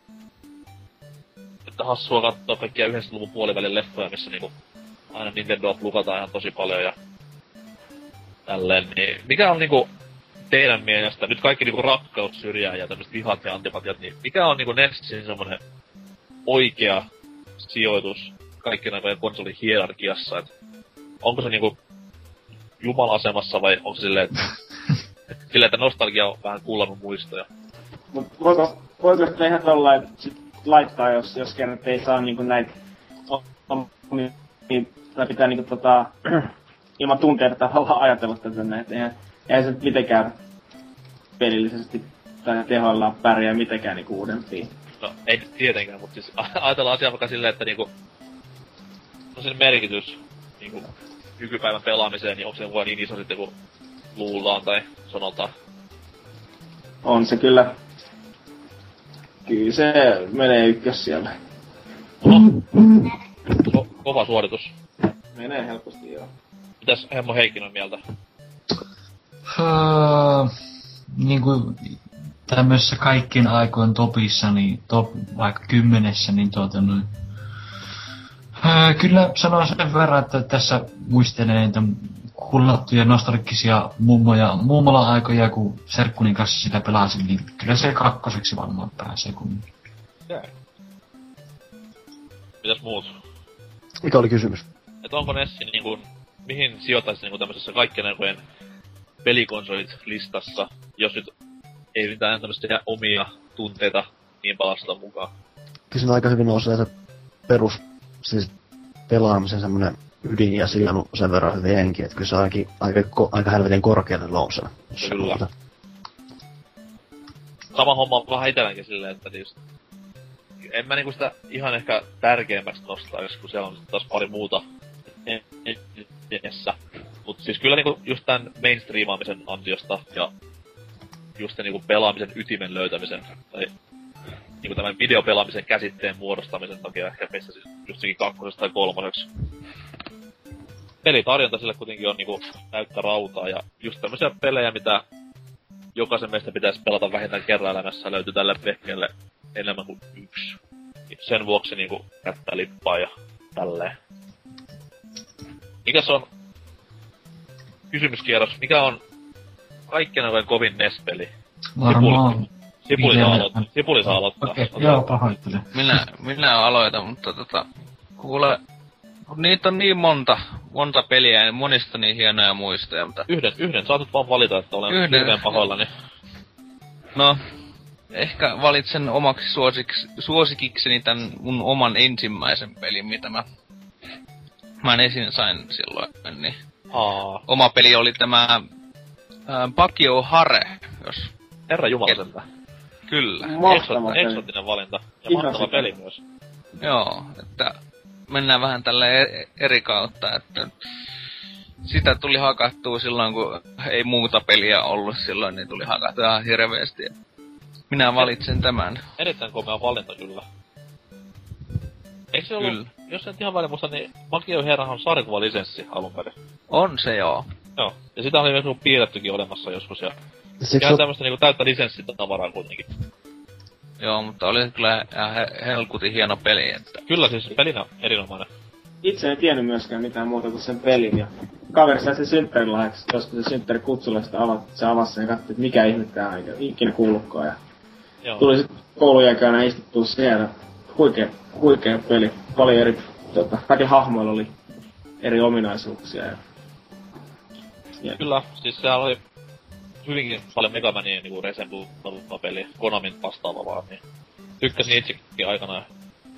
Speaker 2: Että hassua kattoo kaikkia yhdeksänkymmentäluvun puolivälin leffoja, missä niinku aina Nintendoa plukataan ihan tosi paljon ja tälleen, niin mikä on niinku teidän mielestä, nyt kaikki niinku rakkaus syrjää ja tämmöset vihat ja antipatiat, niin mikä on niinku Nessin semmonen oikea sijoitus kaikkien aikojen konsolin hierarkiassa, et onko se niinku jumala-asemassa vai onko se silleen, että silleen, että nostalgia on vähän kullannut muistoja?
Speaker 5: Mut voiko, voiko sitä ihan tollain sit laittaa, jos, jos kerran ei saa niinku näitä omia, niin tai pitää niinku tota, ilman tunteita tavallaan ajatella tätä näin, että eihän, eihän se nyt mitenkään pelillisesti tai tehoillaan pärjää mitenkään niinku uudempiin.
Speaker 2: No, ei tietenkään, mutta siis ajatellaan asiaa vaikka silleen, että niinku no sen merkitys niinku nykypäivän pelaamiseen, niin onko se voi niin iso sitten kuin luullaan tai sanotaan?
Speaker 5: On se kyllä. Kyllä se menee ykkös siellä.
Speaker 2: Oho. Ko- kova suoritus.
Speaker 5: Menee helposti, joo.
Speaker 2: Mitäs Hemmo Heikkinen on mieltä?
Speaker 3: Uh, niinku tämmössä kaikkien aikojen topissa, niin top vaikka kymmenessä, niin tuota noin. Uh, kyllä sanon sen verran, että tässä muistelee niitä kullattuja nostalgisia mummoja, mummola-aikoja, kun serkkunin kanssa sitä pelasin, niin kyllä se kakkoseksi varmaan pääsee kumminkin.
Speaker 2: Okay. Mitäs muut?
Speaker 6: Mikä oli kysymys?
Speaker 2: Et onko Nessi niinku, mihin sijoittaisit niinku tämmöisessä kaikkien aikojen pelikonsolit listassa, jos nyt ei mitään tämmöisiä omia tunteita niin palasta mukaan?
Speaker 6: Kyllä siinä aika hyvin nousee se perus, siis pelaamisen semmonen ydin ja sillä on sen verran hyvin henki, että kyllä se ainakin aika, aika helvetin korkealle nousee.
Speaker 2: Kyllä. Sama homma on vähän itselläkin silleen, että just en mä niinku sitä ihan ehkä tärkeimmäksi nostais, kun siellä on taas pari muuta edessä. Mut siis kyllä niinku just tän mainstreamaamisen ansiosta ja just sen niinku pelaamisen ytimen löytämisen, tai niinku tämän videopelaamisen käsitteen muodostamisen takia ehkä meissä siis just sekin kakkosesta tai kolmoseksi. Pelitarjonta sille kuitenkin on niinku täyttä rautaa ja just tämmösiä pelejä, mitä jokaisen meistä pitäisi pelata vähintään kerran elämässä, löytyy tälle vehkeelle enemmän kuin yksi. Sen vuoksi niinku kättä lippaa ja tälleen. Mikäs on kysymyskierros, mikä on kaikkien aikojen kovin N E S-peli?
Speaker 3: Varmaan.
Speaker 2: Sipuli saa aloittaa. Sipuli saa aloittaa.
Speaker 3: Okei, okay, joo, pahoittelen.
Speaker 4: Minä, minä aloitan, mutta tota, kuule, niitä on niin monta, monta peliä ja monista niin hienoja muistoja, mutta...
Speaker 2: Yhden, yhden saat nyt vaan valita, että olen
Speaker 4: yhden
Speaker 2: hirveen pahoillani.
Speaker 4: No, ehkä valitsen omaksi suosiks, suosikikseni tän mun oman ensimmäisen pelin, mitä mä... Mä ensin sain silloin, niin...
Speaker 2: Aa.
Speaker 4: Oma peli oli tämä... Ää, Pakio Hare, jos...
Speaker 2: Herra jumala sentään.
Speaker 4: Kyllä.
Speaker 5: Mahtava
Speaker 2: Eksoottinen valinta. Ja
Speaker 5: Ihan
Speaker 2: mahtava
Speaker 5: sitä.
Speaker 2: peli myös.
Speaker 4: Joo, että mennään vähän tällä eri kautta, että sitä tuli hakattua silloin, kun ei muuta peliä ollut silloin, niin tuli hakattua ihan hirveästi. Minä valitsen tämän.
Speaker 2: Erittäin komea valinta kyllä. Eikö se ollut,
Speaker 4: Kyllä.
Speaker 2: jos en ihan väärin muista, niin Makio Herrahan on sarjakuvalisenssi alun perin.
Speaker 4: On se joo.
Speaker 2: Joo. Ja sitä oli myös piirrettykin olemassa joskus ja...
Speaker 6: Siksi
Speaker 2: Ihan
Speaker 6: on,
Speaker 2: tämmöstä niinku täyttä lisenssitavaraa kuitenkin.
Speaker 4: Joo, mutta oli kyllä ihan he- helkutin hieno peli, että...
Speaker 2: Kyllä siis pelinä erinomainen.
Speaker 5: Itse en tiennyt myöskään mitään muuta kuin sen pelin ja kaveri sai sen synttärilahjaksi, joskus se synttäri kutsulla sitä ava, se avasi sen ja katsoi, että mikä ihme tää on, eikä ikinä kuullutkaan. Ja
Speaker 2: Joo.
Speaker 5: tuli sit koulun jälkeen istuttua siellä. Huikea, huikea peli. Paljon eri, tota, kaikilla hahmoilla oli eri ominaisuuksia. Ja, ja
Speaker 2: Kyllä, siis sehän oli hyvinkin paljon Megamania niinku resemblua peli, Konamin vastaava vaan, niin tykkäsin itsekin aikanaan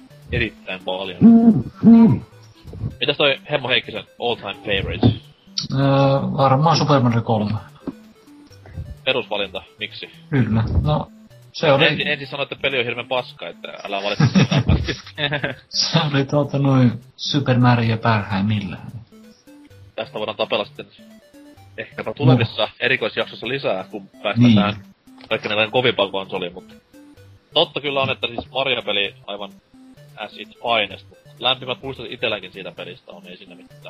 Speaker 2: erittäin paljon. Mitäs toi Hemmo Heikkisen all time favorites?
Speaker 3: Öö, varmaan Super Mario kolme.
Speaker 2: Perusvalinta, miksi?
Speaker 3: Kyllä, no se oli...
Speaker 2: Ensin, ensin sanoit, että peli on hirveen paska, että älä valitse sitä.
Speaker 3: Se oli tuota noin Super Mario parhaimmillaan.
Speaker 2: Tästä voidaan tapella sitten ehkäpä tulevissa no. erikoisjaksossa lisää, kun päästään
Speaker 3: niin.
Speaker 2: tähän kaikki näiden kovimpaan konsoliin, mutta totta kyllä on, että siis Mario-peli aivan as its finest, mutta lämpimät muistot itelläkin siitä pelistä on, ei siinä mitään.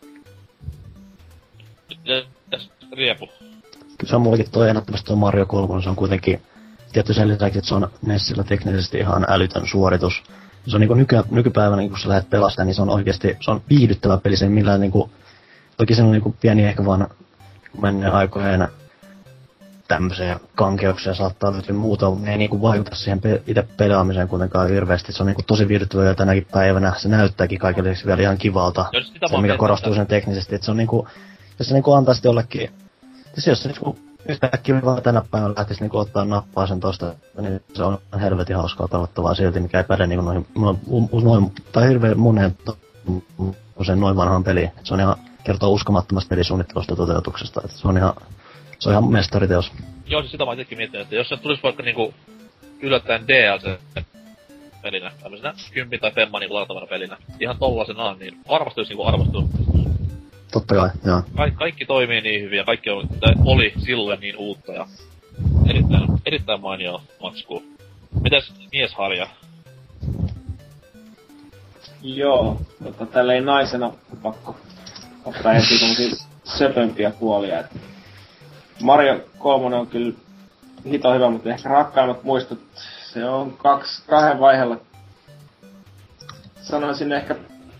Speaker 2: Ja, Riepu.
Speaker 6: Kyllä se on mullakin toi ennättävästi toi Mario kolme, se on kuitenkin tietty sen lisäksi, että se on Nessillä teknisesti ihan älytön suoritus. Se on niinku nyky, nykypäivänä, niin kun sä lähdet pelastamaan, niin se on oikeesti, se on viihdyttävä peli, se millään niinku, toki se on niinku pieni ehkä vaan menneen aikoina tämmöisiä kankeuksia saattaa löytyä muuta, mutta ne ei niinku vaikuta siihen pe- itse pelaamiseen kuitenkaan hirveästi. Se on niinku tosi viihdyttävä jo tänäkin päivänä, se näyttääkin kaikille vielä ihan kivalta. Se mikä korostuu sen teknisesti, että se on niinku, jos se niinku antaisi jollekin, jos se niinku yhtäkkiä vaan tänä päivänä lähtisi niinku ottaa nappaa sen tosta, niin se on helvetin hauskaa pelattavaa silti, mikä ei päde niinku noihin, noin, tai hirveen moneen usein noin vanhaan peliin. Se on ihan, kertoo uskomattomasta pelisuunnittelusta toteutuksesta, että se on ihan, se on ihan mestariteos.
Speaker 2: Joo, siis sitä mä itsekin mietin, että jos se tulisi vaikka niinku yllättäen D L C-pelinä, tämmöisenä kympi tai femma niinku ladatavana pelinä, ihan tollasenaan, niin varmasti olisi niinku arvostunut.
Speaker 6: Totta kai, joo.
Speaker 2: Ka- kaikki toimii niin hyvin ja kaikki on, oli silloin niin uutta ja erittäin, erittäin mainio matsku. Mitäs mies Harja?
Speaker 5: Joo, tota, tälleen naisena pakko ottaa ensin tommosia söpömpiä puolia. Et Mario kolme on kyllä hito hyvä, mutta ehkä rakkaimmat muistot, se on kaksi, kahden vaiheella. Sanoisin ehkä,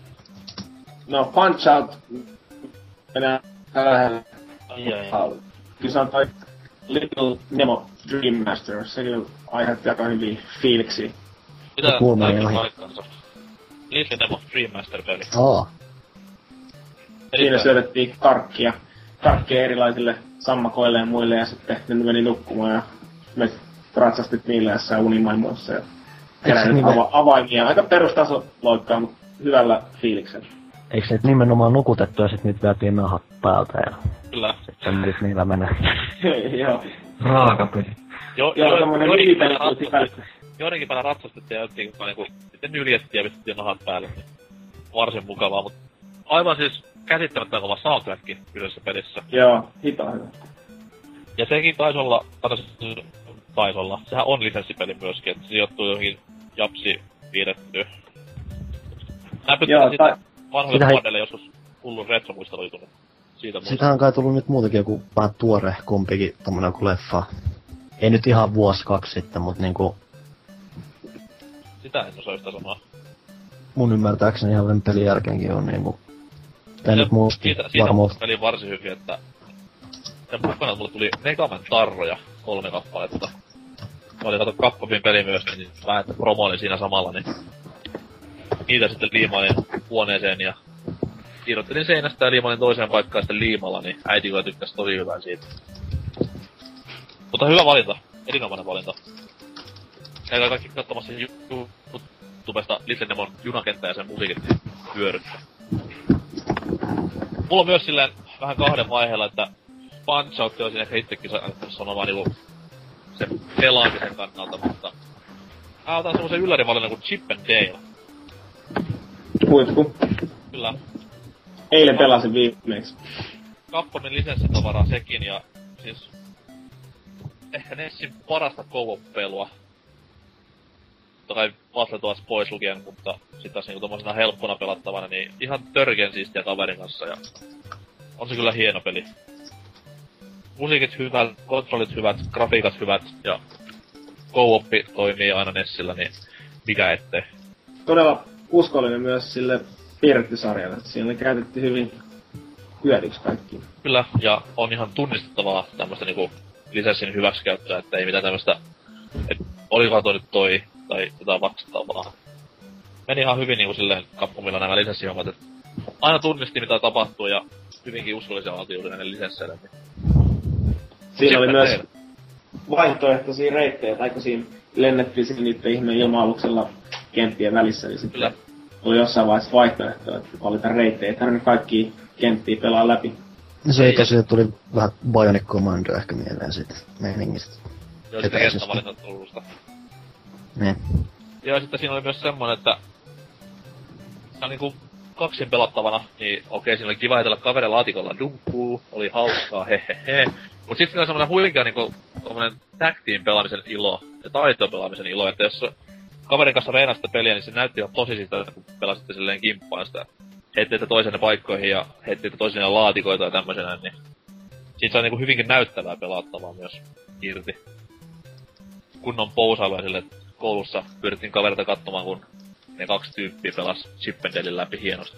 Speaker 5: no Punch Out menee tällä lähellä. Kyllä se on toi Little Nemo Dream Master, se kyllä aiheutti aika hyviä fiiliksiä.
Speaker 2: Mitä tämäkin paikkansa? Little Nemo Dream Master-peli.
Speaker 6: Oo.
Speaker 5: Siinä syötettiin karkkia, karkkia erilaisille sammakoille ja muille ja sitten ne meni nukkumaan ja me ratsastit niille jossain unimaailmoissa ja keräilyt ava- avaimia. Aika perustaso loikkaa, mutta hyvällä fiiliksellä.
Speaker 6: Eikö se nimenomaan nukutettu ja sit nyt vietiin nahat päältä ja...
Speaker 2: Kyllä.
Speaker 6: Sitten menit niillä menee.
Speaker 5: Joo.
Speaker 3: Raakapeli.
Speaker 2: Jo,
Speaker 5: Joo, semmonen minipeli tuli sisällistä.
Speaker 2: Joidenkin päällä ratsastettiin ja jotenkin niinku sitten nyljettiin ja pistettiin nahat päälle. Niin varsin mukavaa, mut aivan siis käsittämättä kova soundtrackki yhdessä pelissä.
Speaker 5: Joo, hito hyvä.
Speaker 2: Ja sekin taisi olla, kato taisi olla, sehän on lisenssipeli myöskin, että se sijoittuu johonkin japsi piirretty. Näpyttää sitä vanhoille muodeille joskus hullun retro-muistelu tullut. Siitä muuta.
Speaker 6: Sitähän on kai tullut nyt muutakin joku vähän tuore kumpikin tommonen joku leffa. Ei nyt ihan vuosi kaksi sitten, mut niinku...
Speaker 2: Sitä en osaa yhtään sanoa.
Speaker 6: Mun ymmärtääkseni ihan sen pelin jälkeenkin on niinku... Tää nyt muisti
Speaker 2: siitä, siitä
Speaker 6: varmuus.
Speaker 2: Siitä peli varsin hyvin, että... Sen mukana mulle tuli Megaman tarroja kolme kappaletta. Mä olin kato Capcomin peli myös, niin vähän että promoilin siinä samalla, niin... Niitä sitten liimailin huoneeseen ja... Irrottelin seinästä ja liimailin toiseen paikkaan sitten liimalla, niin äiti kyllä tykkäsi tosi hyvää siitä. Mutta hyvä valinta. Erinomainen valinta. Käykää kaikki katsomassa YouTubesta Little Nemon junakenttä ja sen musiikit pyöryttää. Mulla on myös silleen vähän kahden vaiheella, että Punch Out olisin ehkä itsekin sanomaan niinku sen pelaamisen kannalta, mutta mä otan semmosen yllärivalinnan kuin Chip and Dale.
Speaker 5: Huippu.
Speaker 2: Kyllä.
Speaker 5: Eilen pelasin viimeksi.
Speaker 2: Capcomin lisenssitavaraa sekin ja siis... Ehkä Nessin parasta co-op-pelua. Totta kai Battletoads pois lukien, mutta sit taas niinku tommosena helppona pelattavana, niin ihan törkeen siistiä kaverin kanssa ja... On se kyllä hieno peli. Musiikit hyvät, kontrollit hyvät, grafiikat hyvät ja... Co-op toimii aina Nessillä, niin mikä ettei.
Speaker 5: Todella uskollinen myös sille piirrettysarjalle, että siinä käytettiin hyvin hyödyksi kaikkiin.
Speaker 2: Kyllä, ja on ihan tunnistettavaa tämmöstä niinku lisenssin hyväksikäyttöä, että ei mitään tämmöstä, että olikohan toi nyt toi, tai jotain vastaavaa. Meni ihan hyvin niinku silleen Capcomilla nämä lisenssihommat, että aina tunnisti mitä tapahtuu ja hyvinkin uskollisia valtiuuden näille lisensseille. Niin.
Speaker 5: Siinä oli myös teille vaihtoehtoisia reittejä, tai kun siinä lennettiin siinä niitten ihmeen ilma-aluksella kenttien välissä, niin sitten kyllä oli jossain vaiheessa vaihtoehtoja, että valita reittejä. Ei tarvinnut kaikkia kenttiä pelaa läpi.
Speaker 6: Se eikä siitä tuli vähän Bionic Commando ehkä mieleen siitä meiningistä.
Speaker 2: Joo, sitä kertavalinta tullusta.
Speaker 6: Niin.
Speaker 2: Ja sitten siinä oli myös semmonen, että se on niinku kaksin pelattavana, niin okei, siinä oli kiva heitellä kaverin laatikolla dumppuu, oli hauskaa, hehehe. Mut sit siinä oli semmonen huikea niinku tommonen tag team pelaamisen ilo ja taitopelaamisen ilo, että jos kaverin kanssa reenasi sitä peliä, niin se näytti jo tosi siitä, kun pelasitte silleen kimppaan sitä. Heitti toisenne paikkoihin ja heitti toisenne laatikoita ja tämmösenä, niin siitä sai niinku hyvinkin näyttävää pelattavaa myös irti. Kunnon pousailuja sille, että koulussa pyydettiin kavereita katsomaan, kun ne kaksi tyyppiä pelas Chip and Dalein läpi hienosti.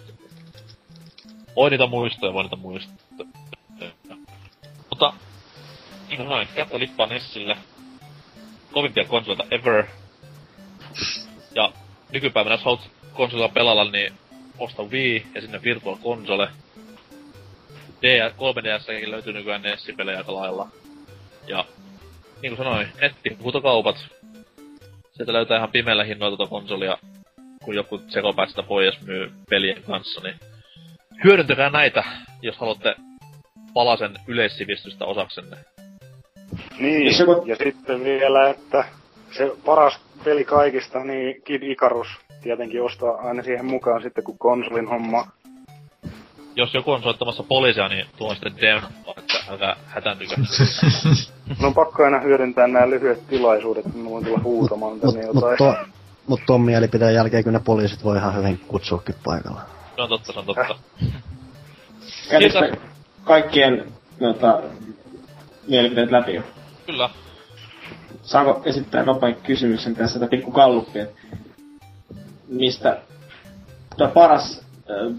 Speaker 2: Voi niitä muistoja, voi niitä muistoja. Mutta, niin kuin noin, kättä lippaa Nessille. Kovimpia konsoleita ever. Ja nykypäivänä, jos haluat konsolilla pelalla, niin osta Wii ja sinne Virtual Console. kolme D S:kin löytyy nykyään Nessi-pelejä aika lailla. Ja niin kuin sanoin, nettihuutokaupat. Sieltä löytää ihan pimeällä hinnoilla tuota konsolia, kun joku sekopäät sitä pois myy pelien kanssa, niin hyödyntäkää näitä, jos haluatte palasen yleissivistystä osaksenne.
Speaker 8: Niin, joku... ja sitten vielä, että se paras peli kaikista, niin Kid Icarus tietenkin ostaa aina siihen mukaan sitten, kun konsolin homma.
Speaker 2: Jos joku on soittamassa poliisia, niin tuon sitten demoa, että älkää hätääntykö.
Speaker 8: No on pakko aina hyödyntää nämä lyhyet tilaisuudet, että mä voin tulla huutamaan tänne
Speaker 6: mut,
Speaker 8: jotain.
Speaker 6: Mut, to, mut ton mielipiteen jälkeen kyllä ne poliisit voi ihan hyvin kutsuukin paikalla.
Speaker 2: Se on totta, se on totta.
Speaker 5: Käydäänkö kaikkien noita mielipiteet läpi jo?
Speaker 2: Kyllä.
Speaker 5: Saanko esittää nopein kysymyksen tässä, tätä pikku galluppia? Mistä tuo paras äh,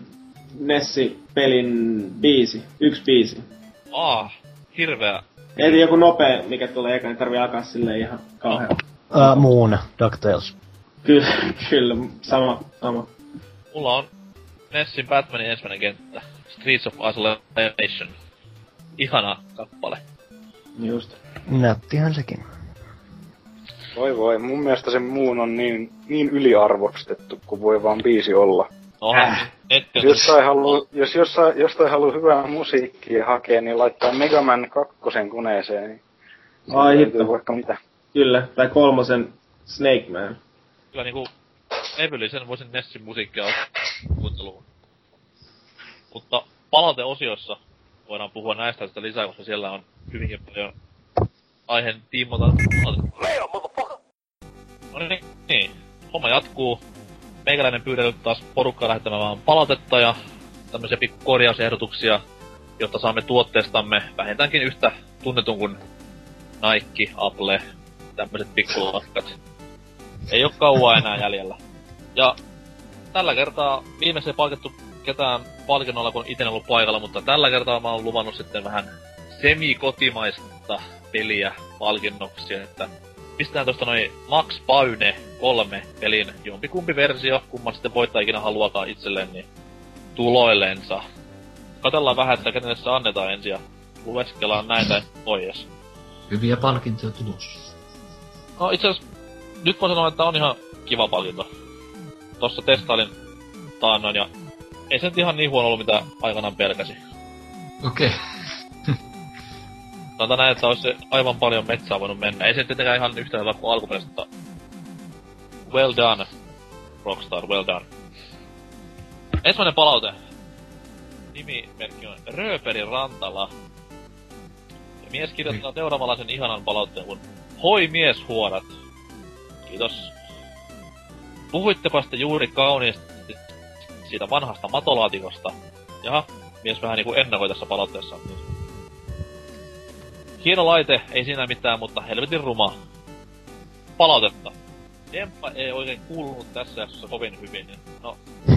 Speaker 5: Nessi-pelin biisi, yksi biisi?
Speaker 2: Aa, hirveä.
Speaker 5: Eli joku nopea, mikä tulee eka, niin tarvii alkaa silleen ihan kauhean.
Speaker 6: Uh, Moon, DuckTales.
Speaker 5: Kyllä, kyllä, sama, sama.
Speaker 2: Mulla on Nessin Batmanin ensimmäinen kenttä. Streets of Isolation. Ihana kappale.
Speaker 5: Just.
Speaker 6: Nättihän sekin.
Speaker 8: Voi voi, mun mielestä se Moon on niin, niin yliarvostettu, kuin voi vaan biisi olla.
Speaker 2: Oha, äh.
Speaker 8: Jos jossain haluu, jos jossain, jostain haluu hyvää musiikkia hakea, niin laittaa Mega Man kakkosen koneeseen, niin
Speaker 5: ai hitto.
Speaker 8: Vaikka mitä.
Speaker 5: Kyllä, tai kolmosen Snake Man.
Speaker 2: Kyllä niinku levyllisen voisin Nessin musiikkia kuunteluun. Mutta palauteosiossa voidaan puhua näistä sitä lisää, koska siellä on hyvinkin paljon aiheen tiimota. No niin, niin, homma jatkuu. Meikäläinen pyydellyt taas porukkaa lähettämään palautetta ja tämmöisiä pikku korjausehdotuksia, jotta saamme tuotteestamme vähintäänkin yhtä tunnetun kuin Nike, Apple, tämmöiset pikkulakkat. Ei oo kauaa enää jäljellä. Ja tällä kertaa viimeksi ei palkittu ketään palkinnolla, kun ite en ollut paikalla, mutta tällä kertaa mä oon luvannut sitten vähän semi-kotimaista peliä palkinnoksi, että pistetään tosta noin Max Payne kolme pelin jompikumpi versio, kumman sitten voittaa ikinä haluakaan itselleen, niin tuloillensa. Katellaan vähän, että kenelle se annetaan ensin ja lueskellaan näitä pois.
Speaker 3: Hyviä palkintoja tulossa.
Speaker 2: No itse asiassa, nyt mä sanon, että on ihan kiva palkinto. Tossa testailin taannoin ja ei se nyt ihan niin huono ollut, mitä aikanaan pelkäsi.
Speaker 3: Okei. Okay.
Speaker 2: Sanotaan näin, että olisi aivan paljon metsää voinut mennä. Ei se tietenkään ihan yhtä hyvä kuin alkuperäistä, mutta well done, Rockstar, well done. Ensimmäinen palaute. Nimimerkki on Rööperi Rantala. Ja mies kirjoittaa mm. seuraavanlaisen ihanan palautteen kun hoi mies huorat. Kiitos. Puhuittepa sitten juuri kauniisti siitä vanhasta matolaatikosta. Jaha, mies vähän niinku ennakoi tässä palautteessa. Hieno laite, ei siinä mitään, mutta helvetin ruma. Palautetta. Demppa ei oikein kuulunut tässä jaksossa kovin hyvin, niin no...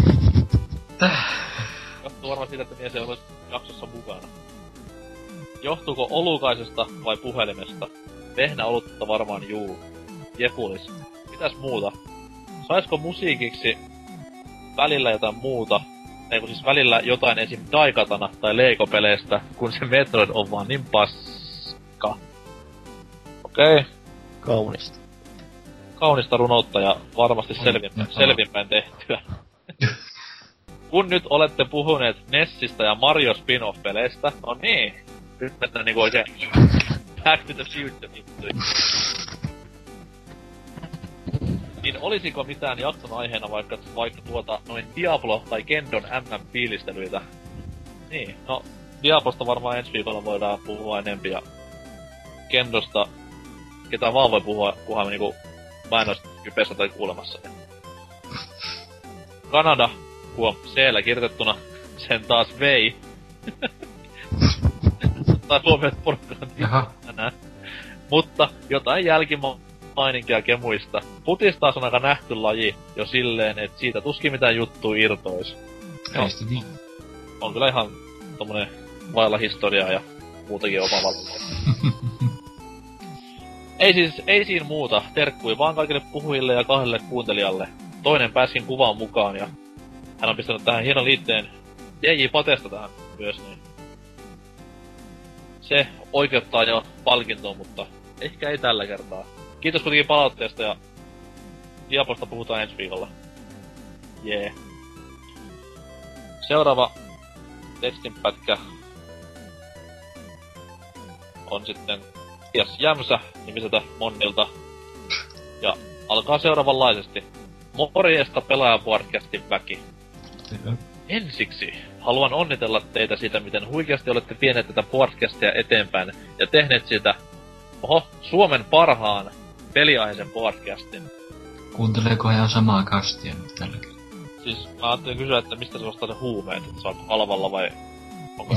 Speaker 2: Johtuu varmaan siitä, että mies ei ole jaksossa mukana. Johtuuko olukaisesta vai puhelimesta? Vehnä olutta varmaan juu. Jepulis. Mitäs muuta? Saisko musiikiksi välillä jotain muuta? Ei kun siis välillä jotain esim. Daikatana tai Lego-peleistä, kun se Metroid on vaan niin paska. Okei. Okay.
Speaker 6: Kaunista.
Speaker 2: Kaunista runoutta ja varmasti selvinpäin, selvinpäin tehtyä. kun nyt olette puhuneet Nessistä ja Mario spin-off-peleistä, no niin, nyt mennään niinku oikein Back to the Future -juttuja. Niin olisiko mitään jakson aiheena vaikka, vaikka tuota noin Diablo tai Kendon M M-fiilistelyitä? Niin, no Diablosta varmaan ensi viikolla voidaan puhua enempi ja Kendosta ketä vaan voi puhua, kunhan me niinku mä en ois kypeessä tai kuulemassa. Kanada, huom, C-llä kirjoitettuna, sen taas vei. Tai huomioon porukkaan tänään. Mutta jotain jälkimaininkia kemuista. Futis taas on aika nähty laji jo silleen, et siitä tuskin mitään juttuu irtois.
Speaker 3: No, niin.
Speaker 2: On kyllä ihan tommonen vailla historiaa ja muutakin oma valinta. Ei siis, ei siinä muuta. Terkkui vaan kaikille puhujille ja kahdelle kuuntelijalle. Toinen pääskin kuvaan mukaan ja hän on pistänyt tähän hienon liitteen D J Patesta tähän myös, niin se oikeuttaa jo palkintoon, mutta ehkä ei tällä kertaa. Kiitos kuitenkin palautteesta ja Diablosta puhutaan ensi viikolla. Jee. Yeah. Seuraava tekstinpätkä on sitten Tias Jämsä nimiseltä Monnilta. Ja alkaa seuraavanlaisesti. Morjesta Pelaaja-podcastin väki.
Speaker 3: Kyllä.
Speaker 2: Ensiksi haluan onnitella teitä siitä, miten huikeasti olette vieneet tätä podcastia eteenpäin ja tehneet siitä, oho, Suomen parhaan peliaiheisen podcastin.
Speaker 3: Kuunteleeko ihan samaa kastia nyt tällä kertaa?
Speaker 2: Siis mä ajattelin kysyä, että mistä se ostaa ne huumeet, että sä oot halvalla vai onko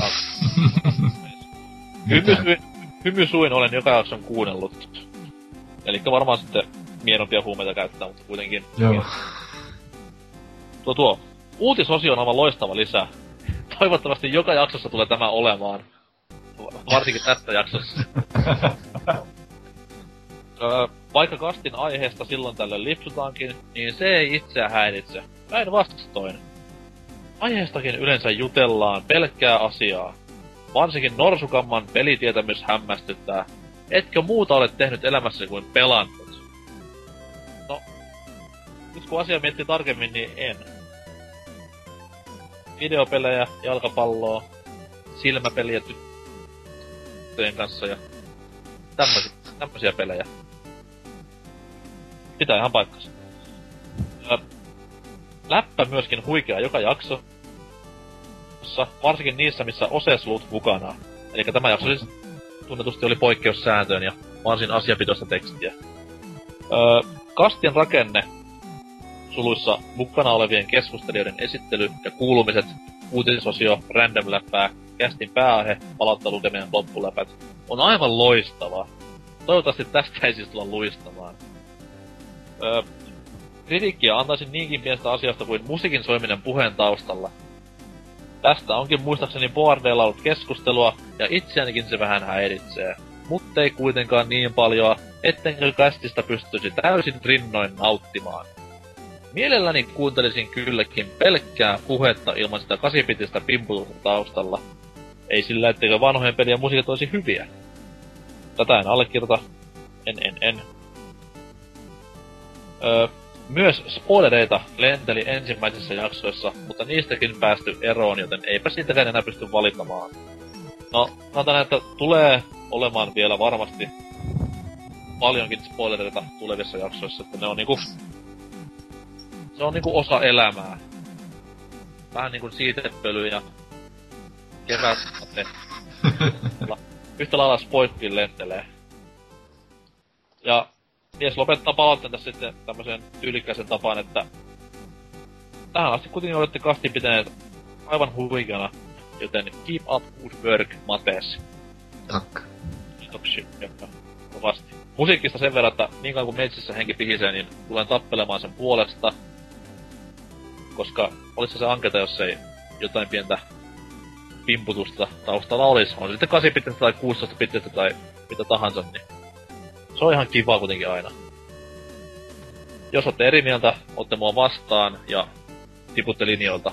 Speaker 2: Hymysyin, hymysuin olen joka jakson kuunnellut. Elikkä varmaan sitten mienompia huumeita käyttää, mutta kuitenkin.
Speaker 3: Joo.
Speaker 2: Tuo tuo. Uutisosio on aivan loistava lisä. Toivottavasti joka jaksossa tulee tämä olemaan. Varsinkin tästä jaksossa. öö, vaikka kastin aiheesta silloin tällöin lipsutaankin, niin se ei itseä häiritse. Päinvastoin. Aiheestakin yleensä jutellaan pelkkää asiaa. Varsinkin Norsukamman pelitietämys hämmästyttää. Etkö muuta ole tehnyt elämässä kuin pelannut? No, nyt kun asia miettii tarkemmin, niin en. Videopelejä, jalkapalloa, silmäpeliä tyttöjen kanssa ja tämmösiä, tämmösiä pelejä. Pitää ihan paikkansa. Läppä myöskin huikea joka jakso. Varsinkin niissä, missä Oseslut mukana. Eli tämä jakso siis tunnetusti oli poikkeussääntöön ja varsin asiapitoista tekstiä. Öö, kastien rakenne, suluissa mukana olevien keskustelijoiden esittely ja kuulumiset, uutisosio, random-läppää, kästin pääaihe, palauttelukemien loppuläpät, on aivan loistava. Toivottavasti tästä ei siis tulla luistamaan. Öö, kritiikkiä antaisin niinkin pienestä asiasta kuin musiikin soiminen puheen taustalla. Tästä onkin muistaakseni boardeilla ollut keskustelua, ja itseänikin se vähän häiritsee. Muttei kuitenkaan niin paljon, ettenkö kästistä pystyisi täysin rinnoin nauttimaan. Mielelläni kuuntelisin kylläkin pelkkää puhetta ilman sitä kasipitistä pimputusta taustalla. Ei sillä, etteikö vanhojen pelien musiikat olisi hyviä. Tätä en allekirjoita. En, en, en. Öö, Myös spoilereita lenteli ensimmäisissä jaksoissa, mutta niistäkin päästy eroon, joten eipä siitäkään enää pysty valittamaan. No, sanotaan, että tulee olemaan vielä varmasti paljonkin spoilereita tulevissa jaksoissa, että ne on niinku... Se on niinku osa elämää. Vähän niinku siitepöly ja kevätsate. Yhtä lailla spoikkin lentelee. Ja mies lopettaa palautteen tässä sitten tämmösen tyylikkäisen tapaan, että tähän asti kuitenkin olette kastin pitäneet aivan huikeana, joten keep up good work, Mates.
Speaker 3: Tack.
Speaker 2: Kiitoksia, kovasti. Musiikista sen verran, että niin kauan kun metsissä henki pihisee, niin tulen tappelemaan sen puolesta. Koska olisi se anketa, jos ei jotain pientä pimputusta taustalla olisi. On se sitten kahdeksan pittistä tai kuusitoista pittistä tai mitä tahansa, niin se on ihan kivaa kuitenkin aina. Jos olette eri mieltä, ootte mua vastaan ja tiputte linjoilta.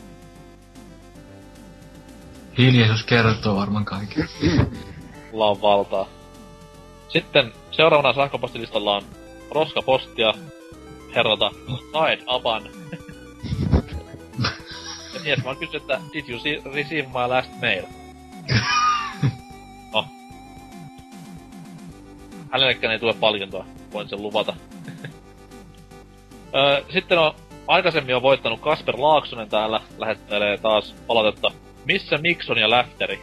Speaker 3: Hiljaisuus kertoo varmaan kaiken.
Speaker 2: Mulla on valtaa. Sitten seuraavana sähköpostilistalla on roskapostia herralta Saed Aban. mies vaan kysyi, että did you see, receive my last mail? No. Hänellekään ei tule palkintoa, voin sen luvata. öö, sitten on aikaisemmin on voittanut Kasper Laaksonen täällä, lähettelee taas palautetta. Missä Mikson ja Läfteri?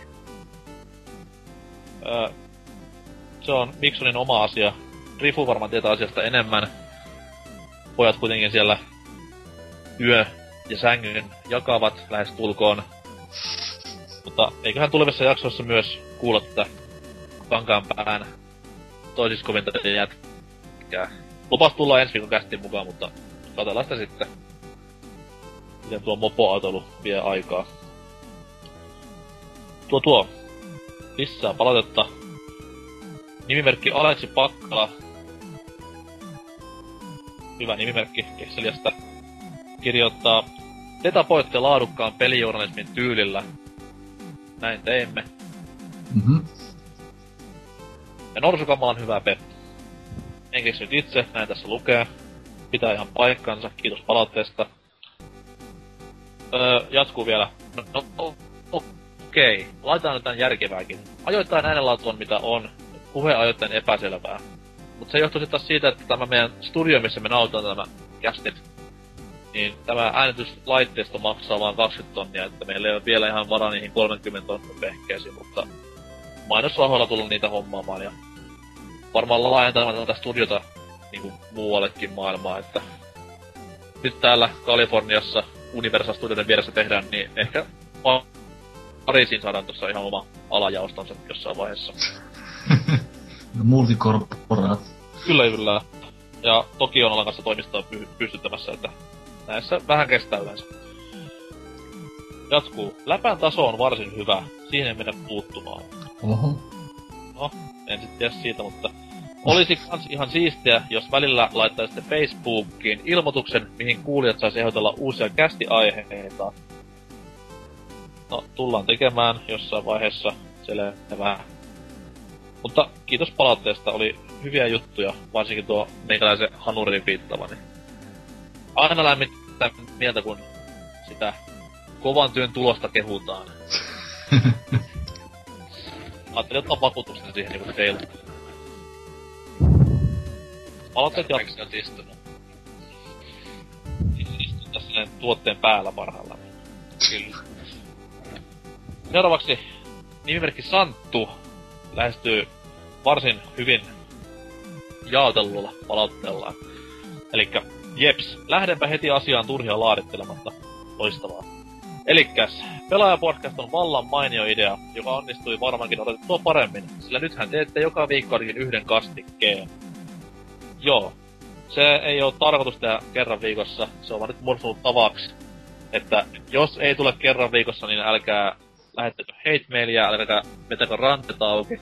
Speaker 2: Öö, se on Miksonin oma asia. Rifu varmaan tietää asiasta enemmän. Pojat kuitenkin siellä yö ja sängyn jakavat lähes tulkoon. Mutta eiköhän tulevissa jaksoissa myös kuulla tätä Kankaanpään toisiskovinta jätkää. Lupas tulla ensi viikon kästin mukaan, mutta katsellaan sitä sitten. Miten tuo mopoautoilu vie aikaa. Tuo tuo. Lisää palautetta. Nimimerkki Aleksi Pakkala. Hyvä nimimerkki kekseliästä. Kirjoittaa: te tapoitte laadukkaan pelijournalismin tyylillä. Näin teimme.
Speaker 3: Mhm.
Speaker 2: Ja Norsukama on hyvä peppu. En keksinyt itse, näin tässä lukee. Pitää ihan paikkansa, kiitos palautteesta. Öö, jatkuu vielä. No, no, no okei, okay. Laitetaan nyt tän järkevääkin. Ajoittain äänenlaatu on mitä on, puhe ajoittain epäselvää. Mut se johtuu sit taas siitä, että tämä meidän studio, missä me nautaan nämä kästit, niin tämä äänityslaitteisto maksaa vaan kaksikymmentä tonnia, että meillä ei ole vielä ihan varaa niihin kolmekymmentä tonnin vehkeisiin, mutta mainosrahoilla tullut niitä hommaamaan ja varmaan laajentamaan tätä studiota niinku muuallekin maailmaa, että nyt täällä Kaliforniassa Universal Studioiden vieressä tehdään, niin ehkä Pariisiin saadaan tossa ihan oma alajaostonsa jossain vaiheessa.
Speaker 3: Multikorporaat.
Speaker 2: Kyllä, kyllä. Ja toki on alan kanssa toimistoa py- pystyttämässä, että näissä vähän kestää yleensä. Jatkuu. Läpän taso on varsin hyvä. Siihen ei mennä puuttumaan.
Speaker 3: Oho.
Speaker 2: No, en sit tiedä siitä, mutta olisi kans ihan siistiä, jos välillä laittaisitte Facebookiin ilmoituksen, mihin kuulijat saisi ehdotella uusia kästiaiheita. No, tullaan tekemään jossain vaiheessa selvää. Mutta kiitos palautteesta, oli hyviä juttuja, varsinkin tuo meikäläisen hanurin viittava, niin aina lämmittää mieltä, kun sitä kovan työn tulosta kehutaan. Ajattelin ottaa vakuutusta siihen niinku teillä. Palautteet jatkuu.
Speaker 4: Miksi oot istunut?
Speaker 2: Istun tässä silleen tuotteen päällä parhaillaan. Kyllä. Seuraavaksi nimimerkki Santtu lähestyy varsin hyvin jaotellulla palautteellaan. Elikkä, jeps, lähdenpä heti asiaan turhia laadittelematta. Loistavaa. Elikkäs, Pelaajapodcast on vallan mainio idea, joka onnistui varmaankin odotettua paremmin, sillä nythän teette joka viikko ainakin yhden kastikkeen. Joo, se ei oo tarkoitus tehdä kerran viikossa, se on vaan nyt muodostunut tavaksi, että jos ei tule kerran viikossa, niin älkää lähettäkö hate-mailia, älkää vetäkö ranteta auki.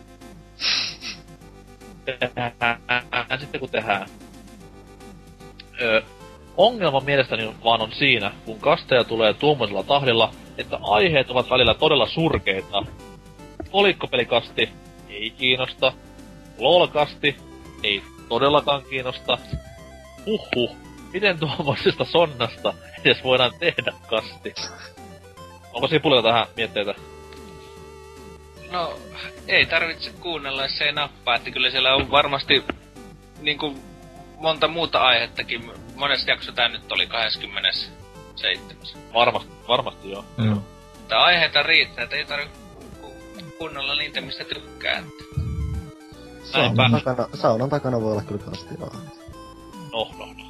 Speaker 2: Tehdään sitten kun tehdään. Öö, ongelma mielestäni vaan on siinä, kun kasteja tulee tuommoisella tahdilla, että aiheet ovat välillä todella surkeita. Kolikkopelikasti ei kiinnosta. LOL-kasti ei todellakaan kiinnosta. Huhhuh, miten tuommoisesta sonnasta edes voidaan tehdä kasti? Onko Sipulilla tähän mietteitä?
Speaker 4: No, ei tarvitse kuunnella, jos ei nappaa, että kyllä siellä on varmasti niinku monta muuta aihettakin. Monesti jakso tää nyt oli kaksikymmentäseitsemän.
Speaker 2: Varmasti, varmasti joo.
Speaker 3: Joo.
Speaker 4: Mutta aiheita riittää, että ei tarvitse kuunnella niitä, mistä tykkää.
Speaker 2: Näinpä.
Speaker 6: Saunan takana, saunan takana voi olla kyllä kastilaa.
Speaker 2: No, no, no.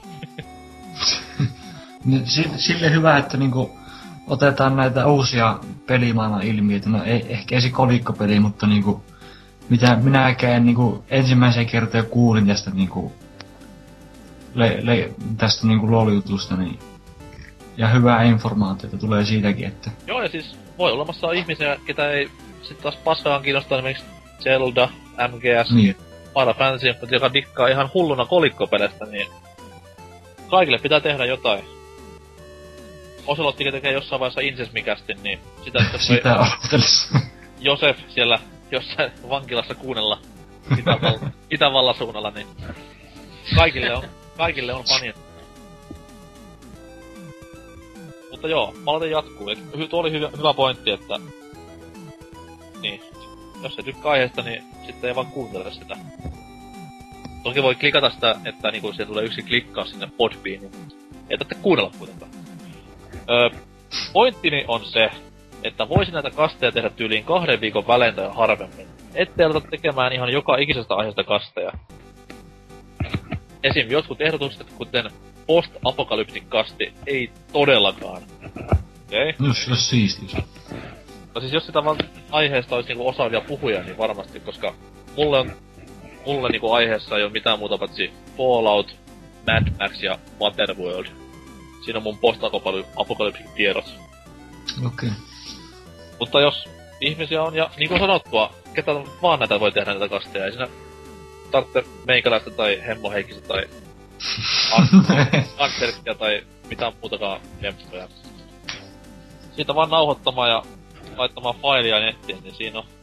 Speaker 3: Sille hyvä, että niinku otetaan näitä uusia pelimaailman ilmiöitä. No ei, ehkä ei se kolikkopeli, mutta niinku mitä minäkään niinku ensimmäisen kertaa kuulin tästä niinku le, le, tästä niinku LOL-jutusta, niin ja hyvää informaatiota tulee siitäkin, että
Speaker 2: Joo, ja siis voi olemassa ihmisiä, ketä ei sit taas paskaan kiinnostaa esimerkiksi Zelda, M G S,
Speaker 3: niin.
Speaker 2: Final Fantasy, mutta joka dikkaa ihan hulluna kolikkopelestä, niin kaikille pitää tehdä jotain. Oselottikin tekee jossain vaiheessa Incesmikästin, niin sitä sitten
Speaker 3: sitä odottelis.
Speaker 2: Josef siellä jossain vankilassa kuunnella Itävall- Itävallan suunnalla, niin kaikille on, kaikille on fania. Mut Mutta joo, palaute jatkuu. Et hy- tuo oli hyvä, hyvä pointti, että... Niin. Jos ei tykkää aiheesta, niin sitten ei vaan kuuntele sitä. Toki voi klikata sitä, että niinku siihen tulee yksi klikkaus sinne Podbeaniin. Ei tarvitse kuunnella kuitenkaan. Öö, pointtini on se, että voisi näitä kasteja tehdä tyyliin kahden viikon välein tai harvemmin. Ettei aleta tekemään ihan joka ikisestä aiheesta kasteja. Esim. Jotkut ehdotukset, kuten post-apokalyptic kasti, ei todellakaan. Okei? Okay.
Speaker 3: Jos, jos siistiys.
Speaker 2: No siis jos sitä vaan aiheesta olisi niinku osaavia puhuja, niin varmasti, koska mulle on... Mulle niinku aiheessa ei oo mitään muuta paitsi Fallout, Mad Max ja Waterworld. Siinä on mun post-apokalyptic tiedot.
Speaker 3: Okei. Okay.
Speaker 2: Mutta jos ihmisiä on, ja niinku sanottua, ketä vaan näitä voi tehdä näitä kasteja, ei siinä tarvitse meikäläistä tai Hemmo Heikkistä tai Anterkia tai mitään muutakaan lemppuja. Siitä vaan nauhoittamaan ja laittamaan failia nettiin, niin siinä on...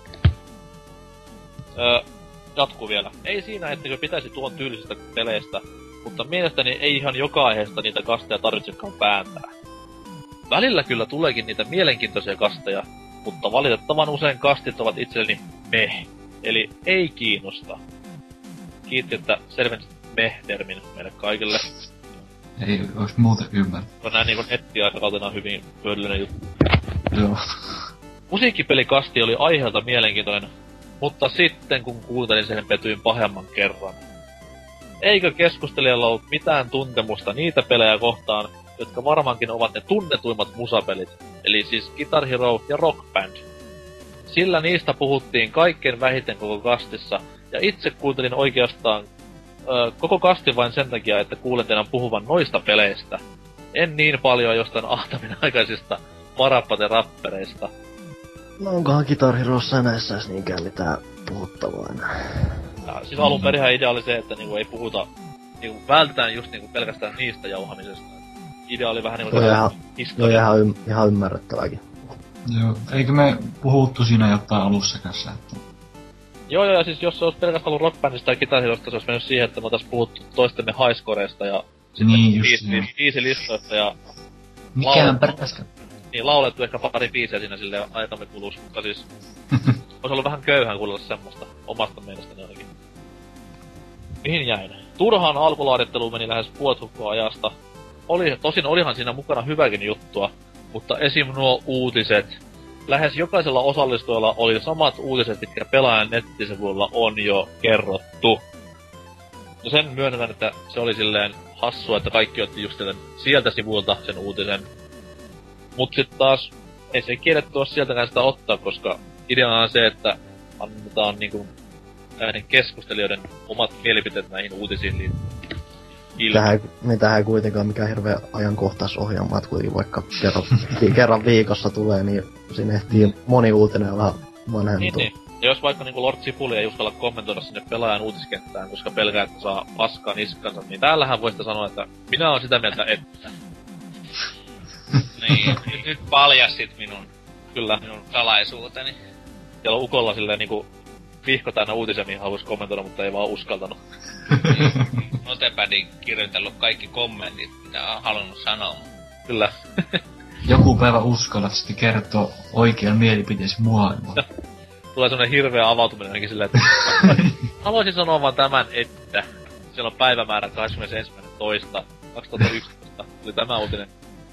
Speaker 2: Öö, jatkuu vielä. Ei siinä, ettekö pitäisi tuon tyylisistä peleistä, mutta mielestäni ei ihan joka aiheesta niitä kasteja tarvitsekaan vääntää. Välillä kyllä tuleekin niitä mielenkiintoisia kasteja, mutta valitettavan usein kastit ovat itselleni meh, eli ei kiinnosta. Kiitti, että selvensit meh-termin meille kaikille.
Speaker 3: Ei ois muuten ymmärrä.
Speaker 2: No näin niinku nettiaikakautena hyvin hyödyllinen juttu.
Speaker 3: Joo.
Speaker 2: Musiikkipelikasti oli aiheelta mielenkiintoinen, mutta sitten kun kuuntelin sen, petyin pahemman kerran. Eikö keskustelijalla ollut mitään tuntemusta niitä pelejä kohtaan, jotka varmaankin ovat ne tunnetuimmat musapelit, eli siis Guitar Hero ja Rock Band. Sillä niistä puhuttiin kaikkein vähiten koko kastissa, ja itse kuuntelin oikeastaan ö, koko kastin vain sen takia, että kuulen teidän puhuvan noista peleistä. En niin paljon jostain ahtamin aikaisista parapate-rappereista.
Speaker 6: No onkohan Guitar Herossa näissä edes niinkään mitään puhuttavaa enää?
Speaker 2: Ja, siis alun perinhän idea oli se, että niinku ei puhuta, niinku vältetään just niinku pelkästään niistä jauhamisesta. Idea oli vähän niinku
Speaker 6: ihan, historia. Joo, ihan, ym, ihan ymmärrettäväkin.
Speaker 3: Joo, eikö me puhuttu siinä jotain alussa kanssa, että...
Speaker 2: Joo, joo, ja siis jos se olisi pelkästään ollut Rock Bandista ja Guitar Herosta, se olisi mennyt siihen, että me oltais puhuttu toistemme highscoreista ja...
Speaker 3: Niin, just
Speaker 2: biisi,
Speaker 3: niin.
Speaker 2: biisilistoista ja...
Speaker 3: Mikään pärkäskä.
Speaker 2: Niin, laulettu ehkä pari biisiä siinä silleen aikamme kuluus, mutta siis... Ois ollut vähän köyhää kuulla semmoista, omasta mielestäni ainakin. Mihin jäin? Turhaan alkulaaditteluun meni lähes puolet hukkoa ajasta. Oli, tosin olihan siinä mukana hyväkin juttua, mutta esim. Nuo uutiset. Lähes jokaisella osallistujalla oli samat uutiset, mitkä pelaajan nettisivuilla on jo kerrottu. No sen myönnetään, että se oli silleen hassua, että kaikki otti just sieltä sivuilta sen uutisen. Mut sit taas ei se kielletty oo sieltäkään sitä ottaa, koska ideana on se, että annetaan niinku näiden keskustelijoiden omat mielipiteet näihin uutisiin liittyen.
Speaker 6: Tähän, niin tähän ei kuitenkaan mikään hirveä ajankohtaisohjelma, että kuitenkin vaikka kerran, kerran viikossa tulee, niin siinä ehtii moni uutinen ja vähän vanhentua.
Speaker 2: Niin, niin. Ja jos vaikka niinku Lord Sipuli ei uskalla kommentoida sinne pelaajan uutiskenttään, koska pelkää, että saa paskaa niskansa, niin täällähän voi sitä sanoa, että minä olen sitä mieltä, että...
Speaker 4: Niin, nyt, nyt paljasit minun,
Speaker 2: Kyllä.
Speaker 4: minun salaisuuteni.
Speaker 2: Siellä on ukolla silleen niinku vihko täynnä uutisia, mihin haluais kommentoida, mutta ei vaan uskaltanut.
Speaker 4: Niin, Notepadin kirjoitellut kaikki kommentit, mitä on halunnut sanoa.
Speaker 2: Kyllä.
Speaker 3: Joku päivä uskallat sitten kertoa oikean mielipiteesi maailmaan.
Speaker 2: Tulee semmonen hirveä avautuminen ainakin silleen, että... Haluaisin sanoa vaan tämän, että... Siellä on päivämäärä kahdeskymmenesensimmäinen toista kaksituhattayksitoista. Tuli tämä uutinen.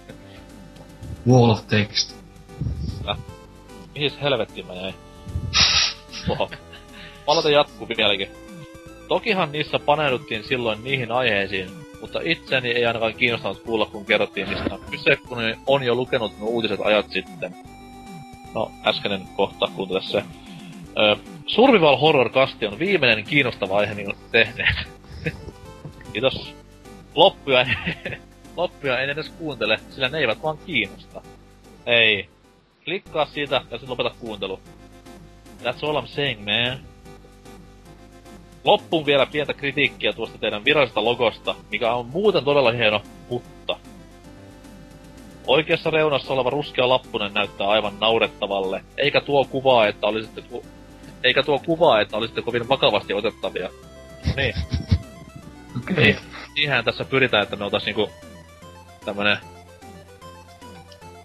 Speaker 3: Wall of text.
Speaker 2: Ja. Mihin helvettiin mä jäin? Oho. Palaute jatkuu vieläkin. Tokihan niissä paneuduttiin silloin niihin aiheisiin, mutta itseni ei ainakaan kiinnostanut kuulla, kun kerrottiin mistä on kyse, kun on jo lukenut nuo uutiset ajat sitten. No, äskeinen kohta, kuuntele se. Ö, Survival Horror-kasti on viimeinen kiinnostava aihe, niin tehneet. Kiitos. Loppuja, loppuja en edes kuuntele, sillä ne eivät vaan kiinnosta. Ei. Klikkaa siitä ja sit lopeta kuuntelu. That's all I'm saying, man. Loppuun vielä pientä kritiikkiä tuosta teidän virallisesta logosta, mikä on muuten todella hieno, mutta... Oikeassa reunassa oleva ruskea lappunen näyttää aivan naurettavalle, eikä tuo kuvaa, että olisitte ku... eikä tuo kuvaa, että olisitte kovin vakavasti otettavia. Niin.
Speaker 3: Okei. Okay.
Speaker 2: Siihenhän tässä pyritään, että me oltais niinku... tämmönen...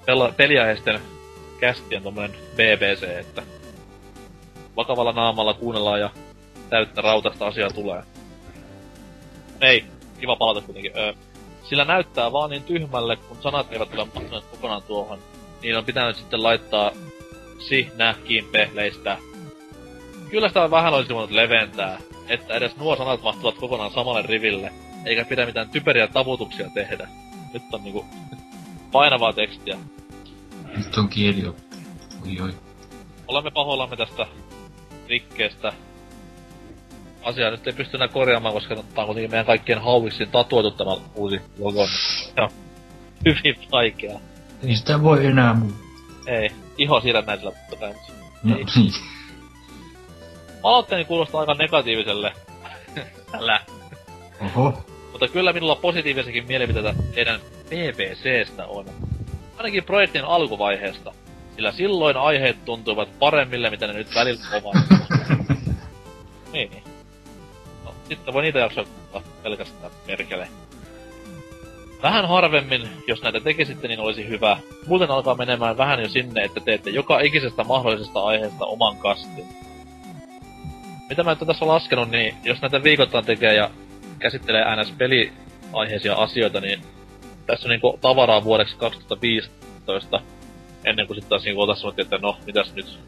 Speaker 2: pela- peliaiheisten kästien tommonen B B C, että vakavalla naamalla kuunnellaan ja täyttä rautasta asiaa tulee. Ei, kiva palata kuitenkin. Öö, sillä näyttää vaan niin tyhmälle, kun sanat eivät ole mahtuneet kokonaan tuohon. Niin on pitänyt sitten laittaa si, nä, kimpe, leistä. Kyllä sitä vähän olisi voinut leventää, että edes nuo sanat mahtuvat kokonaan samalle riville, eikä pidä mitään typeriä taputuksia tehdä. Nyt on niinku painavaa tekstiä.
Speaker 3: Nyt on kielioppi. Oi oi.
Speaker 2: Olemme pahoillamme tästä rikkeestä. Asiaa nyt ei pysty enää korjaamaan, koska tää on kuitenkin meidän kaikkien hauiksin tatuoitu tämä uusi logo. Ja hyvin vaikeaa.
Speaker 3: Ei sitä voi enää muu.
Speaker 2: Ei. Iho siirrät näisellä päivässä.
Speaker 3: No niin.
Speaker 2: Aloitteeni kuulostaa aika negatiiviselle. Älä.
Speaker 3: Oho.
Speaker 2: Mutta kyllä minulla positiivisiakin mielipiteitä teidän B B C:stä on. Ainakin projektin alkuvaiheesta. Sillä silloin aiheet tuntuivat paremmille, mitä ne nyt välillä ovat. Niin. No, sitten voi niitä jaksoa pelkästään perkele. Vähän harvemmin, jos näitä tekisitte, niin olisi hyvä. Muuten alkaa menemään vähän jo sinne, että teette joka ikisestä mahdollisesta aiheesta oman kastin. Mitä mä nyt tässä on laskenut, niin jos näitä viikoittain tekee ja käsittelee äänes peliaiheisia asioita, niin tässä on niinku tavaraa vuodeksi kaksituhattaviisitoista. Ennen kuin sit taas niinku otas sanottiin, että no, mitäs nyt?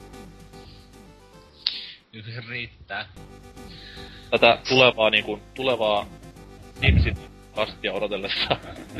Speaker 4: Nyt se riittää.
Speaker 2: Tätä tulevaa niinku, tulevaa Nipsit kastia odotellessa.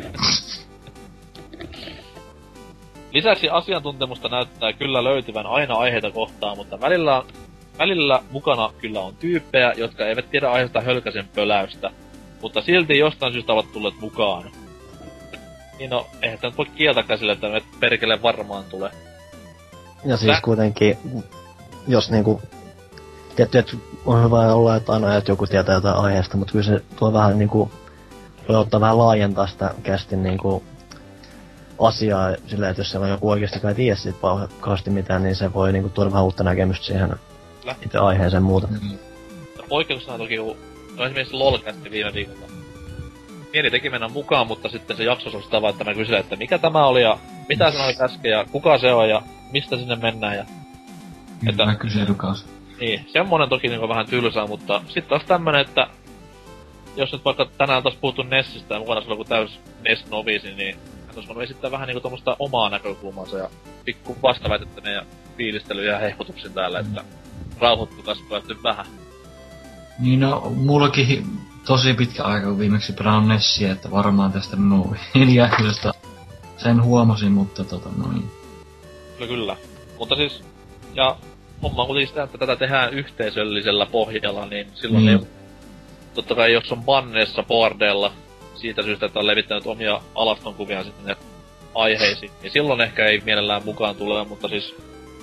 Speaker 2: Lisäksi asiantuntemusta näyttää kyllä löytyvän aina aiheita kohtaan, mutta välillä, välillä mukana kyllä on tyyppejä, jotka eivät tiedä aiheesta hölkäsen pöläystä, mutta silti jostain syystä ovat tulleet mukaan. Niin no, eihän sitä nyt voi kieltäkään sille, että me perkele varmaan tulee.
Speaker 6: Ja siis Tää? kuitenkin, jos niinku... Tietty, että on hyvä olla, että aina että joku tietää jotain aiheesta, mutta kyllä se tuo vähän niinku... Voi ottaa vähän laajentaa sitä kästin niinku... asiaa silleen, että jos siellä on joku oikeastikaan ei tiedä siitä pauhakkaasti mitään, niin se voi niinku tuoda vähän uutta näkemystä siihen Lä? itse aiheeseen muuta.
Speaker 2: Mm-hmm. Poikkeuksena toki, no esimerkiksi LOL-kästi viime viikolla. Mieli teki mennä mukaan, mutta sitten se jakso olisi tava, että mä kyselen, että mikä tämä oli ja mitä sanoit äsken ja kuka se on ja mistä sinne mennään ja...
Speaker 3: Että... Mä kyselykausi.
Speaker 2: Niin, semmonen toki niinku vähän tylsää, mutta sit taas tämmönen, että... Jos nyt vaikka tänään taas puhuttu Nessistä ja mukana sulla joku täys Ness-noviisi, niin hän ois voinut esittää vähän niinku tommoista omaa näkökulmansa ja pikku vastaväitettäinen ja fiilistely ja hehkutuksin täällä, mm. että rauhoittu kasvaa nyt vähän.
Speaker 3: Niin no, mullakin tosi pitkä aika, kun viimeksi pelannut Nessiä, että varmaan tästä minun hiljaisuudesta sen huomasin, mutta tota noin.
Speaker 2: Kyllä, kyllä. Mutta siis, ja homma on kuitenkin sitä, että tätä tehdään yhteisöllisellä pohjalla, niin silloin mm. ei... Totta kai jos on banneessa boardeilla, siitä syystä, että on levittänyt omia alastonkuvia sitten ne aiheisiin, niin silloin ehkä ei mielellään mukaan tule, mutta siis...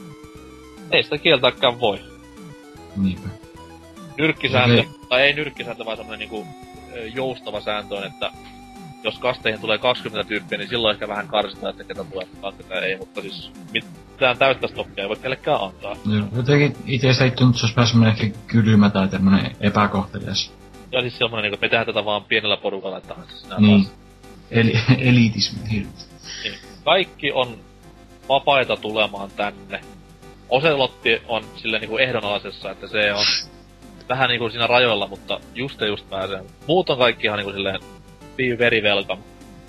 Speaker 2: Ei sitä kieltääkään voi.
Speaker 3: Niinpä.
Speaker 2: Nyrkkisääntö, okay. Tai ei nyrkkisääntö, vaan semmonen niinku joustava sääntö on, että jos kasteihin tulee kaksikymmentä tyyppiä, niin silloin ehkä vähän karsitaan, että ketä tulee ketä ei, mutta siis mitään täyttä stoppia ei voi kellekään antaa.
Speaker 3: Joo, jotenkin ite seittynyt, se olisi vähän semmonen ehkä kylmä tai tämmönen epäkohtelias.
Speaker 2: Ja siis semmonen niinku, me tehdään tätä vaan pienellä porukalla, että siis nää
Speaker 3: niin. Eli, elitismi, niin.
Speaker 2: Kaikki on vapaita tulemaan tänne. Oselotti on silleen niinku ehdonalaisessa, että se on vähän niinku siinä rajoilla, mutta just ja just pääsee. Muut on kaikki ihan niinku silleen be very welcome.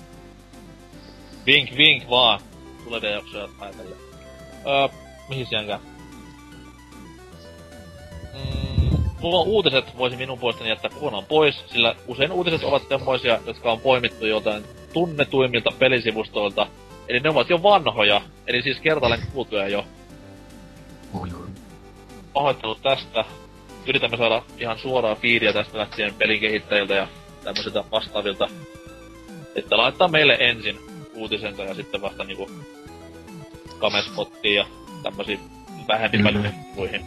Speaker 2: Vink vink vaan tulevia jaksoja ajatellen. Öö, mihin sienkään? Mm, mulla on uutiset voisi minun puolestani jättää kokonaan pois, sillä usein uutiset ovat semmoisia, jotka on poimittu joltain tunnetuimmilta pelisivustoilta. Eli ne ovat jo vanhoja, eli siis kertaalleen kuultuja jo.
Speaker 3: Oi, oi.
Speaker 2: Pahoittelut tästä. Yritämme saada ihan suoraa fiidiä tästä lähtien pelin kehittäjiltä ja tämmöisiltä vastaavilta. Että laittaa meille ensin uutisensa ja sitten vasta niinku Kamespottiin ja tämmösiin vähempi välimuihin.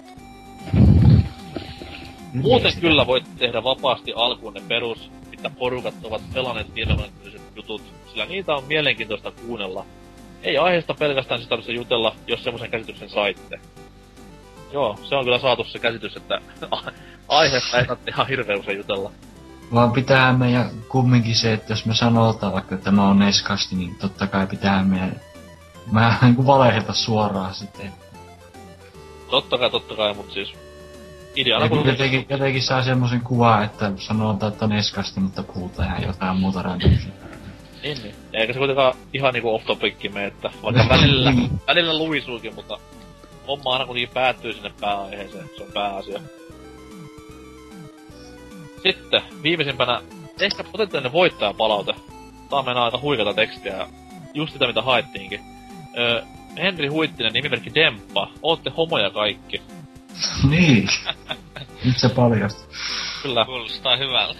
Speaker 2: Muuten kyllä voit tehdä vapaasti alkuun ne perus, mitä porukat ovat pelanneet irralliset jutut, sillä niitä on mielenkiintoista kuunnella. Ei aiheesta pelkästään siis tarvitse jutella, jos semmoisen käsityksen saitte. Joo, se on kyllä saatu se käsitys, että aiheesta ei tarvitse ihan hirveän usein jutella.
Speaker 3: vaan pitää meidän kumminkin se, että jos me sanotaan vaikka, että tämä on neskasti, niin totta kai pitää meidän vähän niinku valeheta suoraan sitten.
Speaker 2: Totta kai, totta kai, mut siis ideana
Speaker 3: kun jotenkin, jotenkin saa semmosen kuvan, että sanotaan, että on neskasti, mutta puhutaan ihan jotain muuta randomisia.
Speaker 2: Niin, niin. Eikä se kuitenkaan ihan niinku off-topicki mene, että vaikka välillä, välillä luisuukin, mutta homma aina kuitenkin päättyy sinne pääaiheeseen, se on pääasia. Sitten, viimeisimpänä, ehkä potentiaalinen voittajapalaute. Tää on meidän aika huikata tekstiä, ja just sitä mitä haettiinkin. Öö, Henri Huittinen, nimimerkki Demppa, ootte homoja kaikki.
Speaker 3: Niin. Nyt se paljasti.
Speaker 2: Kyllä.
Speaker 4: Kuulostaa hyvältä.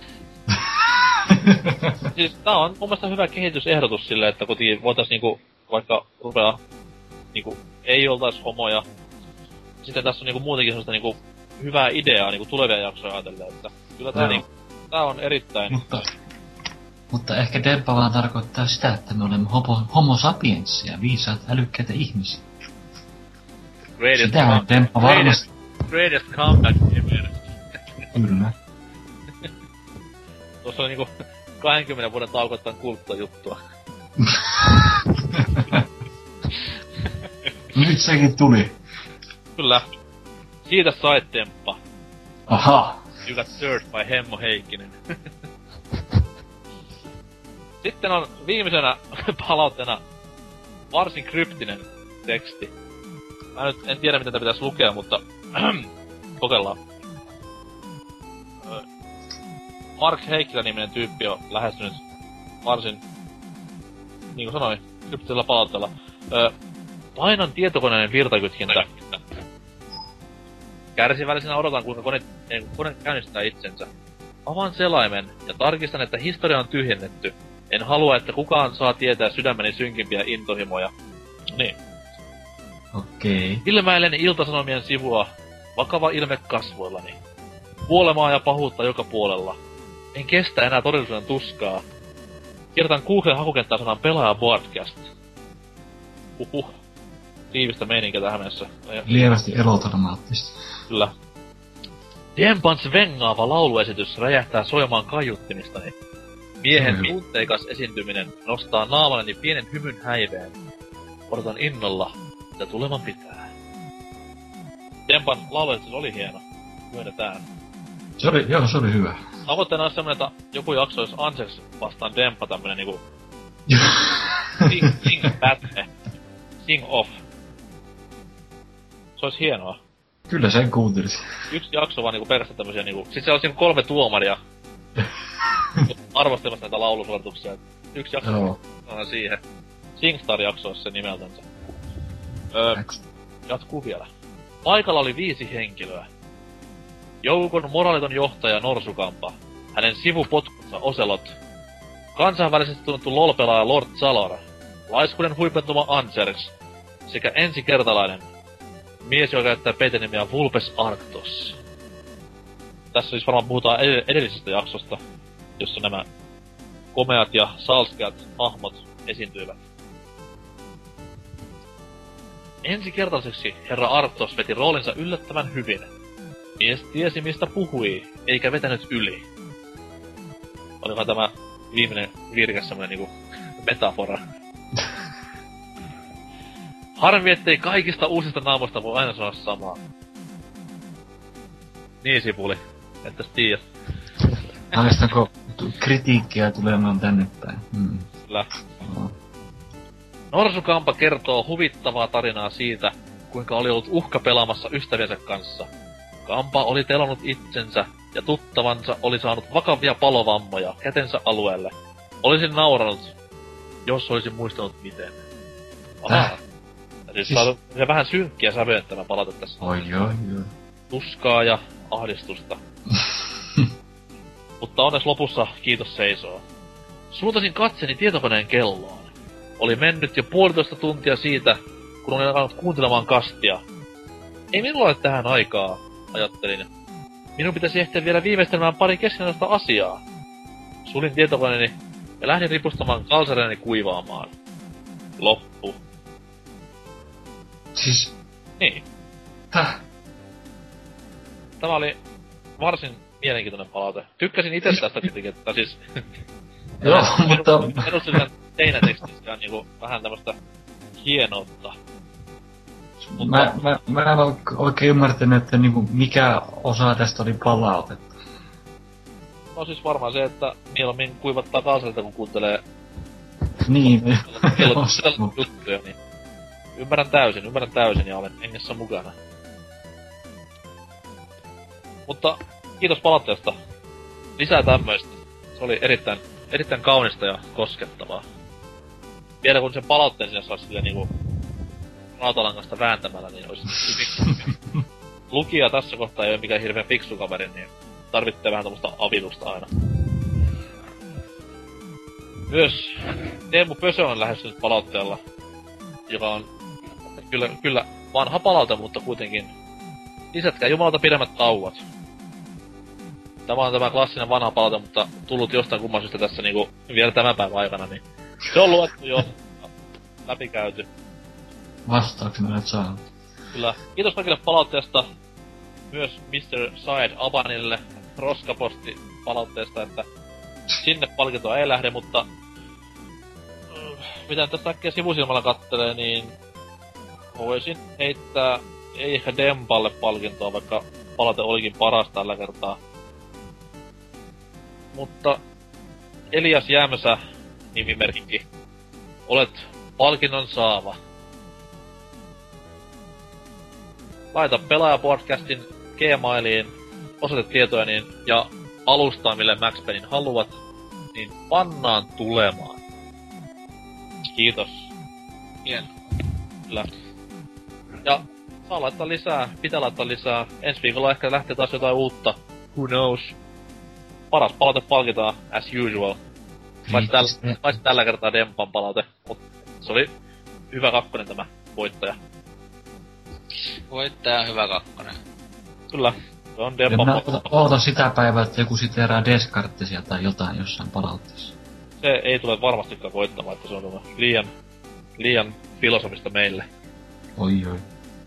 Speaker 2: Siis tää on mun mielestä hyvä kehitysehdotus silleen, että kun voitais niinku vaikka rupea niinku ei oltais homoja. Sitten tässä on niinku muutenkin semmoista niinku hyvää ideaa niinku tulevia jaksoja ajatellen, että kyllä tää, niinku, tää on erittäin...
Speaker 3: Mutta, mutta ehkä Demppa vaan tarkoittaa sitä, että me olemme homo, homo sapienssia, viisaat älykkäitä ihmisiä.
Speaker 2: Greatest
Speaker 3: sitä on Demppa varmasti.
Speaker 2: Greatest comeback ever.
Speaker 3: Kyllä.
Speaker 2: Tuossa on niinku kahdenkymmenen vuoden taukoittain kulttajuttua.
Speaker 3: Nyt sekin tuli.
Speaker 2: Kyllä. Siitä sait, Demppa.
Speaker 3: Aha.
Speaker 2: You got served by Hemmo Heikkinen. Sitten on viimeisenä palautteena varsin kryptinen teksti. Mä nyt en tiedä miten tätä pitäisi lukea, mutta kokeillaan. Mark Heikkilä-niminen tyyppi on lähestynyt varsin, niin kuin sanoin, kryptisellä palautteella. Öö, painan tietokoneen virtakytkintä. Kärsivällisenä odotan, kuinka kone, kone käynnistää itsensä. Avaan selaimen ja tarkistan, että historia on tyhjennetty. En halua, että kukaan saa tietää sydämeni synkimpiä intohimoja. Niin.
Speaker 3: Okei. Okay.
Speaker 2: Ilmäilen Ilta-Sanomien sivua. Vakava ilme kasvoillani. Kuolemaa ja pahuutta joka puolella. En kestä enää todellisuuden tuskaa. Kirjoitan Googlen hakukenttään sanan pelaaja podcast. Huhhuh. Tiivistä meininkiä tähän mennessä.
Speaker 3: Lievästi elotramaattista.
Speaker 2: Kyllä. Dempans vengaava lauluesitys räjähtää soimaan kaiuttimistani. Miehen mm. tunteikas esiintyminen nostaa naamanani pienen hymyn häiveen. Odotan innolla, mitä tuleman pitää. Dempan lauluesitys oli hieno. Myönnetään.
Speaker 3: Se oli, joo, se oli hyvä.
Speaker 2: Tavoitteena olisi semmonen, että joku jakso olisi Anseks vastaan Dempa tämmönen niinku... sing, sing battle. Sing off. Se olisi hienoa.
Speaker 3: Kyllä sen kuuntelisi.
Speaker 2: Yksi jakso vaan niinku pelkästään tämmösiä niinku... Sit se olisi niinku kolme tuomaria. Arvostelemassa näitä laulusuorituksia. Yksi jakso no. on siihen. Singstar-jakso olisi se nimeltänsä. Öö, jatkuu vielä. Paikalla oli viisi henkilöä. Joukon moraaliton johtaja Norsukampa. Hänen sivupotkunsa Ocelot. Kansainvälisesti tunnettu lolpelaaja Lord Zalor. Laiskuuden huipentuma Anserx. Sekä ensikertalainen mies, joka käyttää peitenimiä Vulpes Arctos. Tässä siis varmaan puhutaan ed- edellisestä jaksosta, jossa nämä komeat ja salskeat hahmot esiintyivät. Ensikertaiseksi herra Arctos veti roolinsa yllättävän hyvin. Mies tiesi mistä puhui, eikä vetänyt yli. Olikohan tämä viimeinen virke semmonen niinku metafora. Harmi, ettei kaikista uusista naamoista voi aina sanoa samaa. Niin, Sipuli. Entäs tiiä?
Speaker 3: Haistanko kritiikkiä tulemaan tänne päin? Hmm.
Speaker 2: Kyllä. No. Norsukampa kertoo huvittavaa tarinaa siitä, kuinka oli ollut uhka pelaamassa ystäviensä kanssa. Kampa oli telannut itsensä, ja tuttavansa oli saanut vakavia palovammoja kätensä alueelle. Olisin nauranut, jos olisin muistanut miten. Aha. Siis, siis... on se vähän synkkiä sävyä tämä palata tässä.
Speaker 3: Oi joo joo.
Speaker 2: Tuskaa ja ahdistusta. Mutta onnes lopussa kiitos seisoo. Suuntasin katseni tietokoneen kelloon. Oli mennyt jo puolitoista tuntia siitä, kun olin alkanut kuuntelemaan kastia. Ei minulla ole tähän aikaa, ajattelin. Minun pitäisi ehtiä vielä viimeistelemään pari keskeistä asiaa. Sulin tietokoneeni ja lähdin ripustamaan kalsareeni kuivaamaan. Loppu.
Speaker 3: Siis...
Speaker 2: Niin.
Speaker 3: Häh?
Speaker 2: Tämä oli varsin mielenkiintoinen palaute. Tykkäsin itse tästä kuitenkin, että siis...
Speaker 3: Joo, mutta...
Speaker 2: Edustin seinätekstissä niinku vähän tämmöstä hienoutta.
Speaker 3: Mutta... Mä, mä, mä en oikein ymmärtänyt, että niinku mikä osa tästä oli palautetta.
Speaker 2: No siis varmaan se, että mieluummin kuivattaa kaaselta, kun kuuntelee...
Speaker 3: Niin,
Speaker 2: joo. Juttuja, niin... Ymmärrän täysin, ymmärrän täysin ja olen hengessä mukana. Mutta kiitos palautteesta. Lisää tämmöistä. Se oli erittäin, erittäin kaunista ja koskettavaa. Vielä kun sen palautteen sinne saisi silleen niinku rautalangasta vääntämällä, niin olisi hyvin. Lukija tässä kohtaa ei ole mikään hirveän fiksu kaveri, niin tarvitsee vähän tommoista avitusta aina. Myös Teemu Pösö on lähestynyt palautteella, joka on kyllä, kyllä vanha palaute, mutta kuitenkin lisätkää jumalata pidemmät tauot. Tämä on tämä klassinen vanha palaute, mutta tullut jostain kumman syystä tässä niinku vielä tämän päivän aikana, niin se on luettu jo läpikäyty.
Speaker 3: Vastauksena et saanut.
Speaker 2: Kyllä. Kiitos kaikille palautteesta. Myös mister Saed Abanille roskaposti palautteesta, että sinne palkintoa ei lähde, mutta mitä tästä äkkiä sivusilmalla kattelee, niin voisin heittää ei ehkä Dempalle palkintoa, vaikka palaute olikin paras tällä kertaa. Mutta Elias Jämsä nimimerkki, olet palkinnon saava. Laita Pelaaja-podcastin Gmailiin osoitetietoja niin, ja alustaa, mille Max Paynein haluat, niin pannaan tulemaan. Kiitos.
Speaker 4: Hieno.
Speaker 2: Kyllä. Ja saa laittaa lisää, pitää laittaa lisää. Ensi viikolla ehkä lähtee taas jotain uutta. Who knows? Paras palaute palkitaan, as usual. Paitsi tällä, paitsi tällä kertaa Dempan palaute, mutta se oli hyvä kakkonen tämä voittaja.
Speaker 4: Voittaja hyvä kakkonen.
Speaker 2: Kyllä, se on Dempan palaute.
Speaker 3: Mä ootan sitä päivää, että joku siteeraa Descartesia tai jotain jossain palautteessa.
Speaker 2: Se ei tule varmastikaan voittamaan, että se on liian, liian filosofista meille.
Speaker 3: Oi oi.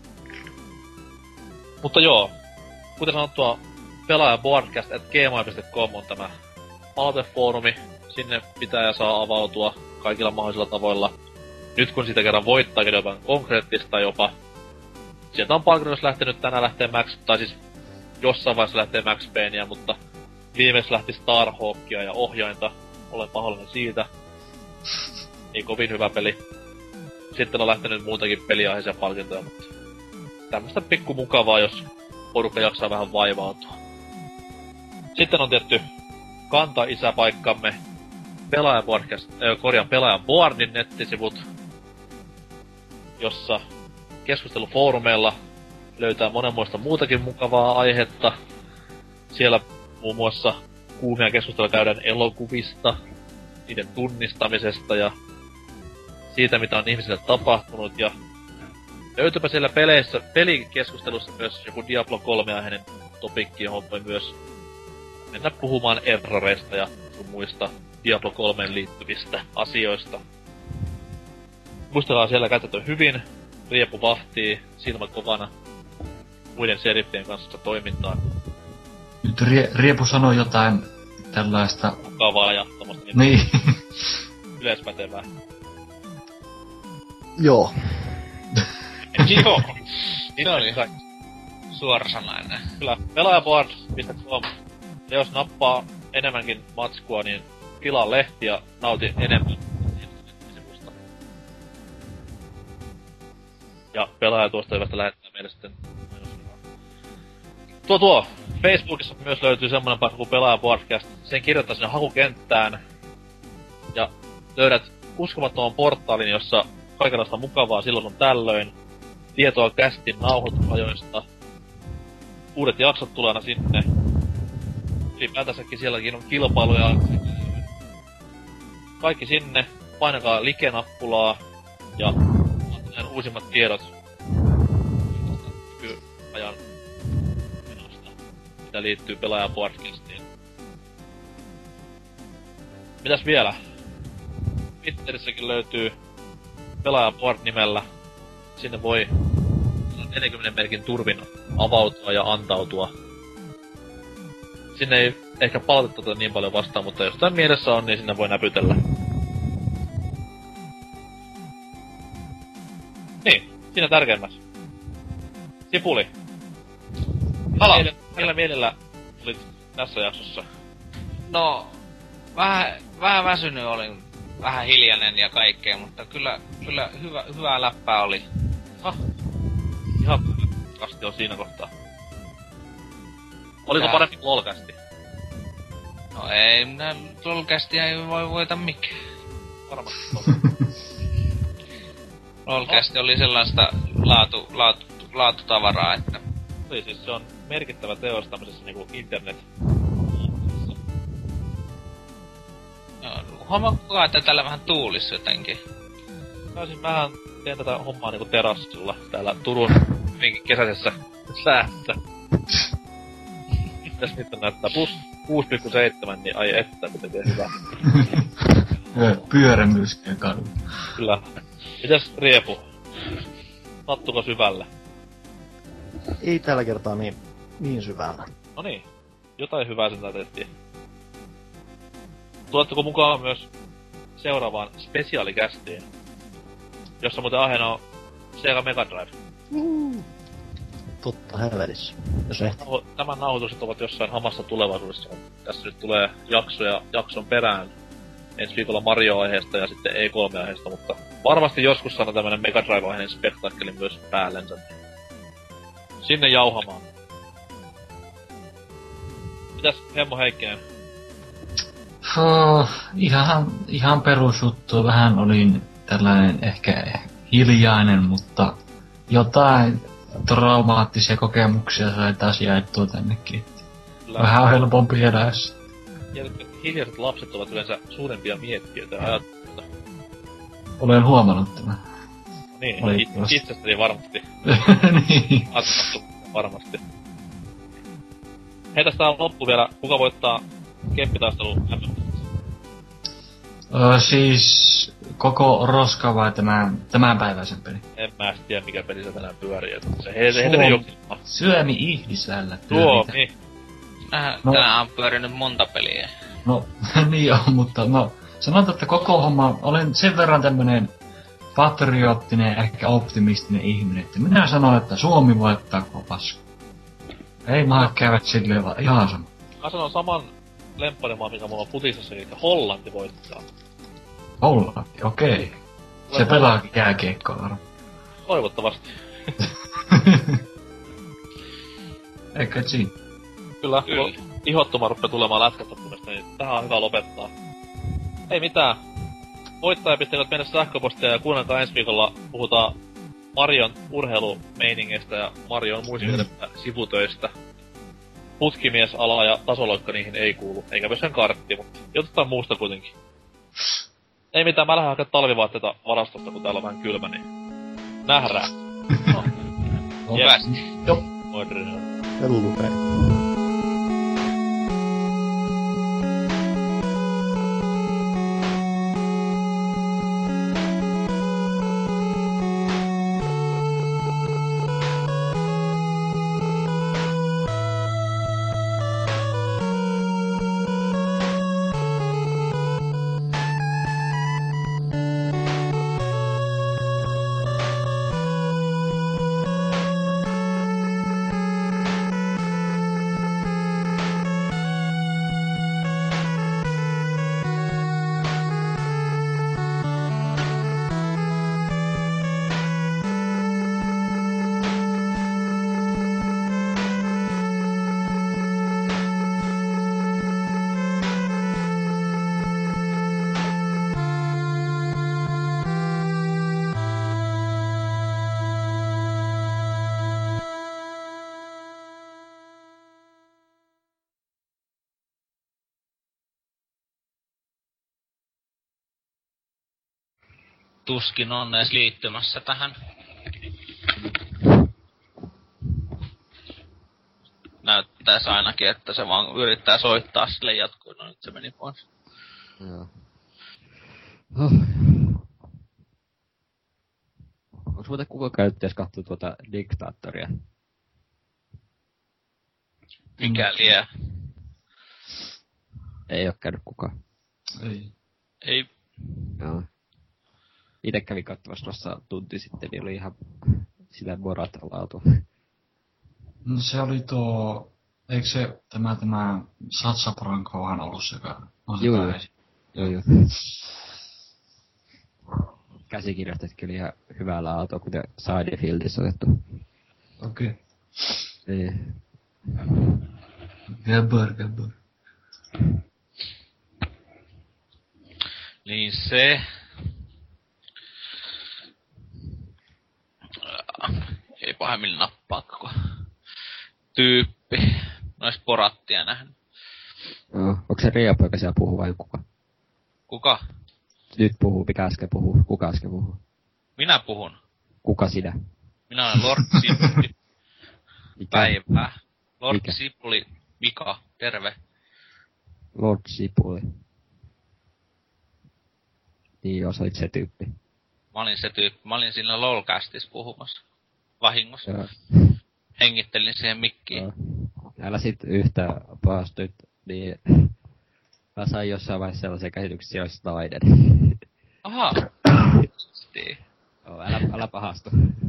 Speaker 2: Mutta joo, kuten sanottua, pelaajaboardcast at gmail piste com on tämä palautefoorumi. Sinne pitää ja saa avautua kaikilla mahdollisilla tavoilla. Nyt kun sitä kerran voittaakin jotain konkreettista jopa. Sieltä on palkinnossa lähtenyt, tänään lähtee Max, tai siis jossain vaiheessa lähtee Max Payneä, mutta viimeksi lähti Starhawkia ja ohjainta. Olen pahoillani siitä. Ei kovin hyvä peli. Sitten on lähtenyt muutakin peliaiheisia palkintoja, mutta tämmöstä pikku mukavaa, jos porukka jaksaa vähän vaivautua. Sitten on tietty kanta-isäpaikkamme Pelaaja-podcast, äh, korjaan Pelaaja-boardin nettisivut, jossa keskustelufoorumeilla löytää monenmoista muutakin mukavaa aihetta. Siellä muun muassa kuumia keskustelua käydään elokuvista, niiden tunnistamisesta ja siitä, mitä on ihmisille tapahtunut. Ja löytyypä siellä peleissä, pelikeskustelussa myös joku Diablo kolme-aiheinen topikki, johon voi myös mennä puhumaan erroreista ja sun muista Diablo kolmeen liittyvistä asioista. Muistellaan siellä käytetty hyvin, riepu vahtii, silmä kovana muiden seriffien kanssa toimintaan.
Speaker 3: Nyt rie, Riepu sanoi jotain tällaista...
Speaker 2: Mukavaa ja tommoista
Speaker 3: niin.
Speaker 2: Yleispätevää.
Speaker 6: Joo.
Speaker 4: Joo. Se oli suorasanainen.
Speaker 2: Kyllä, pelaajaboard piste com. Ja jos nappaa enemmänkin matskua, niin tilaa lehti ja nauti enemmän sivusta. Ja pelaaja tuosta hyvästä lähettää meille sitten... Tuo tuo! Facebookissa myös löytyy semmonen paikka kuin Pelaaja-podcast. Sen kirjoittaa sinne hakukenttään. Ja löydät uskomattoman portaalin, jossa kaikenlaista mukavaa silloin on tällöin. Tietoa kästin nauhoitusajoista. Uudet jaksot tulee aina sinne. Ylipäätänsäkin sielläkin on kilpailuja. Kaikki sinne. Painakaa like-nappulaa. Ja uusimmat tiedot. Nykyajan menosta. Mitä liittyy Pelaaja-podcastiin. Mitäs vielä? Twitterissäkin löytyy Pelaaja-board-nimellä. Sinne voi neljänkymmenen merkin turvin avautua ja antautua. sinne ei ehkä palautetta tota niin paljon vastaan, mutta jostain mielessä on, niin sinne voi näpytellä. Niin, siinä tärkeimmät. Sipuli.
Speaker 4: Hala.
Speaker 2: Millä, millä mielellä olit tässä jaksossa?
Speaker 4: No, vähän, vähän väsynyt olin, vähän hiljainen ja kaikkea, mutta kyllä, kyllä hyvä, hyvää läppää oli.
Speaker 2: Ah, ihan kasti on siinä kohtaa. Oliko
Speaker 4: Tää.
Speaker 2: parempi kuin Lolcasti?
Speaker 4: No ei, minä Lolcastia ei voi voita mikään.
Speaker 2: Varmasti.
Speaker 4: Lolcast oli sellaista laatu, laatu, laatutavaraa, että...
Speaker 2: Oli siis se on merkittävä teos tämmöisessä niinku internet.
Speaker 4: No, homma kukaan, että täällä vähän tuulisi jotenkin.
Speaker 2: Mä siis vähän teen tätä hommaa niinku terassilla täällä Turun hyvinkin kesäisessä säässä. Mitäs nyt näyttää? Plus kuusi pilkku seitsemän, niin ai että, kun tekee hyvää.
Speaker 3: Pyörämyskeen kadulla.
Speaker 2: Kyllä. Mitäs Riepu? Sattuko syvälle?
Speaker 6: Ei tällä kertaa niin, niin syvällä.
Speaker 2: No niin. Jotain hyvää sen tehtiin. Tuletteko mukaan myös seuraavaan spesiaalikästiin, jossa muuten aiheena on Sega Mega Drive.
Speaker 6: Mm. Totta helvetissä. Jos ehti.
Speaker 2: Tämän nauhoitukset ovat jossain hamassa tulevaisuudessa. Tässä nyt tulee jaksoja jakson perään. Ensi viikolla Mario-aiheesta ja sitten E kolme-aiheesta, mutta varmasti joskus saadaan tämmönen Mega Drive-aiheinen spektaakkeli myös päällensä. Sinne jauhamaan. Mitäs Hemmo Heikkinen?
Speaker 3: Oh, ihan, ihan perusjuttu. Vähän olin tällainen ehkä hiljainen, mutta jotain traumaattisia kokemuksia sai taas jaettua tännekin. Kyllä. Vähän on helpompi elää.
Speaker 2: Hiljaiset lapset ovat yleensä suurempia miettiöitä ja ajatteluita.
Speaker 3: Olen huomannut tämän.
Speaker 2: Niin, it, itsestäni varmasti.
Speaker 3: Niin.
Speaker 2: Atkastu varmasti. Hei, tästä on loppu vielä. Kuka voittaa kemppitaistelun M M O?
Speaker 3: Öö, siis koko roska vai tämän, tämänpäiväisen peli?
Speaker 2: En mä tiedä mikä peli se tänään pyörii. Se heidän jokin.
Speaker 3: Syömi Ihdisällä
Speaker 2: Suomi.
Speaker 4: Äh, no. Tänään on pyörinyt monta peliä.
Speaker 3: No, niin on, mutta no, sanotaan, että koko homma, olen sen verran tämmönen patriottinen, ehkä optimistinen ihminen, että minä sanon, että Suomi voittaa koko pasku. Ei maa käydä silleen vaan ihan sama.
Speaker 2: Mä sanon saman lempparimaan, mikä mulla on futisessa, eli Hollanti voittaa.
Speaker 3: Hollanti, okei. Okay. Se pelaakin jääkiekkoa varmaan.
Speaker 2: Toivottavasti.
Speaker 3: Eikä siinä.
Speaker 2: Kyllä, Kyllä. Ihottuma ruppee tulemaan lätkättömyydestä, niin tähän on hyvä lopettaa. Ei mitään. Voittajapisteet mennä sähköpostia ja kuunnelkaa ensi viikolla puhutaan Marion urheilumeiningeistä ja Marion muistelevista mm. sivutöistä. Putkimies-ala ja tasoloikka niihin ei kuulu, eikä myöskään kartti, mutta jotain muusta kuitenkin. Ei mitään, mä lähden hakemaan talvivaatteita varastosta, kun täällä on vähän kylmä, niin nähdään. No.
Speaker 3: No.
Speaker 2: Yes.
Speaker 3: Joo.
Speaker 2: Morjens.
Speaker 6: Hellupei.
Speaker 4: Tuskin on edes liittymässä tähän. Näyttäis ainakin, että se vaan yrittää soittaa sille jatkuun. No nyt se meni pois.
Speaker 7: Joo. Huh. Onks muuten kuka käyttäis katsoa tuota Diktaattoria?
Speaker 4: Mikäliä.
Speaker 7: Ei oo käynyt kukaan.
Speaker 3: Ei.
Speaker 4: Ei.
Speaker 7: Joo. Ite kävin katsomassa tuossa tunti sitten, niin oli ihan sillä Borat-laatu.
Speaker 3: No se oli tuo... Eikö se tämä, tämä Sacha Baron Cohen ollut se, joka on se
Speaker 7: Joo,
Speaker 3: pääsi?
Speaker 7: joo, joo. Käsikirjoitetkin oli ihan hyvää laatua, kuten Sidefieldissä otettu.
Speaker 3: Okei. Okay.
Speaker 7: Ei.
Speaker 3: Gabbar, gabbar.
Speaker 4: Niin se... Ei pahemmin nappaa koko tyyppi. Nois Borattia nähnyt.
Speaker 7: Joo. Onko se Riapo, joka siellä puhuu vai kuka?
Speaker 4: Kuka?
Speaker 7: Nyt puhuu, mikä äsken puhuu? Kuka äsken puhuu?
Speaker 4: Minä puhun.
Speaker 7: Kuka sinä?
Speaker 4: Minä olen Lord Sipuli. Päivää. Lord
Speaker 7: Mikä?
Speaker 4: Sipuli, Mika, terve.
Speaker 7: Lord Sipuli. Niin joo, sä olit se tyyppi.
Speaker 4: Mä olin se tyyppi. Mä olin siinä LOLcastissa puhumassa. Vahingossa.
Speaker 7: Joo.
Speaker 4: Hengittelin siihen mikkiin.
Speaker 7: Joo. Älä sit yhtään paastuit, niin... Mä sain jossain vaiheessa sellaisia käsityksiä, että se olisi nainen.
Speaker 4: Ahaa. Stii.
Speaker 7: Joo, älä, älä pahastu.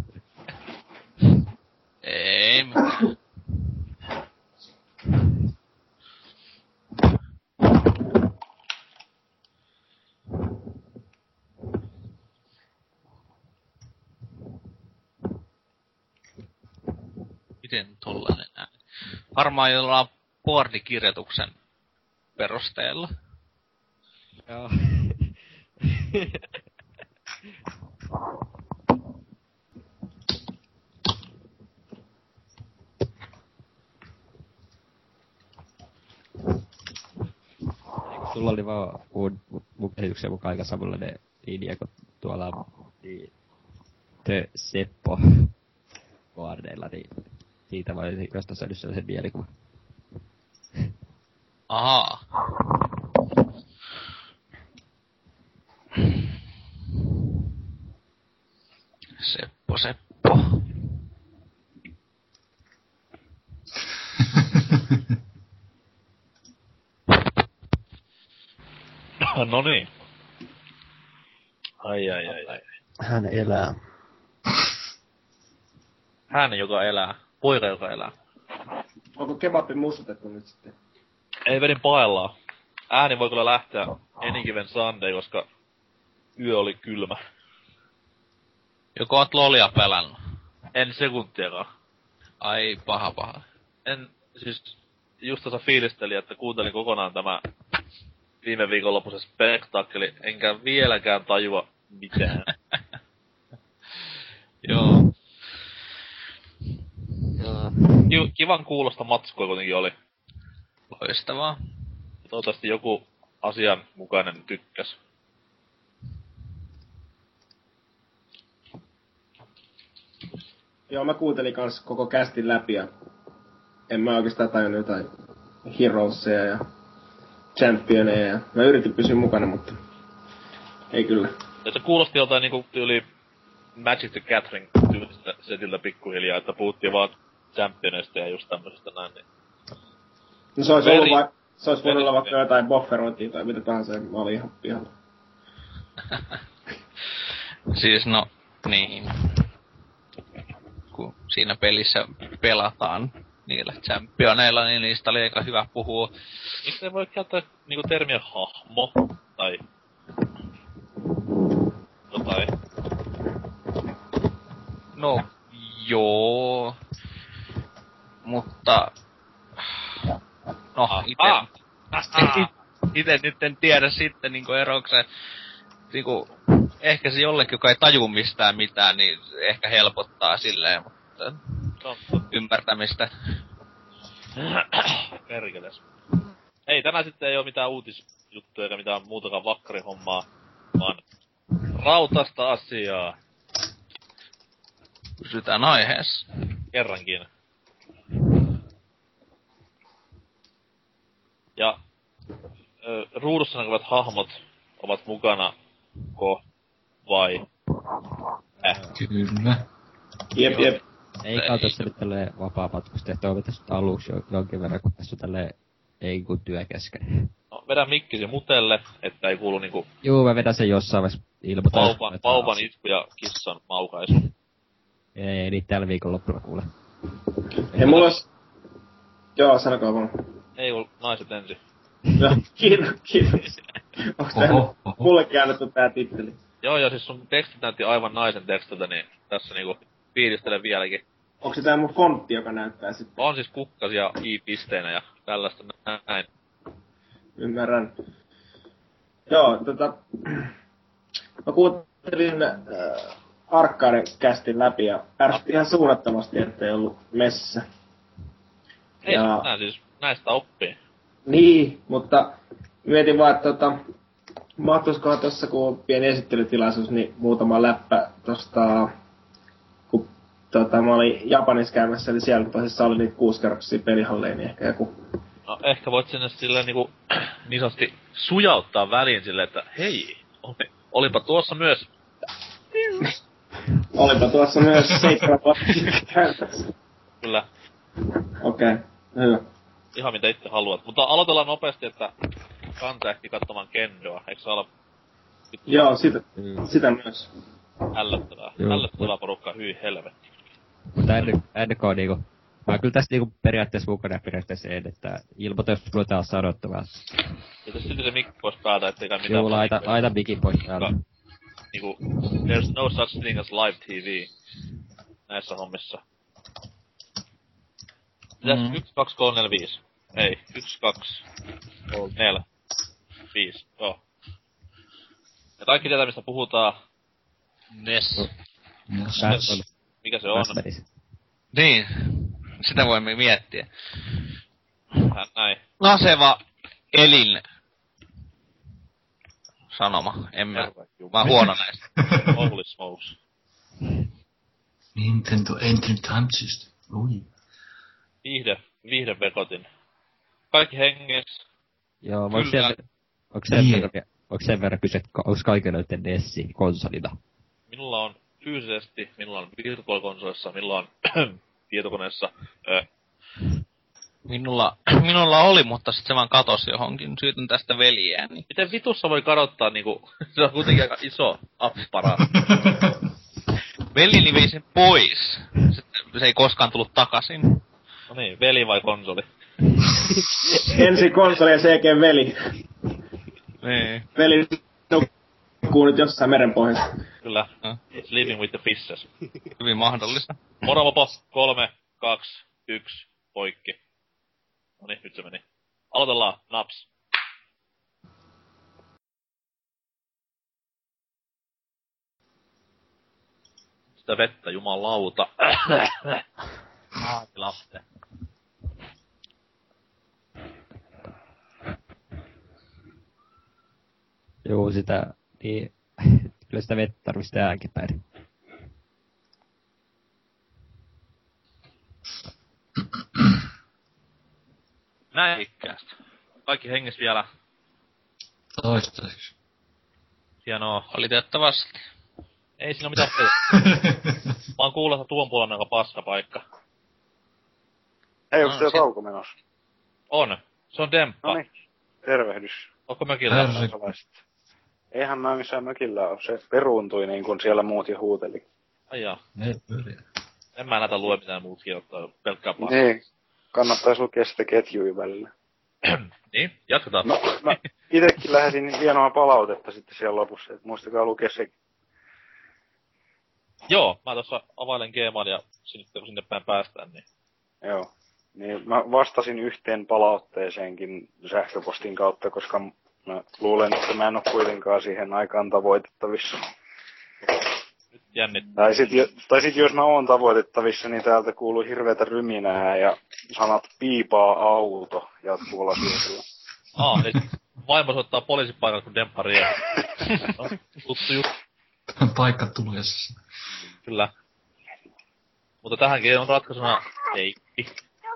Speaker 4: Ei mitään. Miten tollanen ääni? Varmaan jollain boardikirjoituksen perusteella.
Speaker 7: Joo. Sulla oli vaan mun, mun käsityksen mukaan aika samanlainen linja, kun tuolla niin, The Seppo boardeilla, niin siitä mä olisin jostain saanut sellaisen mielikuvan.
Speaker 4: Ahaa. Seppo, Seppo.
Speaker 2: No niin. Ai ai ai ai.
Speaker 6: Hän elää.
Speaker 2: Hän, joka elää. Poika, joka elää.
Speaker 5: Onko kebabbi mussutettu nyt sitten?
Speaker 2: Ei vedin paellaan. Ääni voi kyllä lähteä Any Given Sunday, koska yö oli kylmä.
Speaker 4: Joko oot lolia pelannut?
Speaker 2: En sekuntiakaan.
Speaker 4: Ai, paha paha.
Speaker 2: En, siis just tuossa fiilistelin, että kuuntelin kokonaan tämä viime viikonloppuisen spektaakkeli, enkä vieläkään tajua mitään.
Speaker 4: Joo.
Speaker 7: Joo.
Speaker 2: Ki- kivan kuulosta matskua kuitenkin oli.
Speaker 4: Loistavaa.
Speaker 2: Toivottavasti joku asianmukainen tykkäs.
Speaker 5: Joo, mä kuuntelin kans koko kästin läpi ja en mä oikeastaan tajunnut jotain Heroesia ja Championeja ja mä yritin pysyä mukana, mutta ei kyllä.
Speaker 2: Ja se kuulosti joltain niinku tyyli Magic the Gathering tyylistä setiltä pikkuhiljaa, että puhuttiin vaan Championeista ja just tämmöisestä näin, niin...
Speaker 5: No se olisi
Speaker 2: Veri-
Speaker 5: ollut vai, se olisi voinut olla
Speaker 2: veri-
Speaker 5: vaikka jotain bofferointia tai mitä tahansa, ja mä olin ihan pihalla.
Speaker 4: Siis no, niin. Kun siinä pelissä pelataan niillä championeilla, niin niistä oli aika hyvä puhua.
Speaker 2: Miksi ei voi käyttää niinku termiä hahmo, tai... jotain?
Speaker 4: No, joo. Mutta... No, ite...
Speaker 2: Ah.
Speaker 4: Ite nyt en tiedä sitten niinku erokseen. Niinku... Ehkä se jollekin, joka ei taju mistään mitään, niin ehkä helpottaa silleen, mutta...
Speaker 2: Totta.
Speaker 4: Ymmärtämistä.
Speaker 2: Perkeles. Ei, tänään sitten ei oo mitään uutisjuttuja eikä mitään muutakaan vakkarihommaa, vaan rautasta asiaa.
Speaker 4: Pysytään aiheessa.
Speaker 2: Kerrankin. Ja ö, ruudussa näkyvät hahmot ovat mukana ko vai äh.
Speaker 3: Kyllä.
Speaker 5: Jep, jep.
Speaker 7: Ei kai tässä nyt tälleen vapaa-matkustajat toivottavasti aluksi jo jonkin verran, kun tässä on tälleen ei kun työ kesken.
Speaker 2: No, vedä mikkisi mutelle, että ei kuulu niinku...
Speaker 7: Juu, mä vedän sen jossain vaiheessa ilmoitan.
Speaker 2: Vauvan, vauvan itku ja kissan maukaisu.
Speaker 7: Ei, ei niitä tällä viikonloppuna kuule.
Speaker 5: Ei mulla ois... Joo, sanokaa vaan.
Speaker 2: Ei oo naiset ensin.
Speaker 5: Joo, kiitos, kiitos. Onks tää mullekin annettu tää titteli?
Speaker 2: Joo, joo, siis sun tekstit näytti aivan naisen tekstiltä, niin tässä niinku fiilistelen vieläkin.
Speaker 5: Onko se tää mun fontti, joka näyttää sitten?
Speaker 2: On siis kukkasia i-pisteinä ja tällaista näin.
Speaker 5: Ymmärrän. Joo, tota... Mä kuuntelin äh, Arkkari-kästin läpi ja ärsytti ihan suunnattomasti, ettei ollut messissä.
Speaker 2: Ei ja... nää siis, näistä oppii.
Speaker 5: Niin, mutta mietin vaan, että tota... Mahtuiskohan tossa, kun on pieni esittelytilaisuus, niin muutama läppä tosta... Kun tota, mä olin Japanissa käymässä, eli siellä tosissaan oli niitä kuusikerroksisia pelihalleja, niin ehkä joku...
Speaker 2: No ehkä voit sinne silleen niinku niin sanotusti sujauttaa väliin silleen, että hei, oli, olipa tuossa myös...
Speaker 5: olipa tuossa myös seitsemän vuotta käytössä.
Speaker 2: Kyllä.
Speaker 5: Okei, okay, hyvä.
Speaker 2: Ihan mitä itse haluat. Mutta aloitellaan nopeasti, että Kanta ehti katsomaan Kendoa. Eikö se olla...
Speaker 5: Joo, sitä, mm. sitä myös.
Speaker 2: Ällöttävää. Ällöttävää porukkaa, hyi helvetti.
Speaker 7: Mutta N K niinku... Mä kyllä tästä niinku periaatteessa mukana periaatteessa en, että ilmoitus ruvetaan sanottavaa.
Speaker 2: Ja silti se mikki pois päältä, ettei kai mitään...
Speaker 7: Joo, laita, laita mikki pois päältä.
Speaker 2: Niinku, there's no such thing as live T V näissä hommissa. Mitäs mm. yksi, kaksi, kolme, neljä, viisi? Ei, yksi, kaksi, kolme, neljä, viisi, joo. Ja kaikki tietää, mistä puhutaan.
Speaker 4: Nes.
Speaker 7: Nes.
Speaker 2: Mikä se on?
Speaker 4: Niin, sitä voimme miettiä.
Speaker 2: Hän näin.
Speaker 4: Naseva elin sanoma. En mä, mä oon huono näistä.
Speaker 2: Holy smokes.
Speaker 3: Nintendo Entertainment System. Ui.
Speaker 2: Viihde, viihde vekotin. Kaikki henges.
Speaker 7: Joo, voiko sen, onko sen, verran, onko sen verran kyse, että onko kaikilla nyt Nessi konsolina?
Speaker 2: Minulla on fyysisesti, minulla on virtuaalikonsolissa, minulla on tietokoneessa. Ö.
Speaker 4: Minulla, minulla oli, mutta sit se vaan katosi johonkin. Syytän tästä veljääni.
Speaker 2: Miten vitussa voi kadottaa niinku, se on kuitenkin aika iso appara.
Speaker 4: Veljeni vei sen pois. Sitten se ei koskaan tullut takaisin.
Speaker 2: No niin, veli vai konsoli?
Speaker 5: Ensin konsoli ja sen jälkeen veli.
Speaker 4: Niin.
Speaker 5: Veli nukkuu nyt jossain merenpohjassa.
Speaker 2: Kyllä. Huh? Sleeping with the fishes.
Speaker 4: Hyvin mahdollista.
Speaker 2: Moromopo, kolme, kaksi, yksi, poikki. Noniin, nyt se meni. Aloitellaan, naps. Sitä vettä, jumalauta. Aatilafte.
Speaker 7: Joo, sitä, niin, kyllä sitä vettä tarvitsee äänkipäin.
Speaker 2: Näikkäästä. Kaikki henges vielä.
Speaker 3: Toistaiseksi.
Speaker 2: Hienoa.
Speaker 4: Valitettavasti.
Speaker 2: Ei siinä mitään tehdä. Mä oon kuullut, että tuon puolella on aika paska paikka.
Speaker 8: Ei, onko no, se tauko menossa?
Speaker 2: On. Se on demppa.
Speaker 8: Noniin. Tervehdys.
Speaker 2: Onko mökillä?
Speaker 8: Eihän mä missään mökillä ole. Se peruuntui niin kuin siellä muut jo huuteli.
Speaker 2: Ai jaa.
Speaker 3: Ne pyriä.
Speaker 2: En mä näitä lue mitään muut kirjoittaa. Pelkkää paskaa.
Speaker 8: Niin. Kannattais lukea sitä ketjuja välillä.
Speaker 2: Niin, jatketaan.
Speaker 8: No, mä itekin lähetin hienoa palautetta sitten siellä lopussa, et muistakaa lukea sekin.
Speaker 2: Joo, mä tossa availen Gmail ja sinne, kun sinne päin päästään, niin...
Speaker 8: Joo. Niin mä vastasin yhteen palautteeseenkin sähköpostin kautta, koska mä luulen, että mä en oo kuitenkaan siihen aikaan tavoitettavissa.
Speaker 2: Nyt jännittää.
Speaker 8: Tai sit, tai sit jos mä oon tavoitettavissa, niin täältä kuuluu hirveätä ryminää ja sanat piipaa auto jatkuvalla syötöllä.
Speaker 2: Aa, eli vaimo soittaa poliisipaikalle, kun demppa riehuu. No, tuttu juttu.
Speaker 3: Paikka tulessa.
Speaker 2: Kyllä. Mutta tähänkin on ratkaisuna teippi.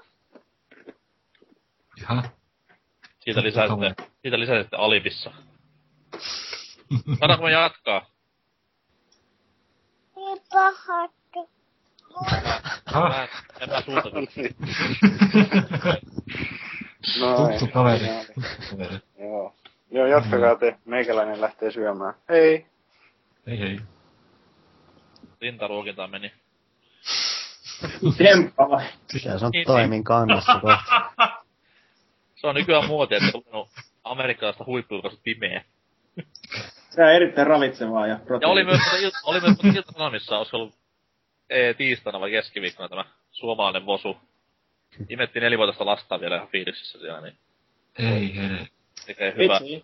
Speaker 3: Jaha.
Speaker 2: Siitä lisäisitte, siitä lisäisitte Alibissa. Saadaanko me jatkaa?
Speaker 9: Niin pahattu.
Speaker 2: Mä en, en mä suuta kyllä.
Speaker 3: Tuttu kaveri.
Speaker 8: Joo. Joo, jatkakaa te. Meikäläinen lähtee syömään. Hei!
Speaker 3: Hei hei.
Speaker 2: Rintaruokinta meni.
Speaker 5: Temppa vai?
Speaker 6: Kyllä se on toimin kannassa kohta.
Speaker 2: Se on nykyään muotia, että on amerikkalaista huippujulkaisut pimeä.
Speaker 5: Se on erittäin ravitsevaa ja
Speaker 2: Ja oli myös, oli myös Ilta-Sanomissa, olisiko ollut ee, tiistaina vai keskiviikkona tämä suomalainen vosu. Imettiin nelivuotiaista lastaa vielä ihan fiiliksissä siellä, niin...
Speaker 3: Ei hele.
Speaker 2: Tekee hyvää.
Speaker 5: Itse.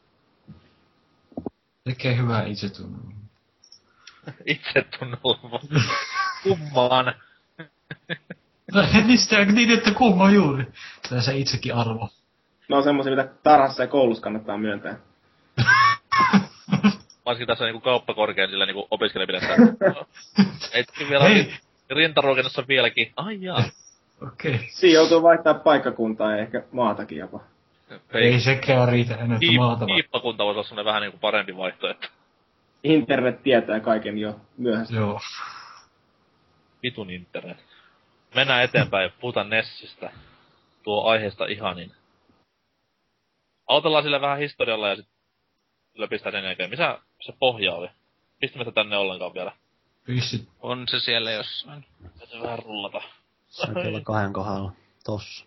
Speaker 3: Tekee hyvää itsetunnolla.
Speaker 2: Itsetunnolla. Kummaan.
Speaker 3: No mistä niin, että kumma juuri. Tässä itsekin arvo.
Speaker 5: Ne on semmosia, mitä tarhassa ja koulussa kannattaa myöntää.
Speaker 2: Varsinkin tässä niinku kauppakorkean sillä niinku opiskelijapidessä. Eitkin vielä rintaruokinnassa vieläkin. Ai jaa.
Speaker 3: Okei. Okay.
Speaker 5: Siinä joutuu vaihtaa paikkakuntaa ja ehkä maatakin jopa.
Speaker 3: Ei, Ei sekään riitä enää, että maata vaan.
Speaker 2: Hiippakunta voisi olla semmonen vähän niinku parempi vaihtoehto.
Speaker 5: Internet tietää kaiken jo myöhässä.
Speaker 3: Joo.
Speaker 2: Vitun internet. Mennään eteenpäin, puhutaan Nessistä. Tuo aiheesta ihanin. Aloitellaan sille vähän historialla ja sit löpistään sen jälkeen. Missä se pohja oli? Pistämättä tänne ollenkaan vielä.
Speaker 3: Pissit.
Speaker 4: On se siellä jossain.
Speaker 2: Täytyy vähän rullata.
Speaker 6: Se on kello kahden kohdalla. Tossa.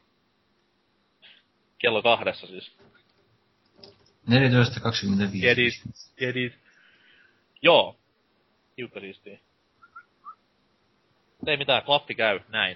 Speaker 2: Kello kahdessa siis.
Speaker 3: neljätoista kaksikymmentäviisi.
Speaker 2: Jedit, jedit. Joo. Hiukka siistii. Ei mitään, klappi käy, näin.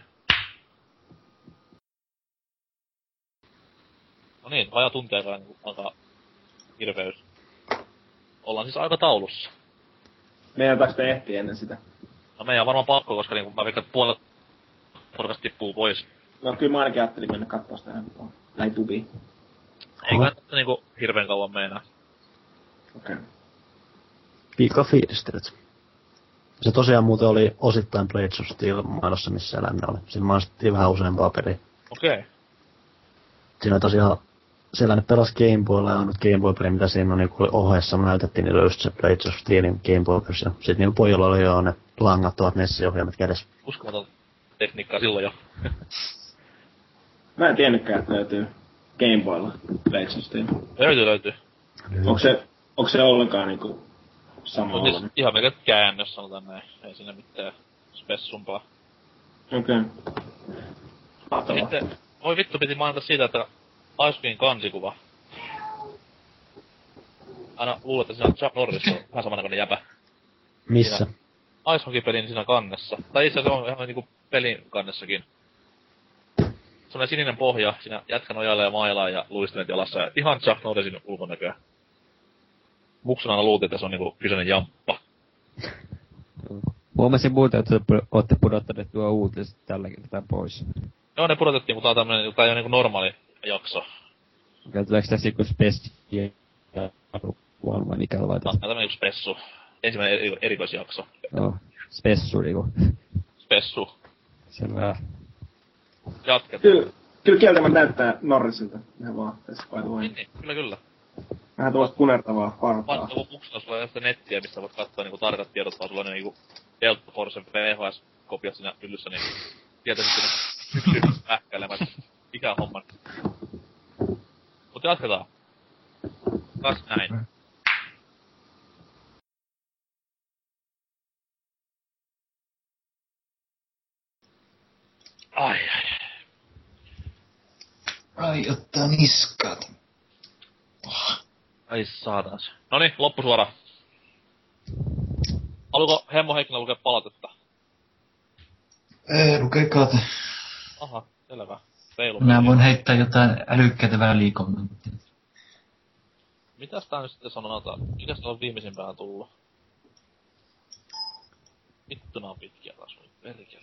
Speaker 2: No niin, vajaa tuntiakaan niin alkaa hirveys. Ollaan siis aikataulussa.
Speaker 5: Meidän te ehtiä ennen sitä?
Speaker 2: No meidän on varmaan pakko, koska niin mä veikkaan, että puolet porukasta tippuu pois.
Speaker 5: No kyllä mä ainakin ajattelin mennä kattoo sitä ihan näin pubiin.
Speaker 2: Eikä että niinku hirveen kauan meinaa.
Speaker 5: Okei. Okay.
Speaker 6: Pika fiilistelet. Se tosiaan muuten oli osittain Blades of Steel mailossa, missä elämä oli. Siinä mainostettiin vähän useampaa peliä.
Speaker 2: Okei. Okay.
Speaker 6: Siinä tosiaan sellainen pelas Game Boylla ja ainut Game Boy-peli, mitä siinä on niin ohjeessa näytettiin, niin löysi se Blades of Steelin Game Boy-versio. Sitten niillä pojilla oli jo ne langattomat Nessi-ohjelmat kädessä.
Speaker 2: Uskomaton tekniikkaa silloin jo.
Speaker 5: Mä en tiennytkään, että löytyy Game Boylla Blades of Steel.
Speaker 2: Löytyy, löytyy.
Speaker 5: Onko se, onko se ollenkaan niinku sama
Speaker 2: no, siis ihan melkein käännös, sanotaan näin. Ei siinä mitään spessumpaa.
Speaker 5: Okei. Okay.
Speaker 2: Sitten, voi vittu piti mainita siitä, että Icebeam kansikuva. Aina luulet, että siinä on Chuck Norris on vähän samannäköinen jäpä.
Speaker 6: Missä?
Speaker 2: Ice Hockey-pelin siinä kannessa. Tai itse asiassa on ihan niinku pelin kannessakin. Sellainen sininen pohja, siinä jätkä nojailee mailaa ja luistelet jalassa ja ihan Chuck Norrisin ulkonäköä. Muksun aina luultiin, että se on niinku kyseinen jamppa.
Speaker 7: Huomasin muuten, että ootte pudottaneet tuo uutiset tällä kertaa pois.
Speaker 2: Joo, ne pudotettiin, mutta tää on tämmönen, tää ei oo niinku normaali jakso.
Speaker 7: Okei, tuleeko tässä joku spessi ja vaan vai mikä vai
Speaker 2: tässä? Tää on tämmönen joku spessu. Ensimmäinen eri- erikoisjakso.
Speaker 7: Joo, spessu niinku.
Speaker 2: Spessu.
Speaker 7: Selvä.
Speaker 2: Jatketaan.
Speaker 5: Kyllä, kyllä kieltämättä näyttää Norrisilta. Ihan vaan tässä by the way.
Speaker 2: Niin, niin, kyllä kyllä.
Speaker 5: Vähän tuollaista punertavaa partaa.
Speaker 2: Vanha muksuna sulla ei sitä nettiä, missä voit katsoa niinku tarkat tiedot, vaan sulla on niinku Delta Forcen V H S-kopiot siinä hyllyssä, niin sieltä sitten yksi yksi pähkäilemät. Mikä homma. Mut jatketaan. Kas näin. Ai ai.
Speaker 3: Ai ottaa niskat. Oh.
Speaker 2: Ai saatanas. Noniin, loppusuora. Haluuko Hemmo Heikkilä lukea palautetta?
Speaker 3: Ei, lukekaa te.
Speaker 2: Aha, selvä. Peilu.
Speaker 3: Minä voin heittää jotain älykkäitä välikommenttia.
Speaker 2: Mitäs tää nyt sitten sanotaan? Mikäs täällä on viimeisimpään tullut? Vittu nää on pitkiä taas, voi perkele.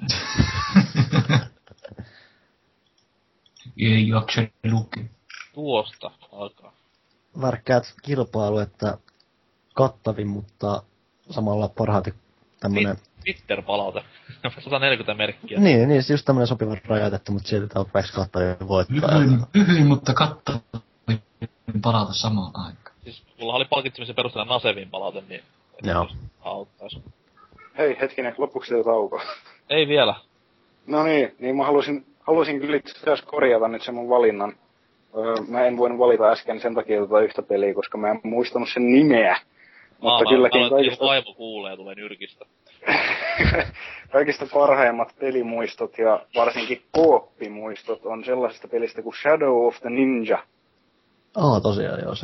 Speaker 3: Ei jaksa lukea.
Speaker 2: Tuosta alkaa.
Speaker 6: Värkkäät kilpailu, että kattavin, mutta samalla parhaiten tämmönen...
Speaker 2: Twitter-palaute. sata neljäkymmentä merkkiä.
Speaker 6: Niin, niin, se just tämmönen sopivan rajoitettu, mutta silti tarpeeksi kattavin voittaa.
Speaker 3: Hyvin, hyvin, mutta kattavin palata samaan aikaan.
Speaker 2: Siis mulla oli palkitsemisen perusteella Nasevin palaute, niin...
Speaker 6: Joo.
Speaker 2: Auttais.
Speaker 8: Hei, hetkinen, lopuksi teillä tauko.
Speaker 2: Ei vielä.
Speaker 8: No niin, niin mä halusin, halusin kyllä itse asiassa korjata nyt sen mun valinnan. Öö, mä en voinut valita äsken sen takia tota yhtä peliä, koska mä en muistanut sen nimeä. Mutta
Speaker 2: Aa,
Speaker 8: kylläkin
Speaker 2: mä
Speaker 8: kaikista...
Speaker 2: vaivo kuulee ja tulee nyrkistä.
Speaker 8: Kaikista parhaimmat pelimuistot ja varsinkin kooppimuistot on sellaisesta pelistä kuin Shadow of the Ninja.
Speaker 6: Aa, tosiaan joo se.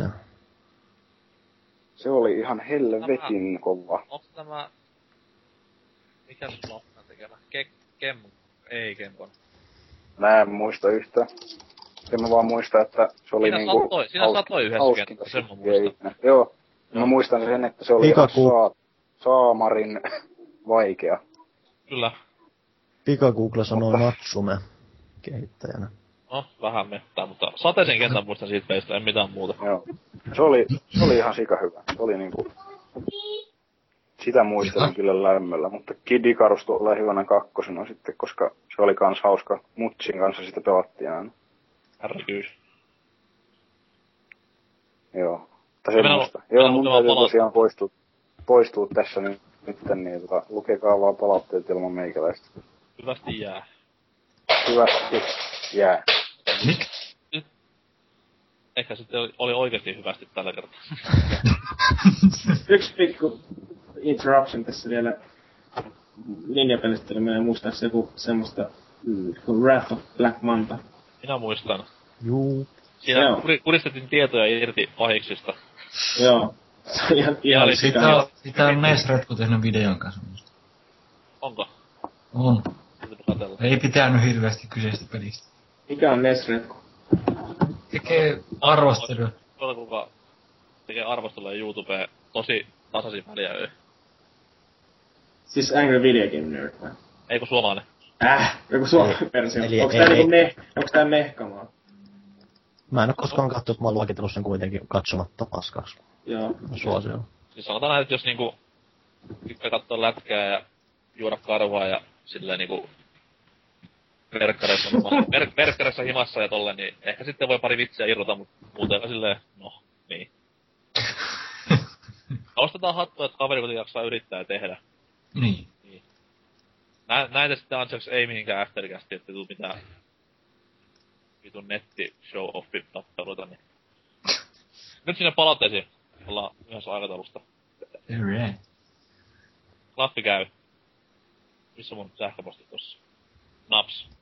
Speaker 8: Se oli ihan helvetin
Speaker 2: tämä,
Speaker 8: kova.
Speaker 2: Onks tämä... Mikä se Loppan tekemä? Ke... Kem... Ei Kempon.
Speaker 8: Mä en muista yhtään. En mä vaan muista, että se oli
Speaker 2: Siinä
Speaker 8: niinku...
Speaker 2: Satoi, siinä satoi yhdessä kentässä, sen mä muistan.
Speaker 8: Joo. Mä muistan sen, että se oli ihan saa, saamarin vaikea.
Speaker 2: Kyllä.
Speaker 6: Pikagoogla sanoo Natsume kehittäjänä.
Speaker 2: No, vähän mettää, mutta sateisen kentän muistan siitä peistä, en mitään muuta.
Speaker 8: Joo. Se oli, se oli ihan sika hyvä. Se oli niinku... Sitä muistelen kyllä lämmöllä, mutta Kid Icarus tulee hyvänä kakkosena sitten, koska se oli kans hauska. Mutsin kanssa sitä pelattiin aina.
Speaker 2: Härkyys.
Speaker 8: Joo. Tai semmoista. Joo, mun täytyy tosiaan poistua, poistua tässä nyt, nyt niin tota, lukekaa vaan palautteet ilman meikäläistä.
Speaker 2: Hyvästi jää.
Speaker 8: Hyvästi jää.
Speaker 3: Mik?
Speaker 2: Ehkä sitten oli oikeesti hyvästi tällä kertaa.
Speaker 5: Yksi pikku interruption tässä vielä linjapelistä, eli mä en muista se joku semmoista kuin Wrath of Black Manta.
Speaker 2: Minä muistan.
Speaker 6: Juu.
Speaker 2: Siinä kur- kuristettiin tietoja irti pahiksista.
Speaker 5: Joo. Se on ihan, ihan
Speaker 3: sitä, on, sitä on Nesretku tehnyt videon kanssa.
Speaker 2: Onko?
Speaker 3: On. Ei pitänyt hirveästi kyseistä pelistä.
Speaker 5: Mikä on Nesretku?
Speaker 3: Tekee arvostelua.
Speaker 2: Tuolla kuka tekee arvostelua YouTubeen tosi tasaisin väliä.
Speaker 5: Siis Angry Video Game Nerd vai?
Speaker 2: Ei kun suomalainen.
Speaker 5: Äh, joku suomalainen versio.
Speaker 6: Eli
Speaker 5: onks
Speaker 6: ei,
Speaker 5: tää
Speaker 6: ei,
Speaker 5: niinku me, onks tää mehkamaa?
Speaker 6: Mä en oo koskaan kattonut, mä oon luokitellut sen kuitenkin katsomatta paskaksi.
Speaker 5: Joo.
Speaker 6: Suosioon.
Speaker 2: Siis sanotaan näin, että jos niinku tykkää kattoo lätkää ja juoda karvaa ja silleen niinku verkkareissa, ver, verkkareissa himassa ja tolleen, niin ehkä sitten voi pari vitsiä irrota, mut muuten silleen, no, niin. Ostetaan hattua, että kaveri kuitenkin jaksaa yrittää tehdä.
Speaker 3: Niin.
Speaker 2: niin. Nä, näitä sitten ansaksi ei mihinkään aftercasti, ettei tuu mitään vitun netti show offi tappeluita, niin. Nyt sinne palautteisiin. Ollaan yhdessä aikataulusta.
Speaker 3: Alright.
Speaker 2: Klappi käy. Missä mun sähköposti tossa? Naps.